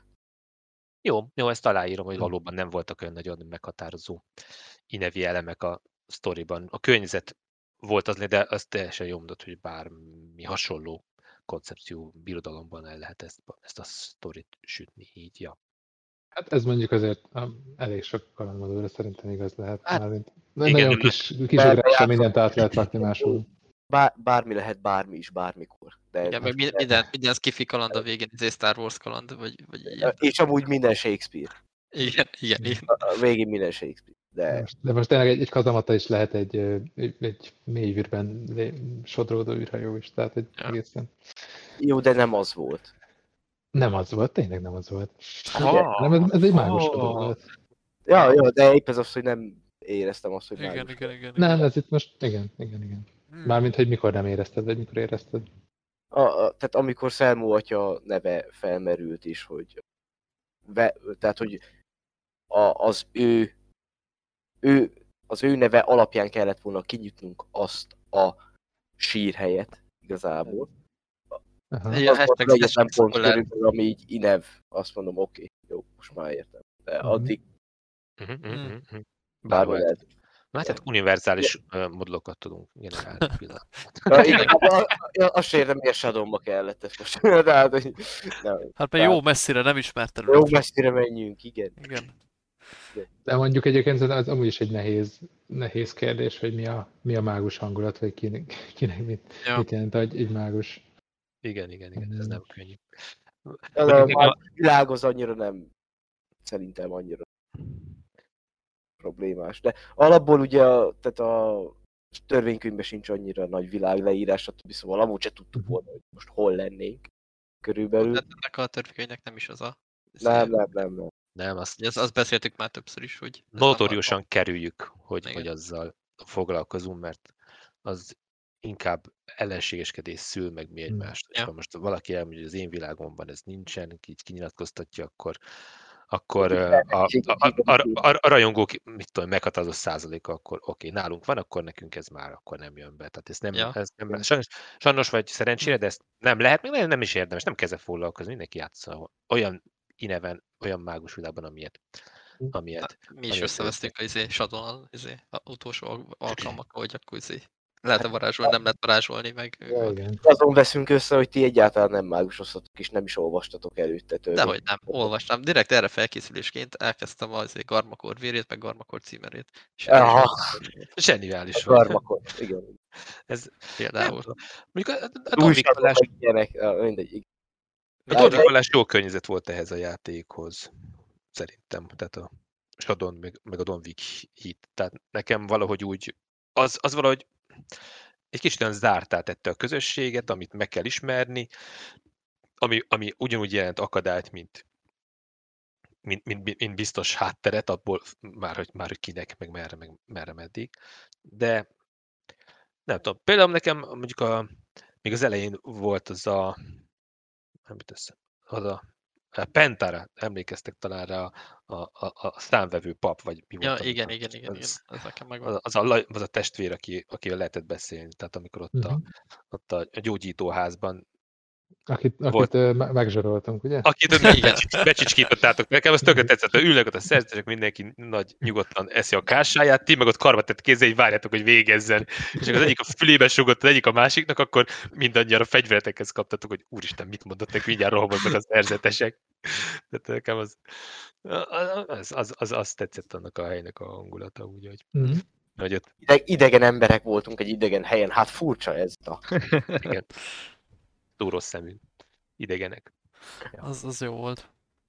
Jó, jó, ezt aláírom, hogy valóban nem voltak olyan nagyon meghatározó inevi elemek a sztoriban. A környezet volt az, de az teljesen jó mondott, hogy bármi hasonló koncepció birodalomban el lehet ezt, ezt a sztorit sütni így, ja. Hát ez mondjuk azért um, elég sok kalandmodulra szerintem igaz lehet. Hát, Hát, igen, nagyon nem- kis, kis ugrással mindent át lehet rakni máshol. Bár, bármi lehet, bármi is, bármikor. De Igen, meg mi- minden, minden skifi kaland a végén, ez egy Star Wars kaland, vagy, vagy ilyen. és amúgy minden Shakespeare. Igen, igen, igen. A a végén minden Shakespeare. De De most, de most tényleg egy, egy kazamata is lehet egy, ö, egy, egy mély űrben lé- sodródó űrhajó is, tehát egy Ja. egészen... jó, de nem az volt. Nem az volt, tényleg nem az volt. Ah, Nem, ez, ez egy mágus ah. dolog volt. Ja, jó, de épp ez az, hogy nem éreztem azt, hogy Igen, mágus. igen, igen. Nem, igen. ez itt most, igen, igen, igen. Hmm. Mármint, hogy mikor nem érezted, vagy mikor érezted. A, a, tehát amikor Szelmó atya neve felmerült is, hogy ve, tehát, hogy a, az ő, ő az ő neve alapján kellett volna kinyitnunk azt a sírhelyet igazából. Aha. Ja, Az volt hashtag az egyetlen session pont spoiler. körülbelül, ami így inev, azt mondom, oké, okay, jó, most már értem. De Mhm. addig Mhm, mhm, Hmm. mhm, mhm. bármi Bár lehet. Na, hát univerzális ö, modulokat tudunk generálni pillanat. Ja, igazából azt sem értem, miért Shadowba kellett ezt most. Tehát, hogy nem, Hát mert jó messzire nem ismert jó terület. messzire menjünk, igen. Igen. De mondjuk egyébként szerintem az amúgy is egy nehéz, nehéz kérdés, hogy mi a, mi a mágus hangulat, vagy kinek, kinek mit, Ja. mit jelent egy, egy mágus. Igen, igen, igen, ez nem könnyű. Az a már világ az annyira nem, szerintem annyira problémás. De alapból ugye a, tehát a törvénykönyvben sincs annyira nagy világleírás, stb. Szóval amúgy se tudtuk volna, hogy most hol lennénk körülbelül. Tehát ennek a törvénynek nem is az a... Nem, nem, nem, nem. Nem, azt Ezt, azt beszéltük már többször is, hogy... ez notóriusan kerüljük, hogy, Igen. hogy azzal foglalkozunk, mert az inkább ellenségeskedés szül meg mi egymást. Ja. Ja. Ha most valaki elmondja, hogy az én világomban ez nincsen, így kinyilatkoztatja, akkor akkor a, a, a, a, a, a rajongók, mit tudom, meghatározó százaléka, akkor oké, okay, nálunk van, akkor nekünk ez már akkor nem jön be. Tehát ez nem, Ja. ez nem sajnos, sajnos vagy szerencsére, de ezt nem lehet, meg nem, nem is érdemes, nem kezdve foglalkozni, mindenki játsza olyan ineven, olyan mágus világban, amilyet. amilyet Mi is amilyet összevesztünk a izé, Shadowon, izé, a utolsó al- alkalmak, hogy akkor izé, lehet-e varázsolni, nem lehet varázsolni, meg... Ja, igen. Azon veszünk össze, hogy ti egyáltalán nem mágusoztatok, és nem is olvastatok előtte törvényt. Dehogy nem, olvastam. Direkt erre felkészülésként elkezdtem az izé, Garmakor vérét, meg Garmakor címerét. És el is Aha. olvastam zseniális A vagy. garmakot, igen. Ez, például. mondjuk a, a, a donvikolás, Újságok, ilyenek, ah, mindegy. igen. a donvikolás jó környezet volt ehhez a játékhoz. Szerintem. Tehát a Shadowon, meg, meg a Donvik hit. Tehát nekem valahogy úgy, az, az valahogy egy kicsit olyan zártá tette a közösséget, amit meg kell ismerni, ami, ami ugyanúgy jelent akadályt, mint, mint, mint, mint biztos hátteret, abból már hogy, már, hogy kinek, meg merre, meg merre meddig. De Nem tudom, például nekem mondjuk a, még az elején volt az a, nem jut össze, az a, a Pentara, emlékeztek talán rá a, a, a, a számvevő pap, vagy mi Ja, volt? igen, amikor- igen, igen, igen. az, Ez nekem megvan. az, az, a, laj- az a testvér, aki, akivel lehetett beszélni, tehát amikor ott, Uh-huh. a, ott a gyógyítóházban Akit, akit Volt. ö, me- megzsaroltunk, ugye? akit Igen. becsics- becsicskítottátok. Nekem az tökre tetszett, hogy ülnek ott a szerzetesek, mindenki nagy nyugodtan eszi a kássáját, ti meg ott karbatett kézzel, így várjátok, hogy végezzen. És akkor az egyik a fülébe sugott, az egyik a másiknak, akkor mindannyian a fegyveretekhez kaptatok, hogy úristen, mit mondottak, mindjárt rohamoznak a szerzetesek. Tehát nekem az, az, az, az, az tetszett annak a helynek a hangulata, úgyhogy Uh-huh. hogy ott, Ide- idegen emberek voltunk egy idegen helyen, hát furcsa ez. Na. igen, túl rossz szemű idegenek. Az, az jó volt.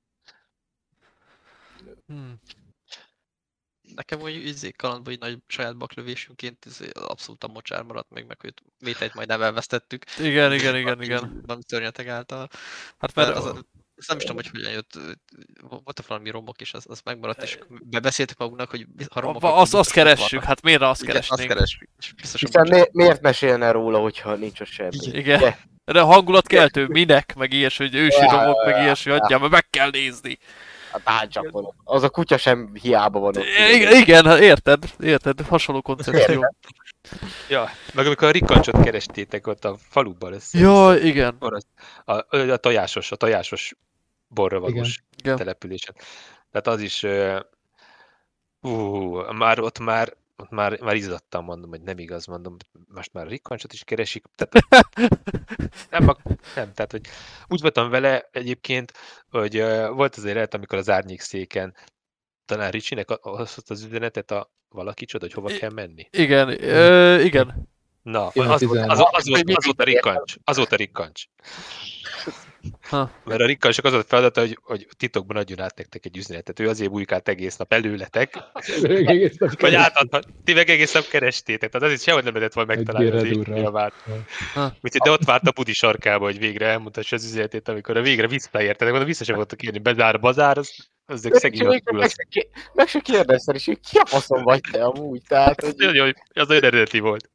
Hmm. Nekem úgy izé, kalandban így nagy saját baklövésünként izé, abszolút a mocsár maradt meg, meg hogy méteit majd nem elvesztettük. Igen, igen, igen, igen. Valami szörnyetek által. Hát Mert mert az, azt nem is tudom, hogy hogyan jött. Voltak valami romok, és az, az megmaradt, és bebeszéltük magunknak, hogy ha romok... a- akkor azt, azt biztos ott keressük, vannak. hát miért ne azt Igen, azt keresnénk? keresünk. És biztos, hogy Hiszen mocsár. mi, miért mesélne róla, hogyha nincs ott semmi? Igen. Ugye? De a hangulatkeltő, minek, meg ilyesmi, hogy ősi Ja, romok, meg ja, ilyesmi, ja. adjál, mert meg kell nézni. Hát átcsapolom. Az a kutya sem hiába van ott. Igen, igen, hát érted, érted, hasonló koncepció. Ja, meg amikor a rikkancsot kerestétek ott a faluban össze. Ja, igen. Orosz, a, a tojásos, a tojásos borra valós Igen. településen. Tehát az is, uh, uh, már ott már, ott már, már izzadtam, mondom, hogy nem igaz, mondom, most már a rikkancsot is keresik. Tehát, nem, ak- nem, tehát, hogy úgy voltam vele egyébként, hogy uh, volt azért lehet, amikor az árnyékszéken talán Ricsinek az az üzenetet a valaki csoda, hogy hova I- kell menni. Igen, ö, igen. Na, Igen, az, volt, tizenhat. az, az, volt, az volt a rikkancs. Az volt a rikkancs. Ha. Mert a rikkancsok az volt a feladata, hogy, hogy titokban adjon át nektek egy üzenetet. Ő azért bujkált egész nap előletek, Egész nap vagy keresik. átadhat. Ti meg egész nap kerestétek. Tehát azért sehogy nem lehetett volna Egy megtalálni az Géredurral. javát. Ha. Úgyhogy de ott várt a budi sarkába, hogy végre elmutassa az üzenetét, amikor a végre visszaértenek. Mondom, vissza sem voltak érni. Bezár a bazár, az, az ők szegény Meg, meg, meg, se ké- meg se kérdezted is, hogy ki a faszom vagy te amúgy. Tehát, az hogy nagyon, az nagyon eredeti volt.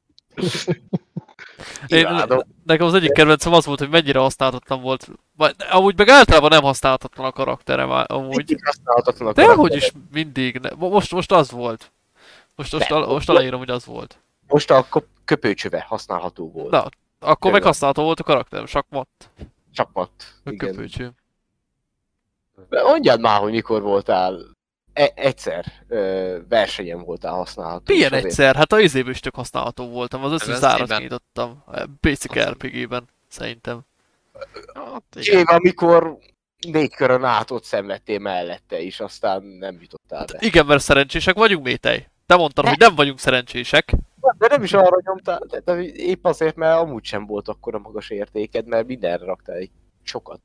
Én, imádom. nekem az egyik kedvencem az volt, hogy mennyire használhatatlan volt. Vagy, amúgy meg általában nem használhatatlan a karakterem, amúgy. Mindig használhatatlan a Dehogy karakter. is mindig. Ne. Most, most az volt. Most, most, Nem. al- most aláírom, hogy az volt. Most a kop- köpőcsöve használható volt. Na, akkor meg Például. használható volt a karakterem, sakmat, Csapmat. meg Igen. köpőcső. Mondjad már, hogy mikor voltál e- egyszer ö, versenyen voltál használható. Milyen és azért- egyszer? Hát a izéből is tök használható voltam, az összes Ez zárat szépen. kinyitottam. Basic Az- er pé gében, szerintem. Hát, igen. Év, amikor négy körön át ott szenvedtél mellette is, aztán nem jutottál be. Igen, mert szerencsések vagyunk, Métej. Te mondtad, hogy nem vagyunk szerencsések. De nem is arra nyomtál, de, de épp azért, mert amúgy sem volt akkor a magas értéked, mert mindenre raktál egy sokat.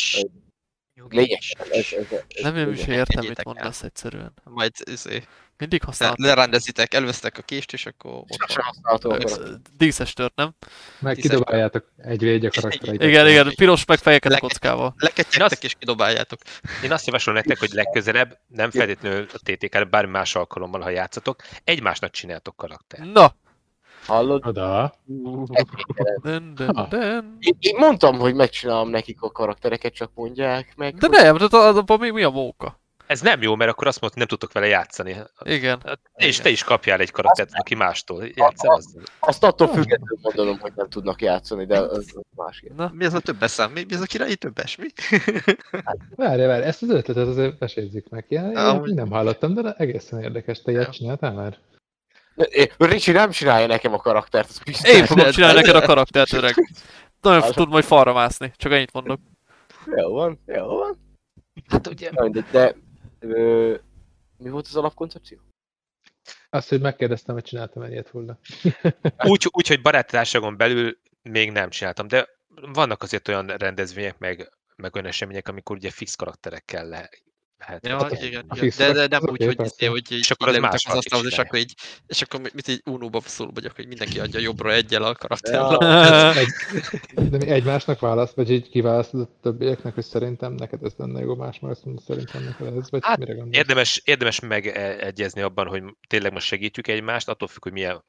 Lényegesen. Ez, ez, ez, Nem, nem is ez, értem, mit Engedjétek el. mondasz egyszerűen. Majd izé, Mindig le- használtam. lerendezitek, elvesztek a kést, és akkor ott Sose van. használható a Ez karakter. díszes tört, nem? Meg Tízes kidobáljátok egy végy a karaktereiket. Igen, igen, piros meg fejeket a Leke- kockával. Leketyegtek és kidobáljátok. Én azt javaslom nektek, hogy legközelebb, nem feltétlenül a té té ká-re, bármi más alkalommal, ha játszatok, egymásnak csináltok karakter. Na! Hallod? Oda. Dön, dön, dön. Én, én mondtam, hogy megcsinálom nekik a karaktereket, csak mondják meg. De hogy- nem, de az abban mi, mi a móka? Ez nem jó, mert akkor azt mondod, hogy nem tudtok vele játszani. Igen. Te is, te is kapjál egy karaktert, aki mástól. Játszol azzal. Azt attól függetlenül mondanom, hogy nem tudnak játszani, de az, az más kérdés. Na, Mi az a többes szám? Mi mi az a királyi többes? Mi? Várj, várj, ezt az ötletet azért mesézzük meg. Én, én Amúgy- nem hallottam, de egészen érdekes. Te ilyet csináltál már? É, Ricsi nem csinálja nekem a karaktert, az biztos. én fogom csinálni neked a karaktert, öreg. Nagyon Az- tud majd falra mászni, csak ennyit mondok. Jó van, jó van. Hát ugye, Na mindegy, de ö, mi volt az alapkoncepció? Azt, hogy megkérdeztem, hogy csináltam egy ilyet hulla. úgy, úgy, hogy baráttársagon belül még nem csináltam, de vannak azért olyan rendezvények, meg, meg olyan események, amikor ugye fix karakterekkel le, lehet. Ja, Hát, igen, igen. fix De, de nem az úgy, oké, hogy, persze. izé, hogy így, És akkor így az leültek más az asztalhoz, és valaki akkor így, és akkor mit így unóba szól vagyok, hogy mindenki adja jobbra egyel a karakterra. Ja. Egy, de mi egymásnak választ, vagy így kiválasztod a többieknek, hogy szerintem neked ez lenne jó, más meg azt mondod, szerintem neked ez, vagy Hát, mire gondolsz? Érdemes, érdemes megegyezni abban, hogy tényleg most segítjük egymást, attól függ, hogy milyen, ha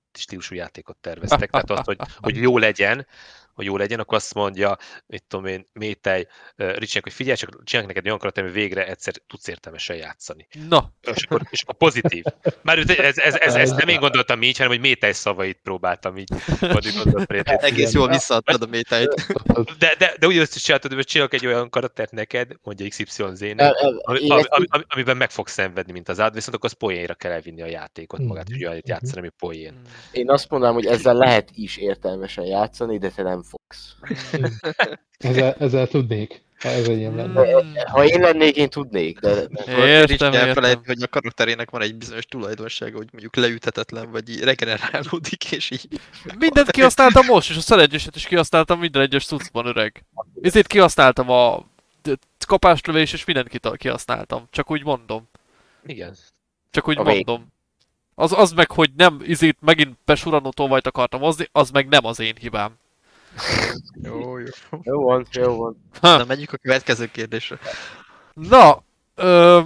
stílusú játékot terveztek. Tehát azt, hogy, hogy jó legyen, hogy jó legyen, akkor azt mondja, mit tudom én, Métej, uh, Ricsinek, hogy figyelj, csak csinálják neked olyan karakter, hogy végre egyszer tudsz értelmesen játszani. Na. És akkor, és akkor pozitív. Már ez, ez, ez, ez, ez nem én gondoltam így, hanem hogy Métej szavait próbáltam így. Egész jól visszaadtad a Métejt. De, de, de úgy azt csináltad, hogy csinálok egy olyan karaktert neked, mondja iksz ipszilon zé-nek, ami, ami, ami, ami, amiben meg fogsz szenvedni, mint az ád, viszont akkor az poénra kell elvinni a játékot magát, hogy olyan játszani, ami poén. Én azt mondanám, hogy ezzel lehet is értelmesen játszani, de te nem fogsz. Ezzel, ezzel tudnék, ha ez egy ilyen lenne. Ha én lennék, én tudnék, de... Értem, értem. Hogy a karakterének van egy bizonyos tulajdonsága, hogy mondjuk leüthetetlen, vagy így regenerálódik, és így... Mindent kihasználtam most, és a szerencsését is kihasználtam minden egyes cuccban, öreg. Ezért kihasználtam a kapáslövés, és mindent kihasználtam. Csak úgy mondom. Igen. Csak úgy A mondom. Az, az meg, hogy nem izét megint Pesuranó tolvajt akartam hozni, az meg nem az én hibám. Jó, jó. Jó van, jó van. Ha. Na, menjünk a következő kérdésre. Na, ö,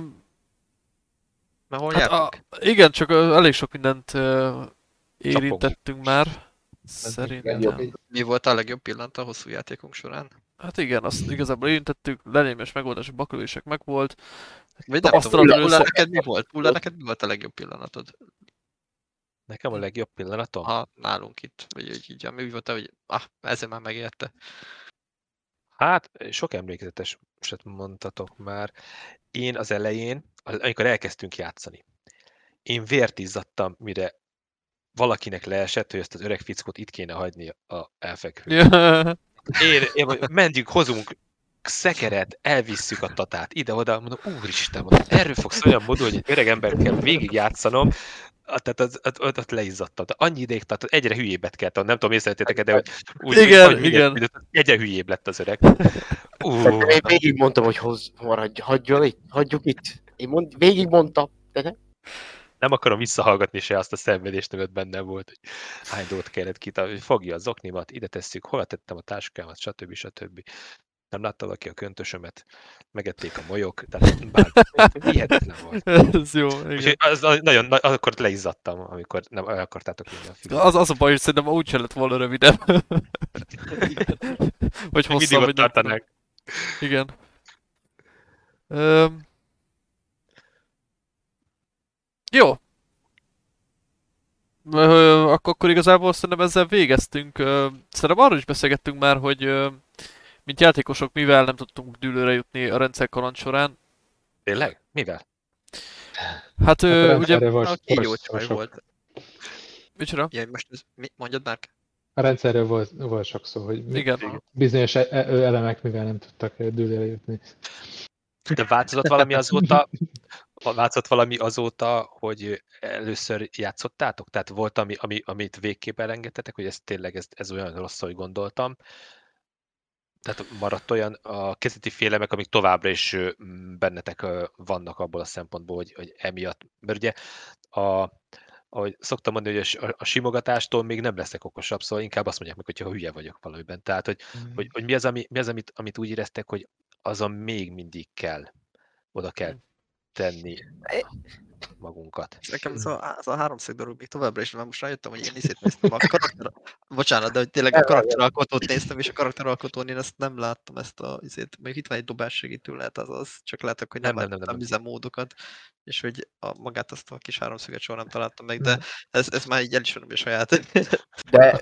Na, hol hát jártunk? a, igen, csak ö, elég sok mindent ö, érintettünk már. Szerintem. Mi volt a legjobb pillanat a hosszú játékunk során? Hát igen, azt igazából érintettük, lenémes megoldások, bakulések meg volt. Vagy nem tudom, Ulla, Ulla, neked mi volt? Ulla, neked mi volt a legjobb pillanatod? Nekem a legjobb pillanatom? Ha nálunk itt, vagy úgy így, ami úgy volt, hogy ah, ezzel már megérte. Hát, sok emlékezeteset mondtatok már. Én az elején, amikor elkezdtünk játszani, én vért izzadtam, mire valakinek leesett, hogy ezt az öreg fickót itt kéne hagyni a elfekvő. Ja. Én, én mentjük, hozunk szekeret, elvisszük a tatát ide-oda, mondom, úristen, mondom, erről fogsz olyan módon, hogy egy öreg ember kell végigjátszanom, tehát az, az, az, az leizzadtam. De annyi ideig, tehát egyre hülyébbet kell tanulni, nem tudom, észrevettétek, de hogy úgy, igen, úgy, igen. Úgy, egyre hülyébb lett az öreg. Uh. Én végig mondtam, hogy hoz, maradj, hagyjon itt, hagyjuk itt. Én mond, végig mondtam, de nem. Nem akarom visszahallgatni se azt a szenvedést, amit bennem volt, hogy hány dolgot kellett ki, hogy fogja az oknimat, ide tesszük, hol tettem a táskámat, stb. stb. Nem látta valaki a köntösömet, megették a molyok, tehát bár, hihetetlen volt. Ez jó, igen. Az, nagyon, akkor leizzadtam, amikor nem el akartátok vinni a filmet. Az, az a baj, hogy szerintem úgy sem lett volna rövidebb. Vagy hosszabb, vagy tartanák. Igen. Öm... Jó. Ö, akkor, akkor igazából szerintem ezzel végeztünk. Ö, szerintem arról is beszélgettünk már, hogy ö, mint játékosok mivel nem tudtunk dűlőre jutni a rendszerkaland során. Tényleg? Mivel? Hát ö, ugye... A kígyó csaj volt. Micsoda? Ja, most ez, mi, mondjad már. A rendszerről volt, volt sok szó, hogy Igen. bizonyos elemek mivel nem tudtak dűlőre jutni. De változott valami azóta, változott valami azóta, hogy először játszottátok? Tehát volt, ami, ami, amit végképp elengedtetek, hogy ez tényleg ez, ez olyan rossz, hogy gondoltam. Tehát maradt olyan a kezdeti félemek, amik továbbra is bennetek vannak abból a szempontból, hogy, hogy emiatt. Mert ugye, a, ahogy szoktam mondani, hogy a, a simogatástól még nem leszek okosabb, szóval inkább azt mondják meg, hogyha hülye vagyok valamiben. Tehát, hogy, mm. hogy, hogy mi az, ami, mi az amit, amit úgy éreztek, hogy azon még mindig kell, oda kell tenni magunkat. Nekem ez a, ez a háromszög dolog még továbbra is, mert most rájöttem, hogy én iszét néztem a karakter... Bocsánat, de hogy tényleg a karakteralkotót néztem, és a karakteralkotón én ezt nem láttam, ezt a izét. Mondjuk itt van egy dobás segítő, lehet az az, csak látok, hogy nem, nem, nem, nem, nem. üzemmódokat, és hogy a, magát azt a kis háromszöget soha nem találtam meg, de ez, ez már így elismerem a saját. De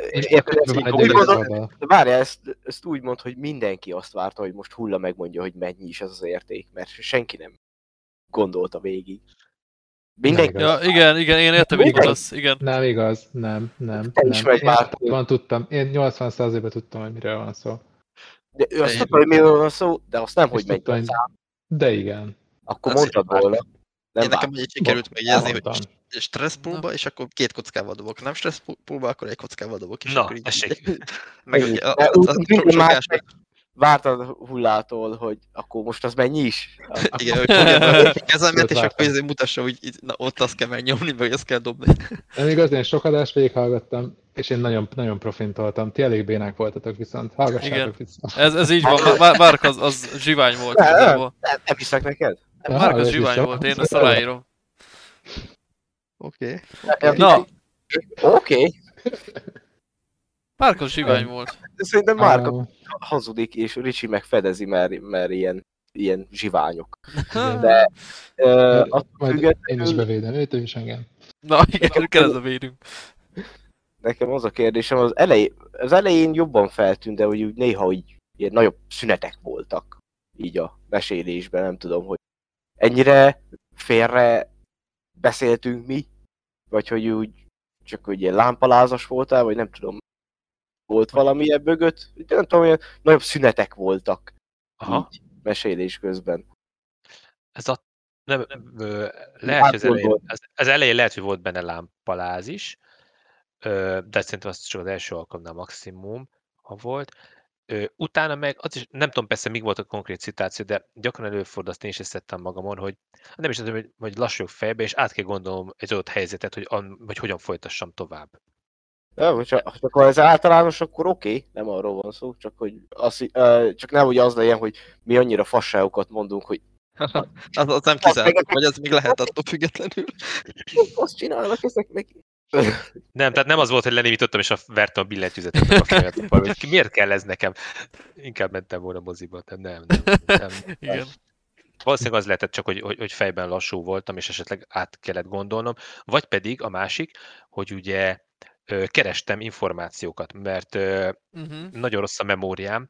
várjál, ezt, ezt úgy mond, hogy mindenki azt várta, hogy most Hulla megmondja, hogy mennyi is ez az érték, mert senki nem gondolta végig. Mindenki. Ja, igen, igen, én értem, hogy igaz, igen. Nem igaz, nem, nem. Te is nem. megvártad. Én tudtam, én nyolcvan százalékban tudtam, hogy miről van szó. De ő azt tudta, hogy miről van szó, de azt nem, hogy megy a szám. De igen. Akkor mondtad volna. Nem én nekem így sikerült megjegyezni, hogy stresszpulba, és akkor két kockával dobok. Nem stresszpulba, akkor egy kockával dobok. És Na, akkor így, esik. Meg ugye, a, az, az, az, az vártad Hullától, hogy akkor most az mennyi is? Igen, hogy fogja a kezemet, és akkor ezért mutassa, hogy na, ott azt kell megnyomni, vagy azt kell dobni. Nem igaz, én sok adást végighallgattam, és én nagyon, nagyon profintoltam. Ti elég bénák voltatok, viszont hallgassátok vissza. Ez, ez így van, Márk az, az zsivány volt. Nem, nem, nem, nem hiszek neked? Márk az zsivány volt, én ezt aláírom. Oké. Na, Oké. Márka zsivány volt. Szerintem Márka Á, hazudik, és Ricsi megfedezi, mert, mert ilyen, ilyen zsiványok. igen. De uh, attól Majd én is függetlenül bevédem őt, ő is engem. Na igen, kell ez a védünk. nekem az a kérdésem, az, elej, az elején jobban feltűnt, de hogy úgy néha úgy ilyen nagyobb szünetek voltak így a mesélésben, nem tudom, hogy ennyire félre beszéltünk mi, vagy hogy úgy csak hogy ilyen lámpalázas voltál, vagy nem tudom, volt valami ebből mögött, nem tudom, olyan nagyobb szünetek voltak Aha. így mesélés közben. Ez a... Nem, ö, lehet, hogy az elején, az, az elején lehet, hogy volt benne lámpaláz is, ö, de szerintem az csak az első alkalomnál maximum, ha volt. Ö, utána meg, az is, nem tudom persze, még volt a konkrét szituáció, de gyakran előfordul, azt én is szedtem magamon, hogy nem is tudom, hogy, hogy lassulok fejbe, és át kell gondolom egy adott helyzetet, hogy, an, vagy hogyan folytassam tovább. Ja, hogy csak, csak ha ez általános, akkor oké, okay, nem arról van szó, csak hogy az, uh, csak nem, hogy az legyen, hogy mi annyira fasságokat mondunk, hogy az, az nem kizártuk, vagy az még lehet attól függetlenül. azt csinálnak ezek neki. Nem, tehát nem az volt, hogy lenémítottam, és a, vertem a billentyűzetet a fejemet, hogy miért kell ez nekem? Inkább mentem volna moziba, nem, nem, nem. Igen. Valószínűleg az lehetett csak, hogy, hogy, hogy fejben lassú voltam, és esetleg át kellett gondolnom, vagy pedig a másik, hogy ugye ö, kerestem információkat, mert ö, Uh-huh. nagyon rossz a memóriám,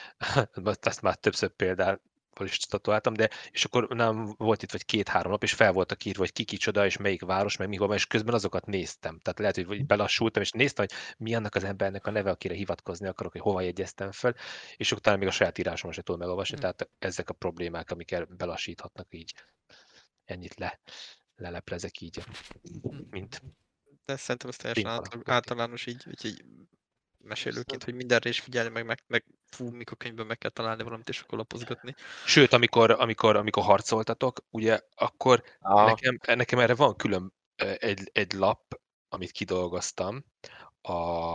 azt már többször például is tatuáltam, de és akkor nem volt itt vagy két-három nap, és fel voltak írva, hogy ki kicsoda, és melyik város, meg mi hol van, és közben azokat néztem. Tehát lehet, hogy belassultam, és néztem, hogy mi annak az embernek a neve, akire hivatkozni akarok, hogy hova jegyeztem fel, és utána még a saját írásomat sem tudom megolvasni, Hm. tehát ezek a problémák, amikkel belassíthatnak így. Ennyit le, leleplezek így, mint De szerintem ez teljesen Pingpong. átlag, általános így, úgyhogy mesélőként, hogy mindenre is figyelni, meg, meg, meg fú, mikor könyvben meg kell találni valamit, és akkor lapozgatni. Sőt, amikor, amikor, amikor harcoltatok, ugye, akkor Ah, nekem, nekem erre van külön ö, egy, egy lap, amit kidolgoztam, a,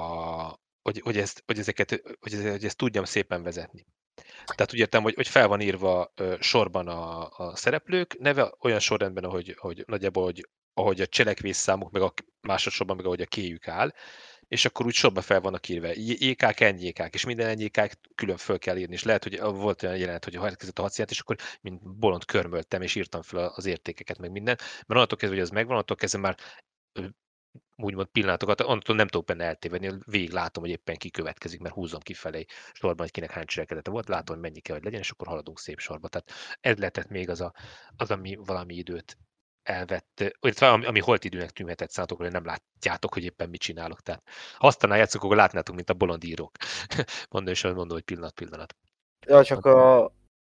hogy, hogy, ezt, hogy, ezeket, hogy, ezt, hogy ezt tudjam szépen vezetni. Tehát úgy értem, hogy, hogy fel van írva ö, sorban a, a szereplők neve, olyan sorrendben, ahogy, hogy nagyjából, hogy, ahogy a cselekvésszámuk, meg a másodszorban, meg ahogy a kéjük áll, és akkor úgy sorba fel vannak írva, jékák, ennyékák, és minden ennyékák külön föl kell írni, és lehet, hogy volt olyan jelenet, hogy ha elkezdett a hadszíját, és akkor mint bolond körmöltem, és írtam fel az értékeket, meg mindent, mert onnantól kezdve, hogy az megvan, onnantól kezdve már ö, úgymond pillanatokat, onnantól nem tudok benne eltévedni, végig látom, hogy éppen ki következik, mert húzom kifelé sorban, hogy kinek hány cselekedete volt, látom, hogy mennyi kell, hogy legyen, és akkor haladunk szép sorba. Tehát ez lehetett még az, a, az ami valami időt elvett, illetve ami, ami holt időnek tűnhetett számotokra, hogy nem látjátok, hogy éppen mit csinálok. Tehát ha aztán játszok, akkor látnátok, mint a bolond írók. Mondom, és mondom, hogy pillanat, pillanat. ja, csak a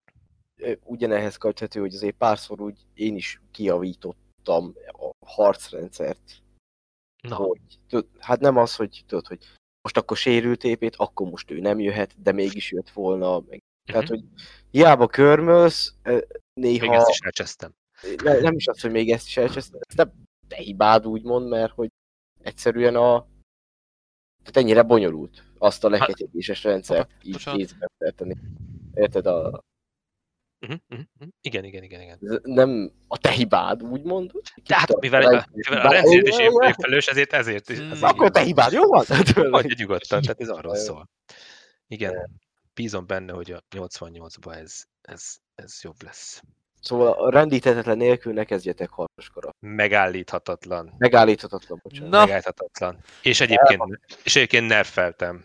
ugyanehhez kapcsolatú, hogy azért párszor úgy én is kijavítottam a harcrendszert. Na, Hogy, tudod, hát nem az, hogy tudod, hogy most akkor sérült épét, akkor most ő nem jöhet, de mégis jött volna. Meg. Tehát, hogy hiába körmölsz, néha... még ezt is elcsesztem. Ne, nem is az, hogy még ezt is elcsesztem, ez nem te hibád úgymond, mert hogy egyszerűen a... Tehát ennyire bonyolult azt a leketyetéses rendszert így bocsánat. kézbe tenni. Érted? A... Uh-huh, uh-huh. Igen, igen, igen, igen. Ez nem a te hibád, úgymond. Tehát, mivel a, mivel a rendszert is én vagyok felelős, ezért ezért is. Ez Akkor te hibád, jó van? Hagyja nyugodtan, tehát ez arról szól. Igen, bízom benne, hogy a nyolcvannyolcban ez, ez, ez jobb lesz. Szóval a rendíthetetlen nélkül ne kezdjetek harcoskara. Megállíthatatlan. Megállíthatatlan, bocsánat. Na. Megállíthatatlan. És egyébként, és egyébként nerfeltem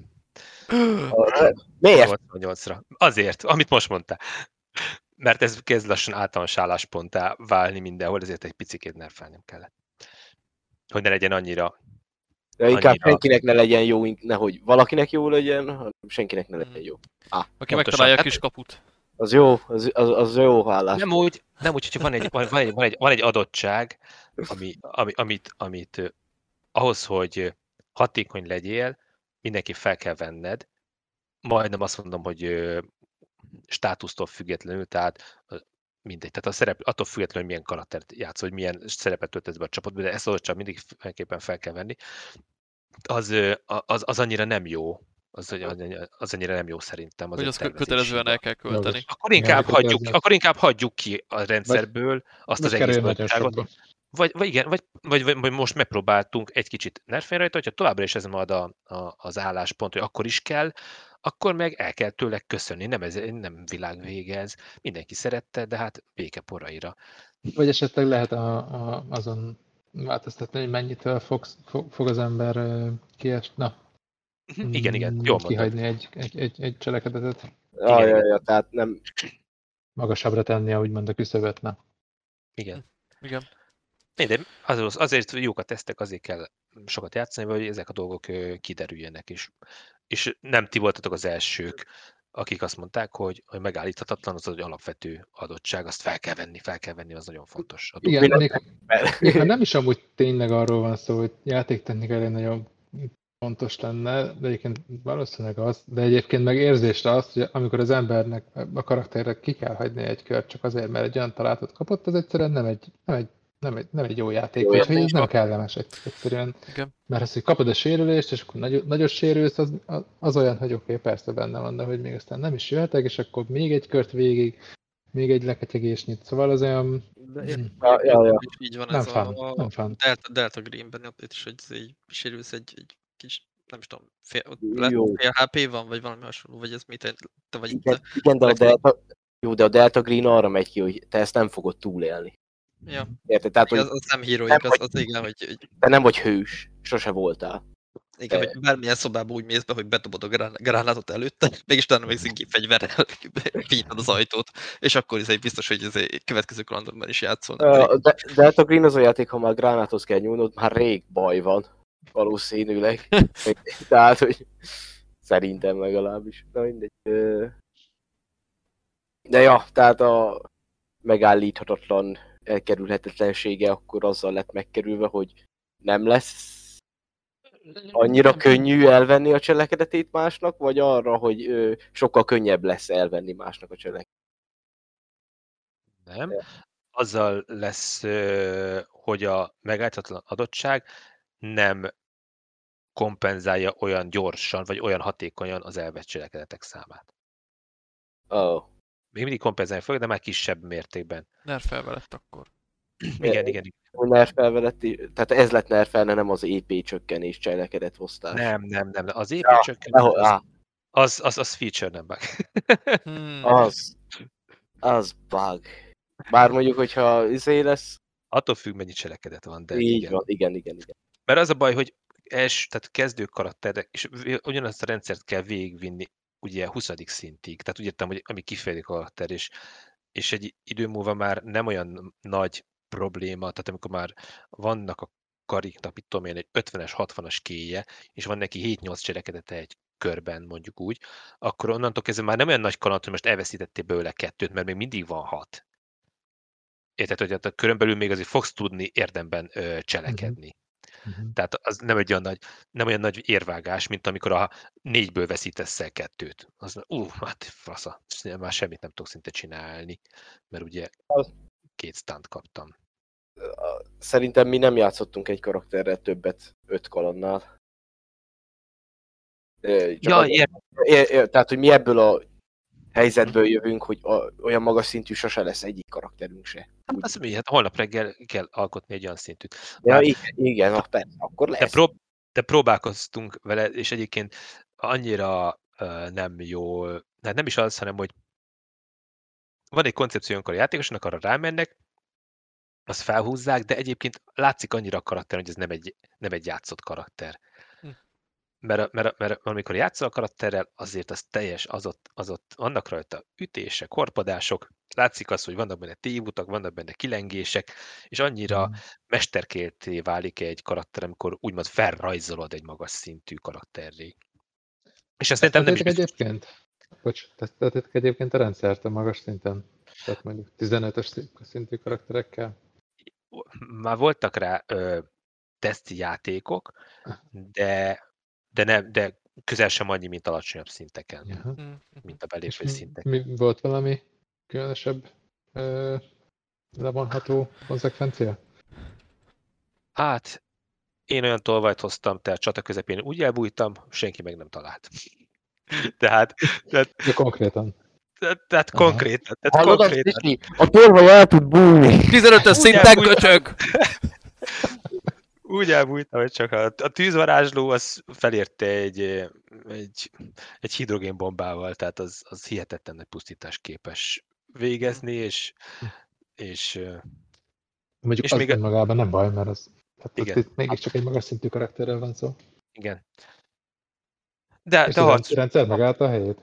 A- Miért? nyolcvannyolcra. Azért, amit most mondtál. Mert ez kezd lassan általános állásponttá válni mindenhol, ezért egy picikét nerfelnem kellett. Hogy ne legyen annyira... Ja, inkább annyira- senkinek ne legyen jó, nehogy valakinek jó legyen, hanem senkinek ne legyen jó. Aki Pontosan. megtalálja a Hát- kis kaput. Az jó, az, az, az jó állás. Nem úgy, nem úgy, hogyha van egy, van, van egy, van egy, van egy adottság, ami, ami, amit, amit ö, ahhoz, hogy hatékony legyél, mindenki fel kell venned. Majdnem azt mondom, hogy ö, státusztól függetlenül, tehát ö, mindegy. Tehát a szerep, attól függetlenül, hogy milyen karaktert játszol, hogy milyen szerepet töltesz be a csapatba, de ezt adottság mindig mindenképpen fel kell venni. Az, ö, az, az annyira nem jó. Az, az, az annyira nem jó szerintem. Az Hogy egy azt kö- tervezési kötelezően hiba. el kell költeni. Jogos. Akkor inkább, Igen, hagyjuk, kötelező. akkor inkább hagyjuk ki a rendszerből azt az Vagy egész kerüljön nagyon adottságot. sokba. Vagy, vagy igen, vagy, vagy, vagy, vagy most megpróbáltunk egy kicsit nerfélni rajta, hogyha továbbra is ez majd a, a, az álláspont, hogy akkor is kell, akkor meg el kell tőle köszönni. Nem, ez, nem világvége ez. Mindenki szerette, de hát béke poraira. Vagy esetleg lehet a, a, azon változtatni, hogy mennyitől fog, fog, fog az ember ö, kiesni, na, Igen, igen, mm, jól mondtad. kihagyni egy, egy, egy, egy cselekedetet. Ja, ja, ja, tehát nem... Magasabbra tenni, úgymond a küszöböt, na. Igen. Igen. Mindegy, azért, azért jók a tesztek, azért kell sokat játszani, hogy ezek a dolgok ö, kiderüljenek is. És nem ti voltatok az elsők, akik azt mondták, hogy, hogy megállíthatatlan az egy alapvető adottság, azt fel kell venni, fel kell venni, az nagyon fontos. A Igen, Minek még, még ha nem is amúgy tényleg arról van szó, hogy játéktechnikailag nagyon fontos lenne, de egyébként valószínűleg az, de egyébként meg érzésre az, hogy amikor az embernek a karakterre ki kell hagyni egy kört csak azért, mert egy olyan találatot kapott, az egyszerűen nem egy, nem egy, nem egy, nem egy jó játék, Jó vagy játék. hogy ez nem kellemes egyszerűen. Igen. Mert az, hogy kapod a sérülést, és akkor nagy, nagyot sérülsz, az, az olyan, hogy oké, okay, persze benne van, de hogy még aztán nem is jöhetek, és akkor még egy kört végig, még egy leketyegésnyit, szóval az olyan... De Mm. én- Ja, ja, ja. is így van Nem ez fán, a, nem fán. Delta, Delta Greenben, ott itt is, hogy ez így sérülsz egy, egy kis, nem is tudom, fél, ott Jó. lehet, fél há pé van, vagy valami hasonló, vagy ez mit, te vagy Igen, itt. igen, de a legfeljebb- Delta... Jó, de a Delta Green arra megy ki, hogy te ezt nem fogod túlélni. Ja, Érted? Tehát, az, hogy az nem híróik, nem az, vagy- az igen, hogy, hogy te nem vagy hős. Sose voltál. igen, De- hogy bármilyen szobába úgy mész be, hogy bedobod a grán- gránátot előtte, mégis utána még gépfegyverrel kinyitod az ajtót, és akkor is biztos, hogy ez egy következő kalandokban is játszol. Nem elég. A De- Delta Green az a játék, ha már gránáthoz kell nyúlnod, már rég baj van. Valószínűleg. Tehát, hogy szerintem legalábbis. Na mindegy. Ö, De ja, tehát a megállíthatatlan elkerülhetetlensége akkor azzal lett megkerülve, hogy nem lesz annyira könnyű elvenni a cselekedetét másnak, vagy arra, hogy ö, sokkal könnyebb lesz elvenni másnak a cselekedetét. Nem. Azzal lesz, ö, hogy a megállíthatatlan adottság nem kompenzálja olyan gyorsan, vagy olyan hatékonyan az elvett cselekedetek számát. Oh. Még mindig kompenzálni fog, de már kisebb mértékben. Nerfelve lett akkor. Igen, igen, igen. Nerfelve lett, tehát ez lett nerfelne, nem az é pé csökkenés cselekedetfosztás. Nem, nem, nem. Az é pé Ja, csökkentés, ahol- az, á, az, az, az feature, nem bug. Hmm. az, az bug. Bár mondjuk, hogyha izé lesz, Attól függ, mennyi cselekedet van, de így igen. van, igen, igen, igen. Mert az a baj, hogy els, tehát kezdő karakterek, és ugyanazt a rendszert kell végigvinni ugye huszadik szintig. Tehát úgy értem, hogy ami kifejező karakter, és, és egy idő múlva már nem olyan nagy probléma, tehát amikor már vannak a kariknak, mit tudom én, egy ötvenes, hatvanas kéje, és van neki hét-nyolc cselekedete egy körben, mondjuk úgy, akkor onnantól kezdve már nem olyan nagy kaland, hogy most elveszítettél belőle kettőt, mert még mindig van hat. Érted, hogy a körön belül még azért fogsz tudni érdemben ö, cselekedni. Mhm. Tehát az nem egy olyan nagy, nem olyan nagy érvágás, mint amikor a négyből veszítesz el kettőt. Az, ú, uh, hát fasza, már semmit nem tudok szinte csinálni, mert ugye Az- két stunt kaptam. Szerintem mi nem játszottunk egy karakterrel többet öt kalandnál. Ö, csak Ja, az- ér, é- é- Tehát, hogy mi ebből a helyzetből jövünk, hogy a, olyan magas szintű sose lesz egyik karakterünk se. Úgy. azt mi, hát holnap reggel kell alkotni egy olyan szintűt. Ja, Bár- igen, igen, ah, persze, akkor De, lesz. prób- de próbálkoztunk vele, és egyébként annyira uh, nem jó, hát nem is az, hanem hogy van egy koncepció, amikor a játékosnak arra rámennek, azt felhúzzák, de egyébként látszik annyira a karakter, hogy ez nem egy, nem egy játszott karakter. Hm. Mert, mert, mert amikor játszol a karakterrel, azért az teljes, az ott, az ott vannak rajta ütések, korpadások, látszik az, hogy vannak benne tévutak, vannak benne kilengések, és annyira Mhm. mesterkélté válik egy karakter, amikor úgymond felrajzolod egy magas szintű karakterré. És ezt Ezt szerintem nem is tettétek biztos. egyébként? Bocs, teszteltétek egyébként a rendszert a magas szinten? Tehát mondjuk tizenötös szintű karakterekkel? Már voltak rá ö, teszti játékok, de, de, nem, de közel sem annyi, mint alacsonyabb szinteken, Jaha. Hmm. mint a És belépő mi, szinteken. mi volt valami különösebb ö, levonható konzekvencia? Hát, én olyan tolvajt hoztam, tehát csata közepén úgy elbújtam, senki meg nem talált. tehát, tehát, Ja, konkrétan. Tehát, tehát Aha. konkrétan. Tehát Hallod azt, konkrétan. Disney? A tolvaj el tud bújni. tizenötös Úgy szinten elbújtam. köcsög! Úgy elbújtam, hogy csak a, a tűzvarázsló az felérte egy, egy, egy hidrogénbombával, tehát az, az hihetetlen nagy pusztítás képes végezni, és, és, Mondjuk és az még, a- önmagában nem baj, mert az, hát ott igen, itt mégiscsak egy magas szintű karakterrel van szó. igen. De, És de a a rend- harc rendszer megállta a helyét.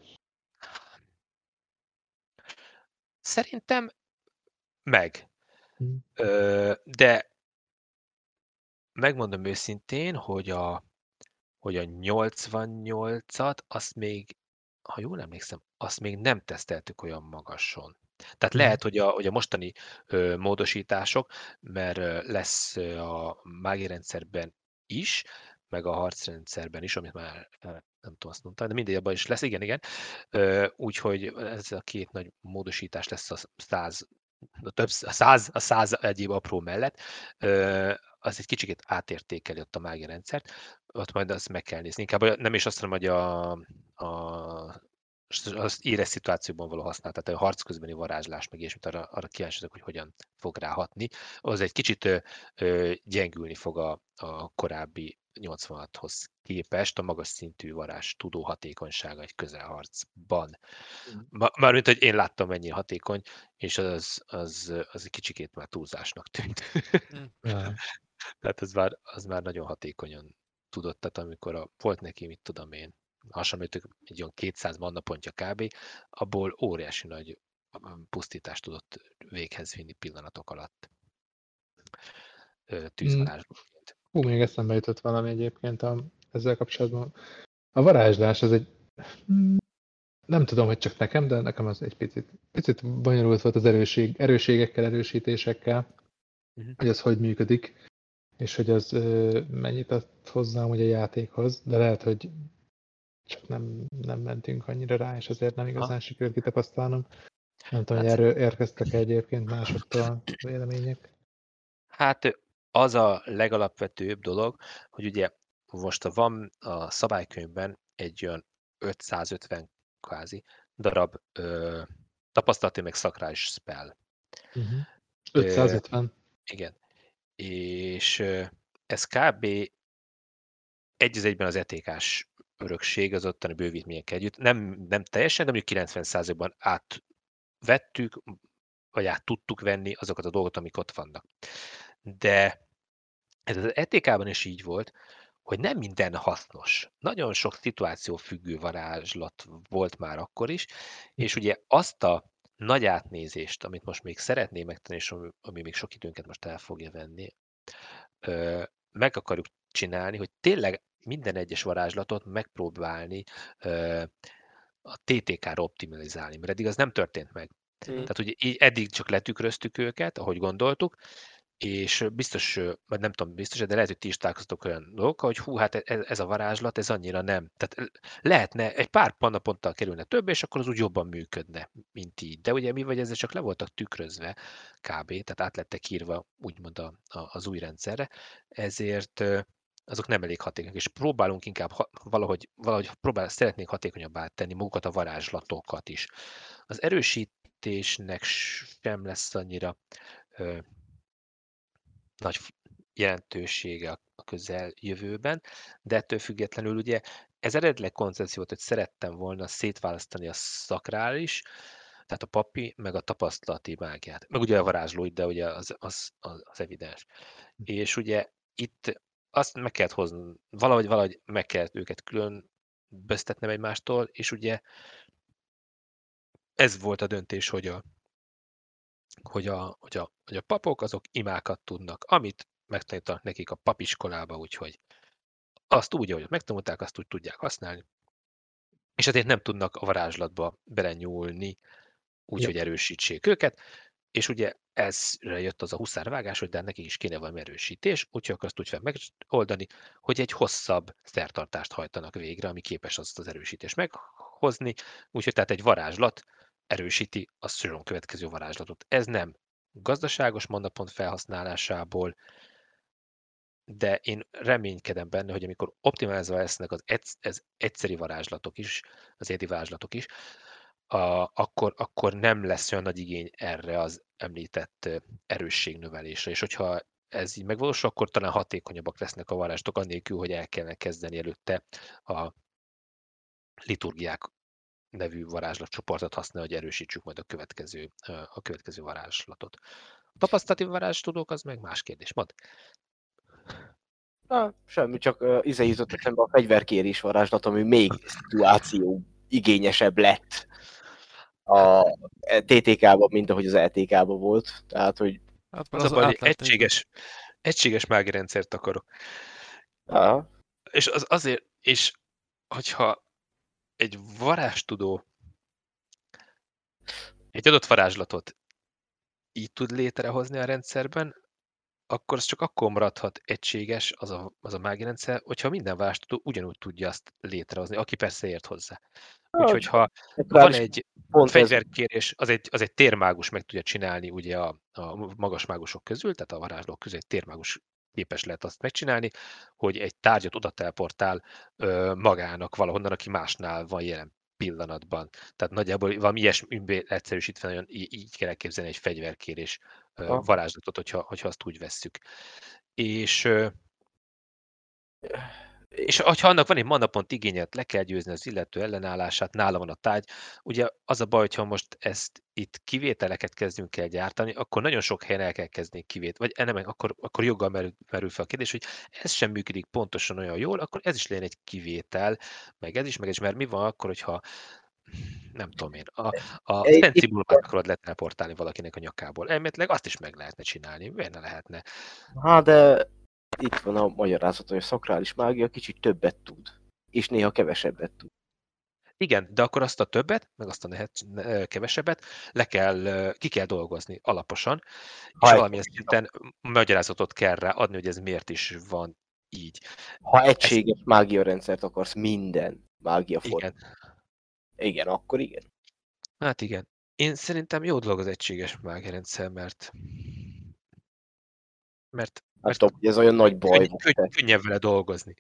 szerintem meg. Hm. Ö, de megmondom őszintén, hogy a, hogy a nyolcvannyolcat, azt még, ha jól emlékszem, azt még nem teszteltük olyan magason. Tehát Mhm. lehet, hogy a, hogy a mostani ö, módosítások, mert ö, lesz ö, a mágirendszerben is, meg a harcrendszerben is, amit már ö, nem tudom, azt mondtam, de mindegy, abban is lesz, igen, igen. Ö, Úgyhogy ez a két nagy módosítás lesz a száz, a több, a száz, a száz egyéb apró mellett. Ö, az egy kicsit átértékeli ott a mágiarendszert, ott majd azt meg kell nézni. Inkább nem is azt mondom, hogy a, a az éles szituációban való használat, tehát a harc közbeni varázslás, meg ilyesmit, arra, arra kíváncsi vagyok, hogy hogyan fog ráhatni. Az egy kicsit ö, ö, gyengülni fog a, a korábbi nyolcvanhathoz képest a magas szintű varázs tudó hatékonysága egy közelharcban. Mármint, hogy én láttam mennyi hatékony, és az, az, az egy kicsikét már túlzásnak tűnt. Ja. Tehát az már, az már nagyon hatékonyan tudott, tehát amikor a, volt neki, mit tudom én, hasonlítjuk egy olyan kétszáz manna pontja kb., abból óriási nagy pusztítást tudott véghez vinni pillanatok alatt. Ö, Tűzvarázslóként. Hú, még eszembe jutott valami egyébként a, ezzel kapcsolatban. A varázslás az egy... hmm, nem tudom, hogy csak nekem, de nekem az egy picit, picit bonyolult volt az erőség, erőségekkel, erősítésekkel, Mhm. hogy az hogy működik, és hogy az ö, mennyit ad hozzám ugye a játékhoz, de lehet, hogy csak nem, nem mentünk annyira rá, és azért nem igazán sikerült kitapasztalnom. Nem tudom, hogy Hát, erről érkeztek -e egyébként másoktól vélemények. hát az a legalapvetőbb dolog, hogy ugye most van a szabálykönyvben egy olyan ötszázötven kvázi darab ö, tapasztalati meg szakrális spell. Uh-huh. Ö, ötszázötven. igen. És ö, ez kb. Egy az egyben az é té ká-s örökség az ottani bővítményekkel együtt. Nem, nem teljesen, de mondjuk kilencven százalékban átvettük, vagy át tudtuk venni azokat a dolgokat, amik ott vannak. De ez az é té ká-ban is így volt, hogy nem minden hasznos. Nagyon sok szituáció függő varázslat volt már akkor is, és ugye azt a nagy átnézést, amit most még szeretné megtenni, és ami, ami még sok időnket most el fogja venni, ö, meg akarjuk csinálni, hogy tényleg minden egyes varázslatot megpróbálni ö, a té té ká-ra optimalizálni, mert eddig az nem történt meg. Mhm. Tehát ugye így eddig csak letükröztük őket, ahogy gondoltuk, és biztos, vagy nem tudom biztos, de lehet, hogy ti is találkoztok olyan dolgokkal, hogy hú, hát ez, ez a varázslat, ez annyira nem. Tehát lehetne, egy pár pannaponttal kerülne több, és akkor az úgy jobban működne, mint így. De ugye mi vagy ezzel csak le voltak tükrözve kb, tehát át lettek írva úgymond a, a, az új rendszerre, ezért ö, azok nem elég hatékonyak, és próbálunk inkább ha, valahogy, valahogy próbál, szeretnénk hatékonyabbá tenni magukat a varázslatokat is. Az erősítésnek sem lesz annyira ö, nagy f- jelentősége a a közeljövőben, de ettől függetlenül ugye ez eredetileg koncepció volt, hogy szerettem volna szétválasztani a szakrális, tehát a papi, meg a tapasztalati mágiát. Meg ugye a varázslóit, de ugye az, az, az, az evidens. És ugye itt azt meg kellett hozni, valahogy, valahogy meg kellett őket különböztetnem egymástól, és ugye ez volt a döntés, hogy a, hogy a, hogy a, hogy a papok azok imákat tudnak, amit megtanítanak nekik a papiskolába, úgyhogy azt úgy, ahogy megtanulták, azt úgy tudják használni, és ezért nem tudnak a varázslatba belenyúlni, úgyhogy Ja. erősítsék őket, és ugye ezre jött az a huszárvágás, hogy de neki is kéne valami erősítés, úgyhogy azt úgy fel megoldani, hogy egy hosszabb szertartást hajtanak végre, ami képes azt az erősítést meghozni, úgyhogy tehát egy varázslat erősíti a soron következő varázslatot. Ez nem gazdaságos mandapont felhasználásából, de én reménykedem benne, hogy amikor optimalizálva lesznek az egy, ez egyszeri varázslatok is, az édi varázslatok is, a, akkor, akkor nem lesz olyan nagy igény erre az említett ö, erősségnövelésre. És hogyha ez így megvalósul, akkor talán hatékonyabbak lesznek a varázslatok, annélkül, hogy el kellene kezdeni előtte a liturgiák nevű varázslatcsoportot használni, hogy erősítsük majd a következő, ö, a következő varázslatot. A tapasztalati varázstudók az meg más kérdés. Mondd. Na, semmi, csak uh, izé jutott eszembe a fegyverkérés varázslat, ami még szituáció igényesebb lett a té té ká-ban, mint ahogy az el té ká-ban volt. Tehát, hogy... Hát, Az, az a baj, hogy átment- egységes, egységes mágirendszert akarok. Á, És az azért, és hogyha egy varázstudó egy adott varázslatot így tud létrehozni a rendszerben, akkor az csak akkor maradhat egységes az a, az a mágirendszer, hogyha minden varázstudó ugyanúgy tudja azt létrehozni, aki persze ért hozzá. Úgyhogy ha van egy pont ez, fegyverkérés, az egy, az egy térmágus meg tudja csinálni ugye a, a magas mágusok közül, tehát a varázslók közül egy térmágus képes lehet azt megcsinálni, hogy egy tárgyat oda teleportál ö, magának valahonnan, aki másnál van jelen pillanatban. Tehát nagyjából valami ilyesmibe egyszerűsítve nagyon í- így kell elképzelni egy fegyverkérés ö, Aha. varázslatot, hogyha, hogyha azt úgy vesszük. És ö, és ha annak van egy manapont igényet, le kell győzni az illető ellenállását, nála van a tárgy. Ugye az a baj, hogyha most ezt itt kivételeket kezdünk el gyártani, akkor nagyon sok helyen el kell kezdeni kivét, vagy nem, akkor, akkor joggal merül, merül fel a kérdés, hogy ez sem működik pontosan olyan jól, akkor ez is legyen egy kivétel, meg ez is, meg ez is, mert mi van akkor, hogyha nem tudom én, a, a Egy- Sensible-t akarod leteleportálni valakinek a nyakából. Elméletileg azt is meg lehetne csinálni, miért ne lehetne? Hát de itt van a magyarázat, hogy a szakrális mágia kicsit többet tud, és néha kevesebbet tud. Igen, de akkor azt a többet, meg azt a nehet, ne- kevesebbet le kell, ki kell dolgozni alaposan, és Ha valamilyen szinten magyarázatot kell rá adni, hogy ez miért is van így. Ha egységes mágiarendszert akarsz minden mágia form. Igen, Igen, akkor igen. hát igen. Én szerintem jó dolog az egységes mágiarendszer, mert mert, Nem mert tudom, hogy ez olyan nagy baj. könny, volt, könny, de könnyebb vele dolgozni.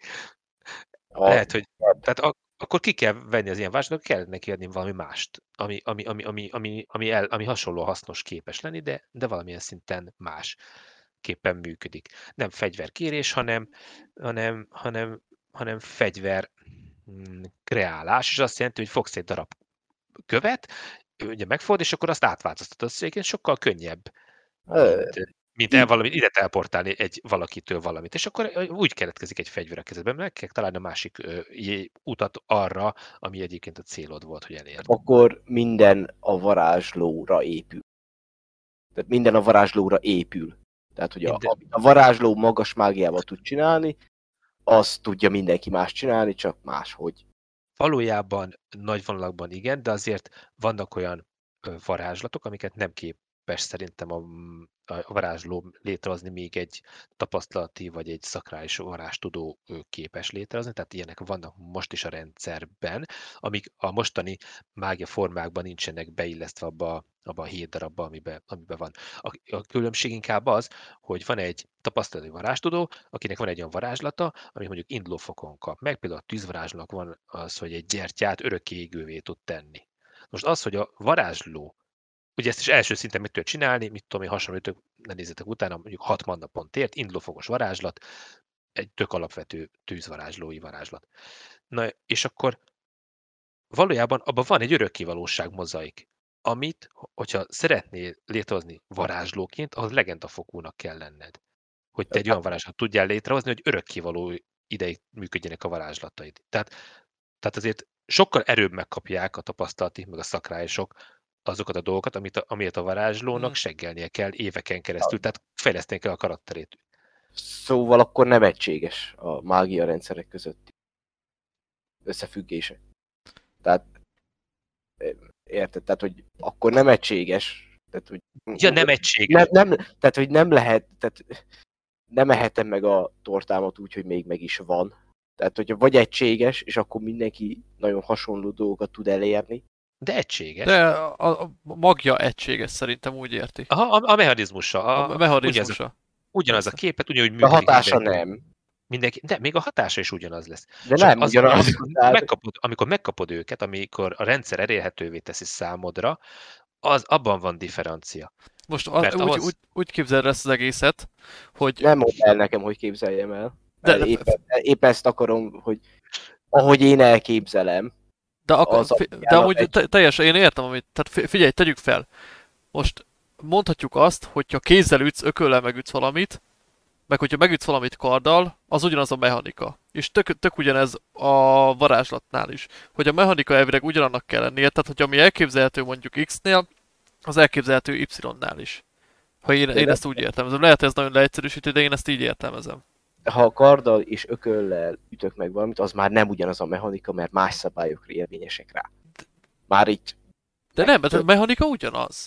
a- Lehet, hogy tehát ak- akkor ki kell venni az ilyen válságokat, kell neki adni valami mást, ami, ami, ami, ami, ami, ami, el, ami hasonló hasznos képes lenni, de, de valamilyen szinten más képpen működik. Nem fegyverkérés, hanem, hanem, hanem, hanem fegyver mm, kreálás, és azt jelenti, hogy fogsz egy darab követ, ugye megfogod, és akkor azt átváltoztatod. Az egyébként sokkal könnyebb, Ö, mint, mint így- el valami, ide teleportálni egy valakitől valamit. És akkor úgy keletkezik egy fegyver a kezedben, meg kell találni a másik ö, i- utat arra, ami egyébként a célod volt, hogy elérd. akkor minden a varázslóra épül. Tehát minden a varázslóra épül. Tehát, hogy a, Minden. amit a varázsló magas mágiával tud csinálni, azt tudja mindenki más csinálni, csak máshogy. Valójában nagy vonalakban igen, de azért vannak olyan ö, varázslatok, amiket nem képes szerintem a, a varázsló létrehozni, még egy tapasztalati vagy egy szakrális varázstudó ö, képes létrehozni, tehát ilyenek vannak most is a rendszerben, amik a mostani mágia formákban nincsenek beillesztve abba, abba a hét darabba, amiben, amiben van. A, a különbség inkább az, hogy van egy tapasztalati varázstudó, akinek van egy olyan varázslata, amit mondjuk indulófokon kap meg, például a tűzvarázslónak van az, hogy egy gyertyát örökké égővé tud tenni. Most az, hogy a varázsló, ugye ezt is első szinten meg tudja csinálni, mit tudom én, hasonlítok, ne nézzetek utána, mondjuk hat manna pontért, indulófokos varázslat, egy tök alapvető tűzvarázslói varázslat. Na, és akkor valójában abban van egy örökkévalóság mozaik, amit, hogyha szeretnél létrehozni varázslóként, ahhoz legendafokúnak kell lenned. Hogy te egy olyan varázslatot tudjál létrehozni, hogy örökkévaló ideig működjenek a varázslataid. Tehát, tehát azért sokkal erőbb megkapják a tapasztalati, meg a szakrálisok azokat a dolgokat, amit a, amiért a varázslónak Mhm. seggelnie kell éveken keresztül, tehát fejleszteni kell a karakterét. Szóval akkor nem egységes a mágia rendszerek közötti összefüggése. Tehát érted? Tehát, hogy akkor nem egységes. Tehát, hogy Ja, nem egységes. nem, nem, tehát, hogy nem lehet, tehát nem ehetem meg a tortámat úgy, hogy még meg is van. Tehát, hogyha vagy egységes, és akkor mindenki nagyon hasonló dolgokat tud elérni. De egységes. De a, a magja egységes, szerintem úgy érti. Aha, a, a mechanizmusa. A, A ugyanaz, a, mechanizmusa. ugyanaz a Persze. képet, ugyanúgy A működik. hatása mindenki. nem. Mindenki, de még a hatása is ugyanaz lesz. De Csak nem az, ugyanaz. amikor, Tehát, megkapod, amikor megkapod őket, amikor a rendszer elérhetővé teszi számodra, az abban van differencia. Most a, Mert úgy, ahhoz, úgy, úgy képzeld ezt az egészet, hogy nem mondd el nekem, hogy képzeljem el. de, Mert de, épp, épp ezt akarom, hogy ahogy én elképzelem, de, ak- az fi- de alapján amúgy egy- te, teljesen én értem, amit, tehát fi- figyelj, tegyük fel. Most mondhatjuk azt, hogyha kézzel ütsz, ököllel megütsz valamit, meg hogyha megütsz valamit karddal, az ugyanaz a mechanika. És tök, tök ugyanez a varázslatnál is. Hogy a mechanika elvileg ugyanannak kell lennie, tehát hogy ami elképzelhető mondjuk X-nél, az elképzelhető Y-nál is. Ha én, én ezt úgy értelmezem. Lehet ez nagyon leegyszerűsítő, de én ezt így értelmezem. ha karddal és ököllel ütök meg valamit, az már nem ugyanaz a mechanika, mert más szabályok érvényesek rá. Már itt De nem, mert a mechanika ugyanaz.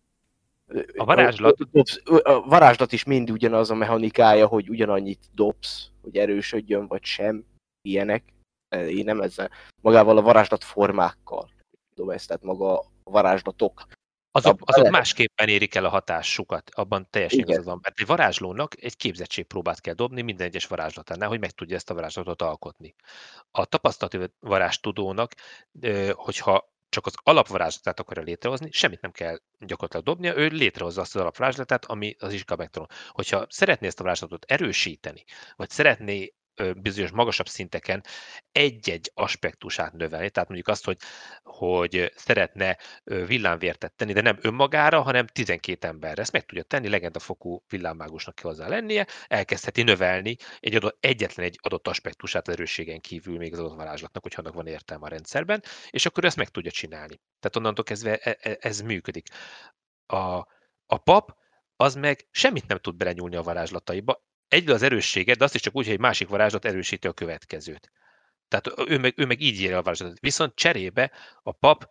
A varázslat- A, dobsz, a varázslat is mind ugyanaz a mechanikája, hogy ugyanannyit dobsz, hogy erősödjön, vagy sem. Ilyenek. Én nem ezzel. Magával a varázslat formákkal tudom ezt, tehát maga a varázslatok. azok, Abba azok lehet. másképpen érik el a hatásukat, abban teljesen Igen. igazad van. Mert egy varázslónak egy képzettségpróbát kell dobni minden egyes varázslatánál, hogy meg tudja ezt a varázslatot alkotni. A tapasztalati varázstudónak, ö, hogyha csak az alapvarázslatát akarja létrehozni, semmit nem kell gyakorlatilag dobnia, ő létrehozza azt az alapvarázslatát, ami az iska megtanul. Hogyha szeretné ezt a varázslatot erősíteni, vagy szeretné ö, bizonyos magasabb szinteken egy-egy aspektusát növelni, tehát mondjuk azt, hogy, hogy szeretne ö, villámvértet tenni, de nem önmagára, hanem tizenkét emberre. Ezt meg tudja tenni, legendafokú villámmágusnak kell hozzá lennie, elkezdheti növelni egy adott, egyetlen egy adott aspektusát az erősségen kívül még az adott varázslatnak, hogy annak van értelme a rendszerben, és akkor ő ezt meg tudja csinálni. Tehát onnantól kezdve e- e- ez működik. A, a pap az meg semmit nem tud belenyúlni a varázslataiba. Egyről az erőssége, de azt is csak úgy, hogy egy másik varázslat erősíti a következőt. Tehát ő meg, ő meg így írja a varázslatot. Viszont cserébe a pap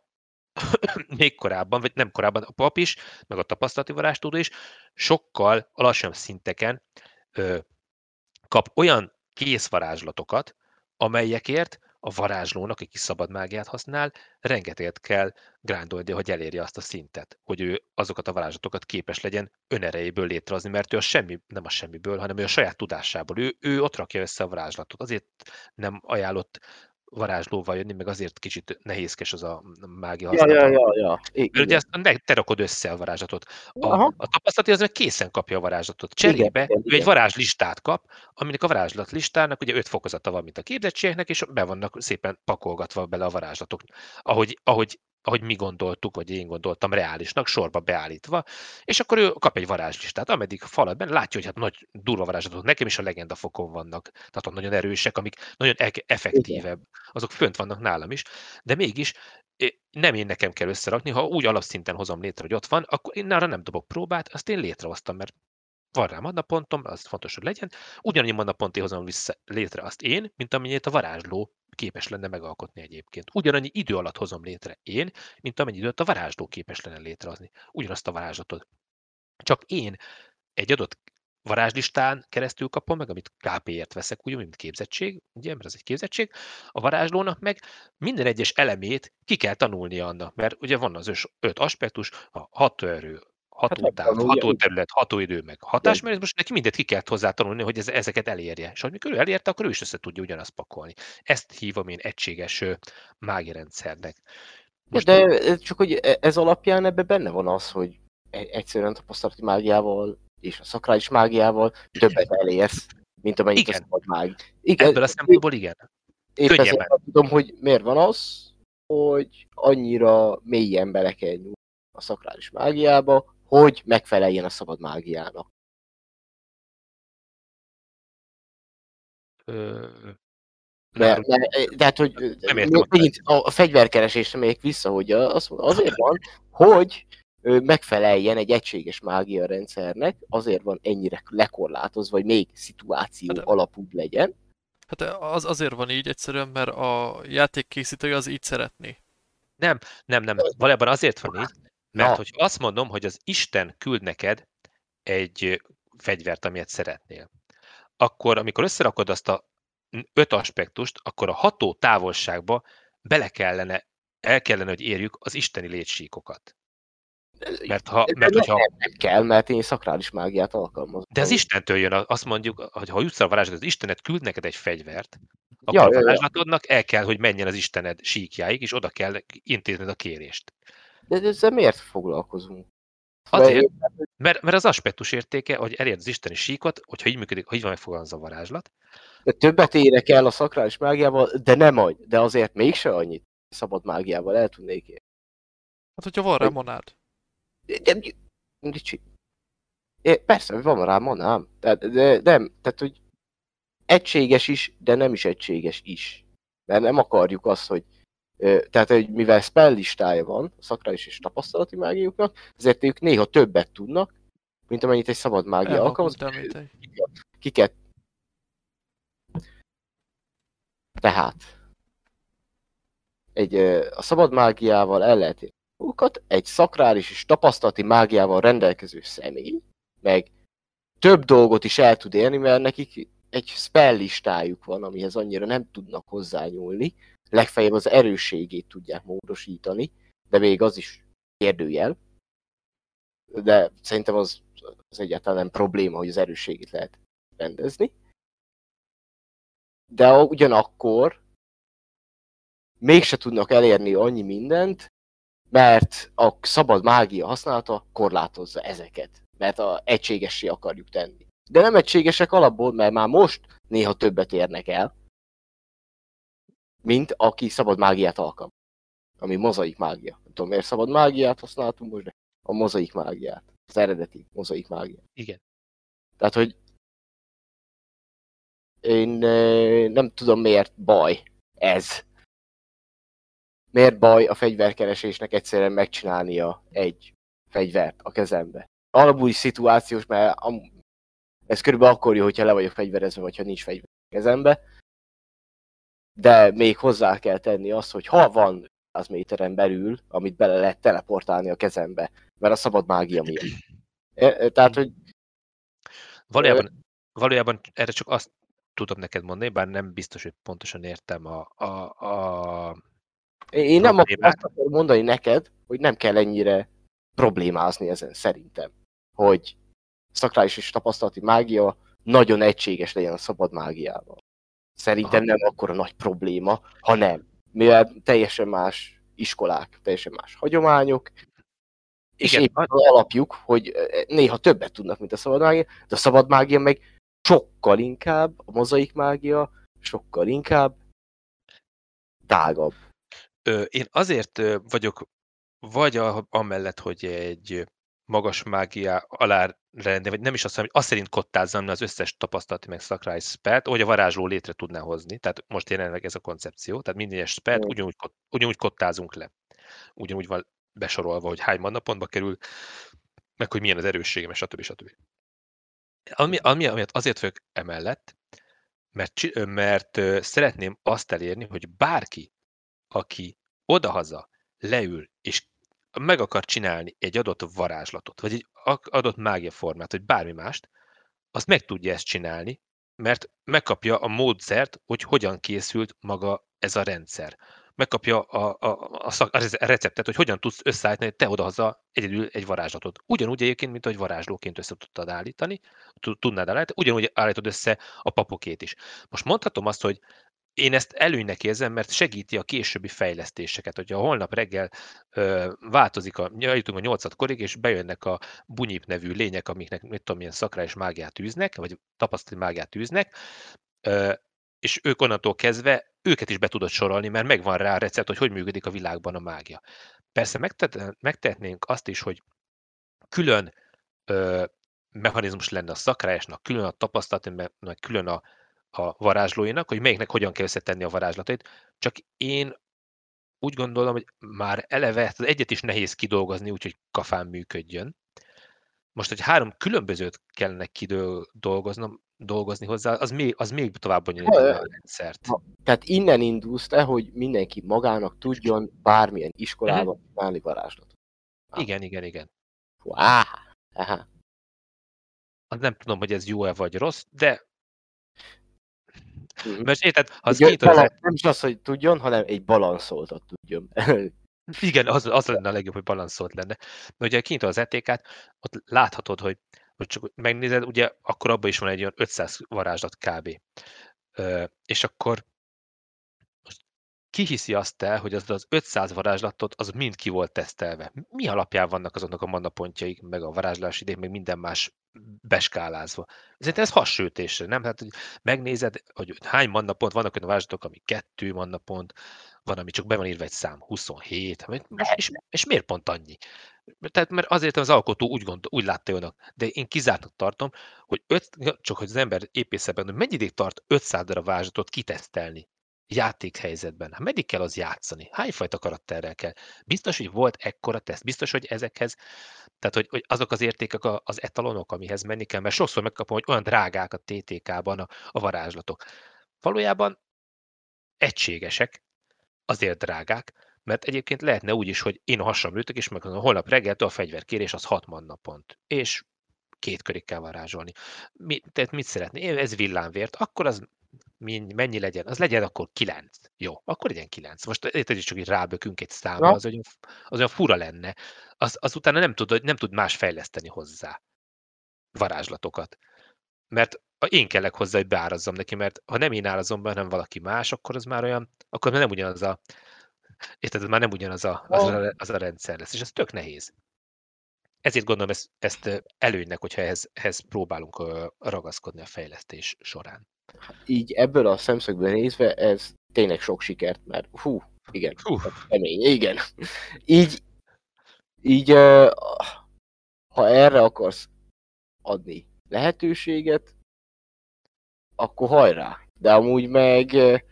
még korábban, vagy nem korábban, a pap is, meg a tapasztalati varázstudó is sokkal alacsonyabb szinteken ö, kap olyan kész varázslatokat, amelyekért a varázslónak, aki szabad mágiát használ, rengeteget kell grindolni, hogy elérje azt a szintet, hogy ő azokat a varázslatokat képes legyen önerejéből létrehozni, mert ő a semmi, nem a semmiből, hanem ő a saját tudásából. Ő, ő ott rakja össze a varázslatot. Azért nem ajánlott varázslóval jönni, meg azért kicsit nehézkes az a mágia Ja, használata. ja, ja, ja. I- Mert ugye igen. ezt meg te rakod össze a varázslatot. A, Aha. a tapasztalati az meg készen kapja a varázslatot. Cserébe Igen, igen, ő egy igen. varázslistát kap, aminek a varázslatlistának ugye öt fokozata van, mint a képzettségeknek, és be vannak szépen pakolgatva bele a varázslatok. Ahogy, ahogy, ahogy mi gondoltuk, vagy én gondoltam reálisnak, sorba beállítva, és akkor ő kap egy varázslistát, ameddig falat benne, látja, hogy hát nagy durva varázslatok, nekem is a legenda fokon vannak, tehát ott nagyon erősek, amik nagyon e- effektívebb, azok fönt vannak nálam is, de mégis é- nem én nekem kell összerakni, ha úgy alapszinten hozom létre, hogy ott van, akkor én arra nem dobok próbát, azt én létrehoztam, mert van rá mannapontom, az fontos, hogy legyen. Ugyanannyi mannaponté hozom vissza létre azt én, mint amennyit a varázsló képes lenne megalkotni egyébként. Ugyanannyi idő alatt hozom létre én, mint amennyi időt a varázsló képes lenne létrehozni. Ugyanazt a varázslatot. Csak én egy adott varázslistán keresztül kapom meg, amit ká pé-ért veszek, úgy, mint képzettség, ugye, mert ez egy képzettség, a varázslónak meg minden egyes elemét ki kell tanulnia annak, mert ugye van az ös- öt aspektus, a hatóerő, hatótáv, megtanulja, hatóterület, hatóidő, meg hatásmérés, most neki mindet ki kellett hozzá tanulni, hogy ez, ezeket elérje. És amikor ő elérte, akkor ő is össze tudja ugyanazt pakolni. Ezt hívom én egységes ö, mágiarendszernek. Most De ez csak hogy e- ez alapján ebben benne van az, hogy e- egyszerűen tapasztalati mágiával és a szakrális mágiával többet elérsz, mint amennyit Igen. a szabad mág. Igen, ebből a szempontból igen. épp könnyebben. ezért nem tudom, hogy miért van az, hogy annyira mélyen bele kell nyúlni a szakrális mágiába, hogy megfeleljen a szabad mágiának. Ö, Mert, mert, tehát, hogy Nem értem a megint a fegyverkeresésre megyek vissza, hogy az, azért van, hogy ö, megfeleljen egy egységes mágia rendszernek, azért van ennyire lekorlátozva, hogy még szituáció De- alapú legyen. Hát az azért van így egyszerűen, mert a játékkészítője az így szeretné. Nem, nem, nem. Valójában azért van így, mert Na. hogy azt mondom, hogy az Isten küld neked egy fegyvert, amilyet szeretnél, akkor amikor összerakod azt a öt aspektust, akkor a ható távolságba bele kellene, el kellene, hogy érjük az isteni létsíkokat. Mert, ha, De mert nem, hogyha... nem kell, mert én szakrális mágiát alkalmazom. De az Istentől jön, azt mondjuk, hogy ha jutsz a varázslatot, az Istenet küld neked egy fegyvert, akkor Ja, a ja, ja. varázslatodnak el kell, hogy menjen az Istened síkjáig, és oda kell intézned a kérést. De ezzel miért foglalkozunk? Azért, mert, mert az aspektus értéke, hogy elérd az isteni síkot, hogyha így működik, ha így van megfogalmazva a varázslat. De többet érek el a szakrális mágiával, de nem annyi. De azért mégse annyit szabad mágiával el tudnék érni. Hát, hogyha van rá monád. De, de, Ricsi. É, persze, hogy van rá manám. De, de nem, tehát, hogy egységes is, de nem is egységes is. Mert nem akarjuk azt, hogy tehát, hogy mivel spell listája van a szakrális és tapasztalati mágiuknak, ezért ők néha többet tudnak, mint amennyit egy szabad mágia alkalmaz. Kiket? Tehát egy, a szabad mágiával el lehet érni magukat, egy szakrális és tapasztalati mágiával rendelkező személy, meg több dolgot is el tud érni, mert nekik egy spell listájuk van, amihez annyira nem tudnak hozzányúlni. Legfeljebb az erősségét tudják módosítani, de még az is kérdőjel. De szerintem az, az egyáltalán nem probléma, hogy az erősségét lehet rendezni. De ugyanakkor mégse tudnak elérni annyi mindent, mert a szabad mágia használata korlátozza ezeket, mert a egységessé akarjuk tenni. De nem egységesek alapból, mert már most néha többet érnek el, mint aki szabad mágiát alkalmaz. Ami mozaik mágia. Nem tudom, miért szabad mágiát használtunk most, de a mozaik mágiát. Az eredeti mozaik mágiát. Igen. Tehát, hogy én nem tudom, miért baj ez. Miért baj a fegyverkeresésnek egyszerűen megcsinálnia egy fegyvert a kezembe. Alapul is szituációs, mert ez körülbelül akkor jó, hogyha le vagyok fegyverezve, vagy ha nincs fegyver a kezembe. De még hozzá kell tenni azt, hogy ha van száz méteren belül, amit bele lehet teleportálni a kezembe, mert a szabad mágia miatt. Tehát, hogy... Valójában, valójában erre csak azt tudom neked mondani, bár nem biztos, hogy pontosan értem a, a, a Én nem azt akarom mondani neked, hogy nem kell ennyire problémázni ezen szerintem. Hogy szakrális és tapasztalati mágia nagyon egységes legyen a szabad mágiával. Szerintem nem akkora nagy probléma, ha nem. Mivel teljesen más iskolák, teljesen más hagyományok, és igen, éppen az alapjuk, hogy néha többet tudnak, mint a szabad mágia, de a szabad mágia meg sokkal inkább, a mozaik mágia sokkal inkább tágabb. Ö, én azért vagyok vagy a, amellett, hogy egy magas mágia alá rendelni, vagy nem is azt mondom, hogy azt szerint kottázzam az összes tapasztalati meg szakrális spelt, ahogy a varázsló létre tudná hozni. Tehát most jelenleg ez a koncepció. Tehát minden egyes spelt ugyanúgy, ugyanúgy kottázunk le. Ugyanúgy van besorolva, hogy hány mannapontba kerül, meg hogy milyen az erősségem, stb. stb. Ami, ami, amiatt azért vagyok emellett, mert, mert szeretném azt elérni, hogy bárki, aki odahaza leül, és meg akar csinálni egy adott varázslatot, vagy egy adott mágiaformát, vagy bármi mást, azt meg tudja ezt csinálni, mert megkapja a módszert, hogy hogyan készült maga ez a rendszer. Megkapja a, a, a, szak, a receptet, hogy hogyan tudsz összeállítani te odahaza egyedül egy varázslatot. Ugyanúgy egyébként, mint ahogy varázslóként össze tudtad állítani, tudnád állítani, ugyanúgy állítod össze a papokét is. Most mondhatom azt, hogy én ezt előnynek érzem, mert segíti a későbbi fejlesztéseket. Hogyha holnap reggel ö, változik, a, jutunk a nyolcadkorig, és bejönnek a bunyip nevű lények, amiknek mit tudom, milyen szakrális mágiát űznek, vagy tapasztalati mágiát űznek, ö, és ők onnantól kezdve őket is be tudod sorolni, mert megvan rá a recept, hogy hogy működik a világban a mágia. Persze megtehetnénk azt is, hogy külön ö, mechanizmus lenne a szakrálásnak, külön a tapasztalati, meg külön a a varázslóinak, hogy melyiknek hogyan kell összetenni a varázslatait, csak én úgy gondolom, hogy már eleve az egyet is nehéz kidolgozni, úgyhogy kafán működjön. Most, hogy három különbözőt kellene kidolgoznom, dolgozni hozzá, az még, az még tovább bonyolítani a rendszert. Tehát innen indulsz te, hogy mindenki magának tudjon bármilyen iskolában csinálni varázslatot. Ah. Igen, igen, igen. Wow. Aha. Nem tudom, hogy ez jó-e vagy rossz, de Mm-hmm. Mert érted, ha az egy kinyitod az... Nem is az, hogy tudjon, hanem egy balanszoltat tudjon. Igen, az, az lenne a legjobb, hogy balanszolt lenne. De ugye kint az é té ká-t, ott láthatod, hogy, hogy csak megnézed, ugye akkor abban is van egy olyan ötszáz varázslat kb. Ö, és akkor most ki hiszi azt el, hogy az az ötszáz varázslatot az mind ki volt tesztelve? Mi alapján vannak azoknak a mana pontjaik, meg a varázslási idék, meg minden más beskálázva? Szerintem ez hasonlítésre, nem? Hát, hogy megnézed, hogy hány manna pont, vannak olyan varázslatok, ami kettő manna pont, van, ami csak be van írva egy szám, huszonhét, és, és, és miért pont annyi? Tehát, mert azért az alkotó úgy, gondol, úgy látta önök, de én kizártnak tartom, hogy öt, csak hogy az ember épészebben, hogy mennyi ideig tart ötszáz darab varázslatot kitesztelni játékhelyzetben. Hát meddig kell az játszani? Hányfajta karakterrel kell? Biztos, hogy volt ekkora teszt, biztos, hogy ezekhez, tehát hogy, hogy azok az értékek az etalonok, amihez menni kell, mert sokszor megkapom, hogy olyan drágák a té té ká-ban a, a varázslatok. Valójában egységesek, azért drágák, mert egyébként lehetne úgy is, hogy én a hasam ültök, és megmondom, holnap reggeltől a fegyverkérés az hat manna pont, és két körig kell varázsolni. Mi, tehát mit szeretné? Én ez villámvért, akkor az mennyi legyen? Az legyen akkor kilenc. Jó, akkor legyen kilenc. Most érted, csak így rábökünk egy számra, az olyan, az olyan fura lenne. Az, az utána nem tud, nem tud más fejleszteni hozzá varázslatokat. Mert én kellek hozzá, hogy beárazzam neki, mert ha nem én árazom be, hanem valaki más, akkor az már olyan, akkor már nem ugyanaz a, érted, ez már nem ugyanaz a, az, a, az a rendszer lesz, és ez tök nehéz. Ezért gondolom ezt, ezt előnynek, hogyha ehhez, ehhez próbálunk ragaszkodni a fejlesztés során. Így ebből a szemszögből nézve ez tényleg sok sikert, mert hú, igen, Hú. kemény, igen. Így, így ha erre akarsz adni lehetőséget, akkor hajrá. De amúgy meg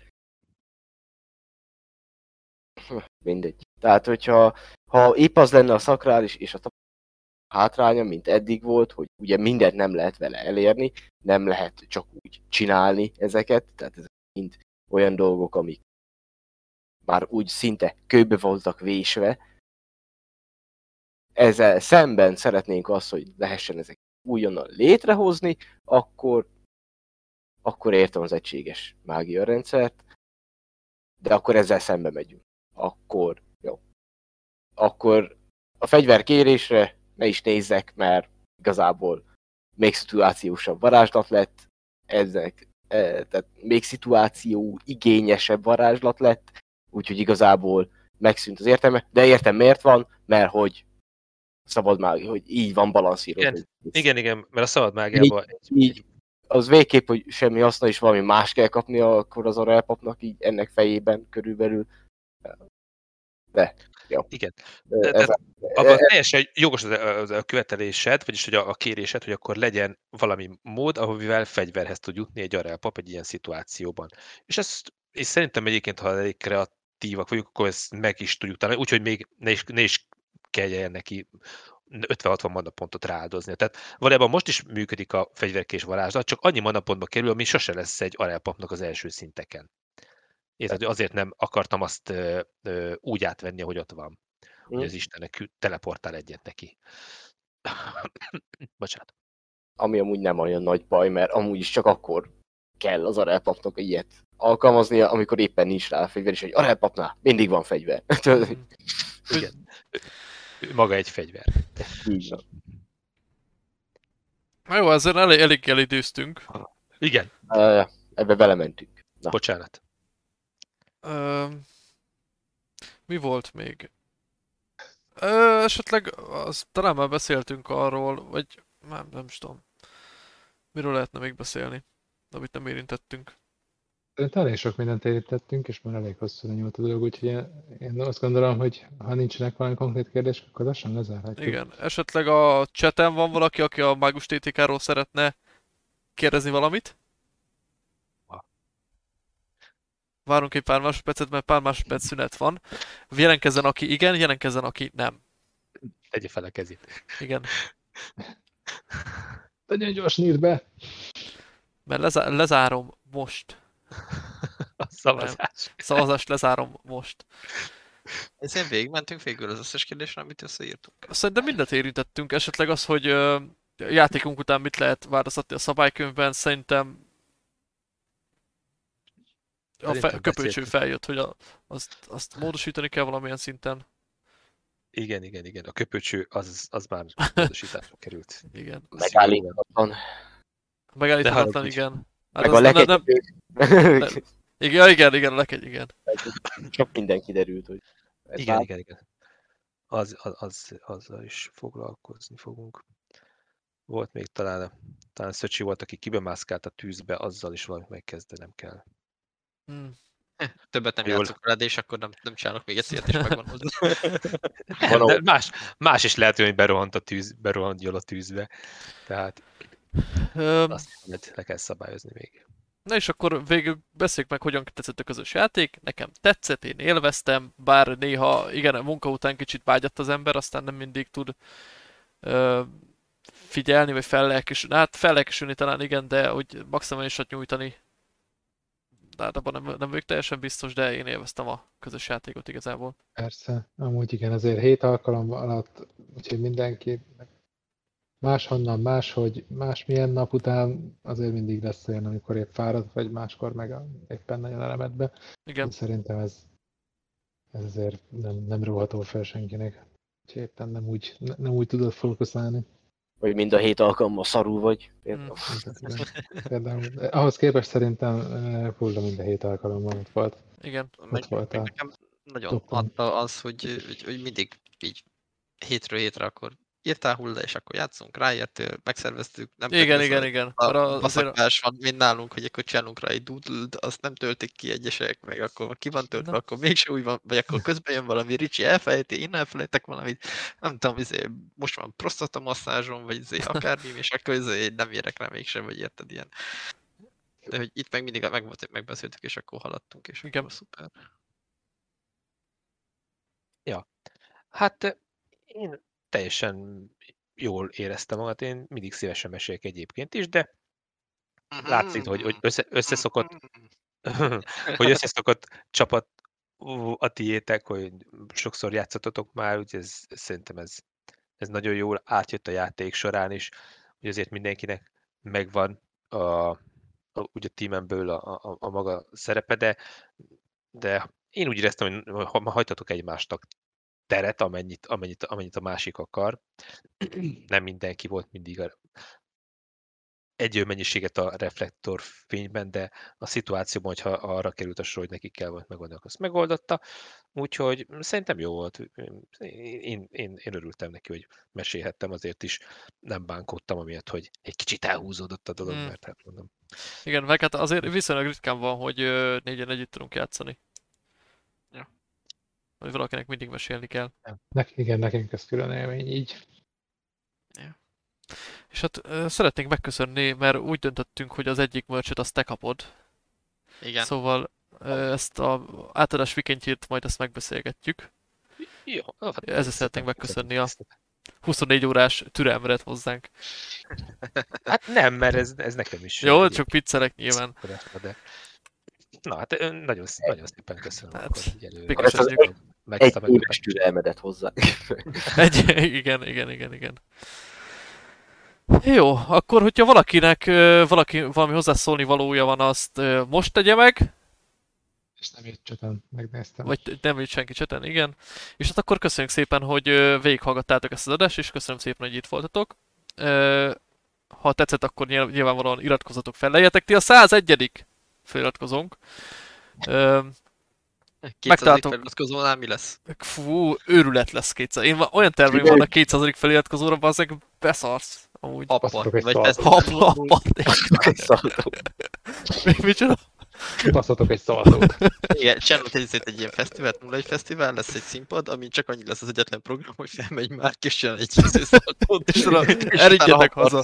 mindegy. Tehát, hogyha ha épp az lenne a szakrális és a hátránya, mint eddig volt, hogy ugye mindent nem lehet vele elérni, nem lehet csak úgy csinálni ezeket, tehát ezek mind olyan dolgok, amik már úgy szinte kőbe voltak vésve. Ezzel szemben szeretnénk azt, hogy lehessen ezek újonnan létrehozni, akkor, akkor értem az egységes mágia rendszert, de akkor ezzel szembe megyünk. Akkor, jó. Akkor a fegyverkérésre ne is nézzek, mert igazából még szituációsabb varázslat lett, ezek, e, tehát még szituáció igényesebb varázslat lett, úgyhogy igazából megszűnt az értelme, de értem miért van, mert hogy szabad mágia, hogy így van balanszírozva. Igen, igen, igen, mert a szabad mágiában... Így, így, az végképp, hogy semmi haszna is valami más kell kapni akkor az Arelpapnak így ennek fejében körülbelül. De, jó. Igen. De, de, ez, de, abban teljesen jogos az, az a követelésed, vagyis hogy a, a kérésed, hogy akkor legyen valami mód, ahol fegyverhez tud jutni egy Arelpap egy ilyen szituációban. És ezt és szerintem egyébként, ha elég kreatívak vagyunk, akkor ezt meg is tudjuk találni, úgyhogy még ne is, ne is kelljen neki ötven-hatvan manapontot rááldozni. Tehát valójában most is működik a fegyverkés varázslat, csak annyi manapontba kerül, ami sose lesz egy Arelpapnak az első szinteken. Érted, hogy azért nem akartam azt ö, ö, úgy átvenni, ahogy ott van. Mm. Hogy az Istennek teleportál egyet neki. Bocsánat. Ami amúgy nem olyan nagy baj, mert amúgy is csak akkor kell az Arelpapnak ilyet alkalmaznia, amikor éppen nincs rá a fegyver, és egy Arelpapnál mindig van fegyver. Igen. Maga egy fegyver. Így van. Na jó, ezzel elég, elég elidőztünk. Igen. Uh, ebbe belementünk. Na. Bocsánat. Uh, mi volt még? Uh, esetleg az, talán már beszéltünk arról, vagy nem, nem is tudom. Miről lehetne még beszélni, amit nem érintettünk? Elég sok mindent érintettünk, és már elég hosszú nyújt a dolog, úgyhogy én azt gondolom, hogy ha nincsenek valami konkrét kérdések, akkor lassan lezárhatjuk. Igen, esetleg a chaten van valaki, aki a mágus té té ká-ról szeretne kérdezni valamit? Várunk egy pár másodpercet, mert pár másodperc szünet van. Jelenkezzen, aki igen, jelenkezzen, aki nem. Tegye fel a kezét. Igen. Tegyen gyorsan írd be! Mert lezá- lezárom most. A szavazás. Nem. Szavazást lezárom most. Ezért végigmentünk végül az összes kérdésre, amit összeírtunk. Szerintem mindent érintettünk. Esetleg az, hogy uh, játékunk után mit lehet változtatni a szabálykönyvben, szerintem a fe- köpőcső feljött, hogy a, azt, azt módosítani kell valamilyen szinten. Igen, igen, igen. A köpöcső az, az már módosításra került. Igen. Megállíthatatlan. Megállíthatatlan, haragudj. igen. Hát Meg az a nem, nem, lekegy. igen, igen, igen, a lekegy, igen. Csak minden kiderült, hogy... ez Igen, már- igen, igen. Az, az, az, azzal is foglalkozni fogunk. Volt még talán, talán Szöcsi volt, aki kibemászkált a tűzbe, azzal is valamit megkezdenem kell. Hmm. Többet nem Jól. játszok veled, és akkor nem, nem csinálok még egy ilyet, és megvan hozzá. Nem, de más, más is lehet, hogy berohant a tűz, berohant jól a tűzbe. Tehát Öm, azt le, le kell szabályozni még. Na és akkor végül beszéljük meg, hogyan tetszett a közös játék. Nekem tetszett, én élveztem, bár néha, igen, a munka után kicsit vágyott az ember, aztán nem mindig tud ö, figyelni, vagy fellelkesülni. Hát fellelkesülni talán igen, de hogy maximálisat nyújtani. De hát abban nem, nem vagyok teljesen biztos, de én élveztem a közös játékot igazából. Persze, amúgy igen, azért hét alkalom alatt, úgyhogy mindenki máshonnan, máshogy, másmilyen nap után azért mindig lesz olyan, amikor épp fáradt, vagy máskor meg a, éppen nagyon elemedbe. Igen. De szerintem ez, ez azért nem, nem róható fel senkinek. Úgyhogy éppen nem úgy, ne- nem úgy tudod fókuszálni. Vagy mind a hét alkalommal szarul vagy. Például. Igen. Például, ahhoz képest szerintem eh, full minden hét alkalommal ott volt. Igen. Meg, volt meg a nekem nagyon toppon. adta az, hogy, hogy, hogy mindig így hétről hétre akkor írtál hulla, és akkor játszunk, ráértél, megszerveztük, nem Igen, igen, igen. A Arra azért... baszakás van, mint nálunk, hogy akkor csinálunk rá egy doodle-t, azt nem töltik ki egyesek, meg akkor ki van töltve, Na. akkor mégse úgy van, vagy akkor közben jön valami, Ricsi elfelejti, én elfelejtek valamit, nem tudom, izé, most van prostata masszázsom, vagy izé, akármi, és akkor izé, nem érek rá mégsem, vagy érted ilyen. De hogy itt meg mindig meg, megbeszéltük, és akkor haladtunk, és Igen. akkor szuper. Hát eh, én teljesen jól éreztem magam, én mindig szívesen mesélek egyébként is, de látszik, hogy, hogy össze, összeszokott, hogy összeszokott csapat ú, a tiétek, hogy sokszor játszottatok már, úgyhogy ez, szerintem ez, ez nagyon jól átjött a játék során is, hogy azért mindenkinek megvan a, a, úgy a tímemből a, a, a maga szerepe, de, de én úgy éreztem, hogy ha hagytatok egymástak teret, amennyit, amennyit, amennyit a másik akar. Nem mindenki volt mindig a egy mennyiséget a reflektorfényben, de a szituációban, hogyha arra került a sor, hogy neki kell volt megoldani, akkor azt megoldotta. Úgyhogy szerintem jó volt. Én, én, én, én örültem neki, hogy mesélhettem, azért is nem bánkódtam, amiatt, hogy egy kicsit elhúzódott a dolog, Hmm. mert hát mondom. Igen, meg hát azért viszonylag ritkán van, hogy ö, négyen együtt tudunk játszani. Ja. Hogy valakinek mindig mesélni kell. Nek, igen, nekünk ez külön élmény így. És hát ö, szeretnénk megköszönni, mert úgy döntöttünk, hogy az egyik merchet azt te kapod. Igen. Szóval ö, ezt a átadás vikentjét majd ezt megbeszélgetjük. Jó, hát Ezzel szeretnénk megköszönni a huszonnégy órás türelmedet hozzánk. Hát nem, mert ez, ez nekem is. Jó, egy- csak viccelek nyilván. De... Na, hát ö, nagyon, szé- nagyon szépen köszönöm. Hát, akkor így előre. még köszönjük. Meg- meg- Egy meg- éves türelmedet hozzá. Egy, igen, igen, igen, igen. Jó, akkor hogyha valakinek ö, valaki valami hozzászólni valója van, azt ö, most tegye meg, És nem jött cseten, megnéztem. vagy nem jut senki cseten, igen. És hát akkor köszönjük szépen, hogy ö, végighallgattátok ezt az adást, és köszönöm szépen, hogy itt voltatok. Ö, Ha tetszett, akkor nyilv- nyilvánvalóan iratkozzatok fel. Legyetek ti a százegyedik feliratkozónk. Ö, kétszázadik megtaláltok- feliratkozónál mi lesz? Fú, őrület lesz kétszer. Én van- olyan terveim vannak kétszázadik feliratkozóra, bazzeg beszarsz. Amúgy. Happat, Baszhatok egy vagy szalt. fesztivál. Hap, hap, Szaltom. Mi, micsoda? Baszatok egy szaltót. Igen, csinálunk egy, egy ilyen fesztivált, nulla egy fesztivál, lesz egy színpad, ami csak annyi lesz az egyetlen program, hogy felmegy már, és csinál egy szaltót. És utána elindjatok haza.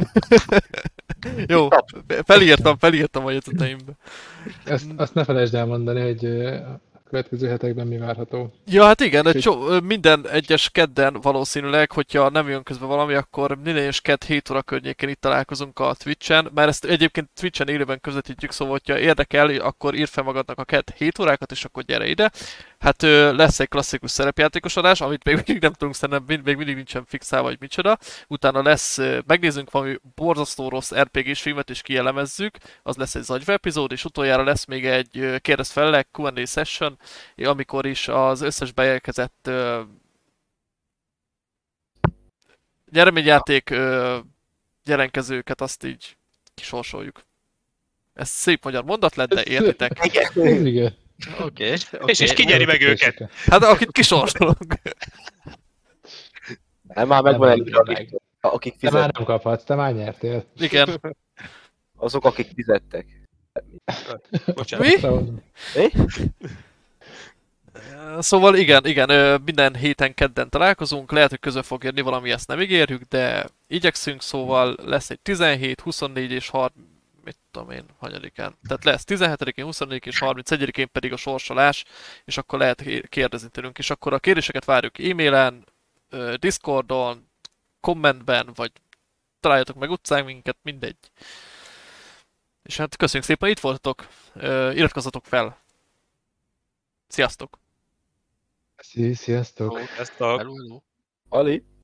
Jó, felírtam, felírtam a jegyzeteimbe. Ezt, azt ne felejtsd el mondani, hogy ö, a következő hetekben mi várható. Ja, hát igen, egy Úgyhogy- csó, minden egyes kedden valószínűleg, hogyha nem jön közben valami, akkor minden egyes kedd hét óra környékén itt találkozunk a Twitch-en, mert ezt egyébként Twitch-en élőben közvetítjük, szóval hogyha érdekel, akkor írd fel magadnak a kedd hét órákat, és akkor gyere ide. Hát ö, lesz egy klasszikus szerepjátékos adás, amit még mindig nem tudunk, szerintem mind- még mindig nincsen fixálva, vagy micsoda. Utána lesz, ö, megnézzünk valami borzasztó rossz er pé gés filmet, és kielemezzük, az lesz egy zagyva epizód, és utoljára lesz még egy ö, kérdezz fellek, kú és á session, amikor is az összes bejelentkezett ö, nyereményjáték ö, jelentkezőket azt így kisorsoljuk. Ez szép magyar mondat lett, de értitek. Ez igen. Oké, És, és ki nyeri meg őket? Hát akit kisorsolunk. Nem, már megvan Nem előre, meg. akik, akik Te már fizettek. nem kaphatsz, te már nyertél. Igen. Azok, akik fizettek. Bocsánat. Mi? Mi? Szóval igen, igen, ö, minden héten kedden találkozunk, lehet, hogy közö fog jönni valami, ezt nem ígérjük, de igyekszünk, szóval lesz egy tizenhét, huszonnégy és harminc, mit tudom én, hanyadikán. Tehát lesz tizenhetedikén, huszonnegyedikén és harmincegyedikén pedig a sorsolás, és akkor lehet kérdezni tőlünk, és akkor a kérdéseket várjuk e-mailen, ö, Discordon, kommentben, vagy találjatok meg utcán minket, mindegy. És hát köszönjük szépen, hogy itt voltatok, ö, iratkozzatok fel. Sziasztok! Szi- Sziasztok! Sziasztok. Hello, hello. Ali?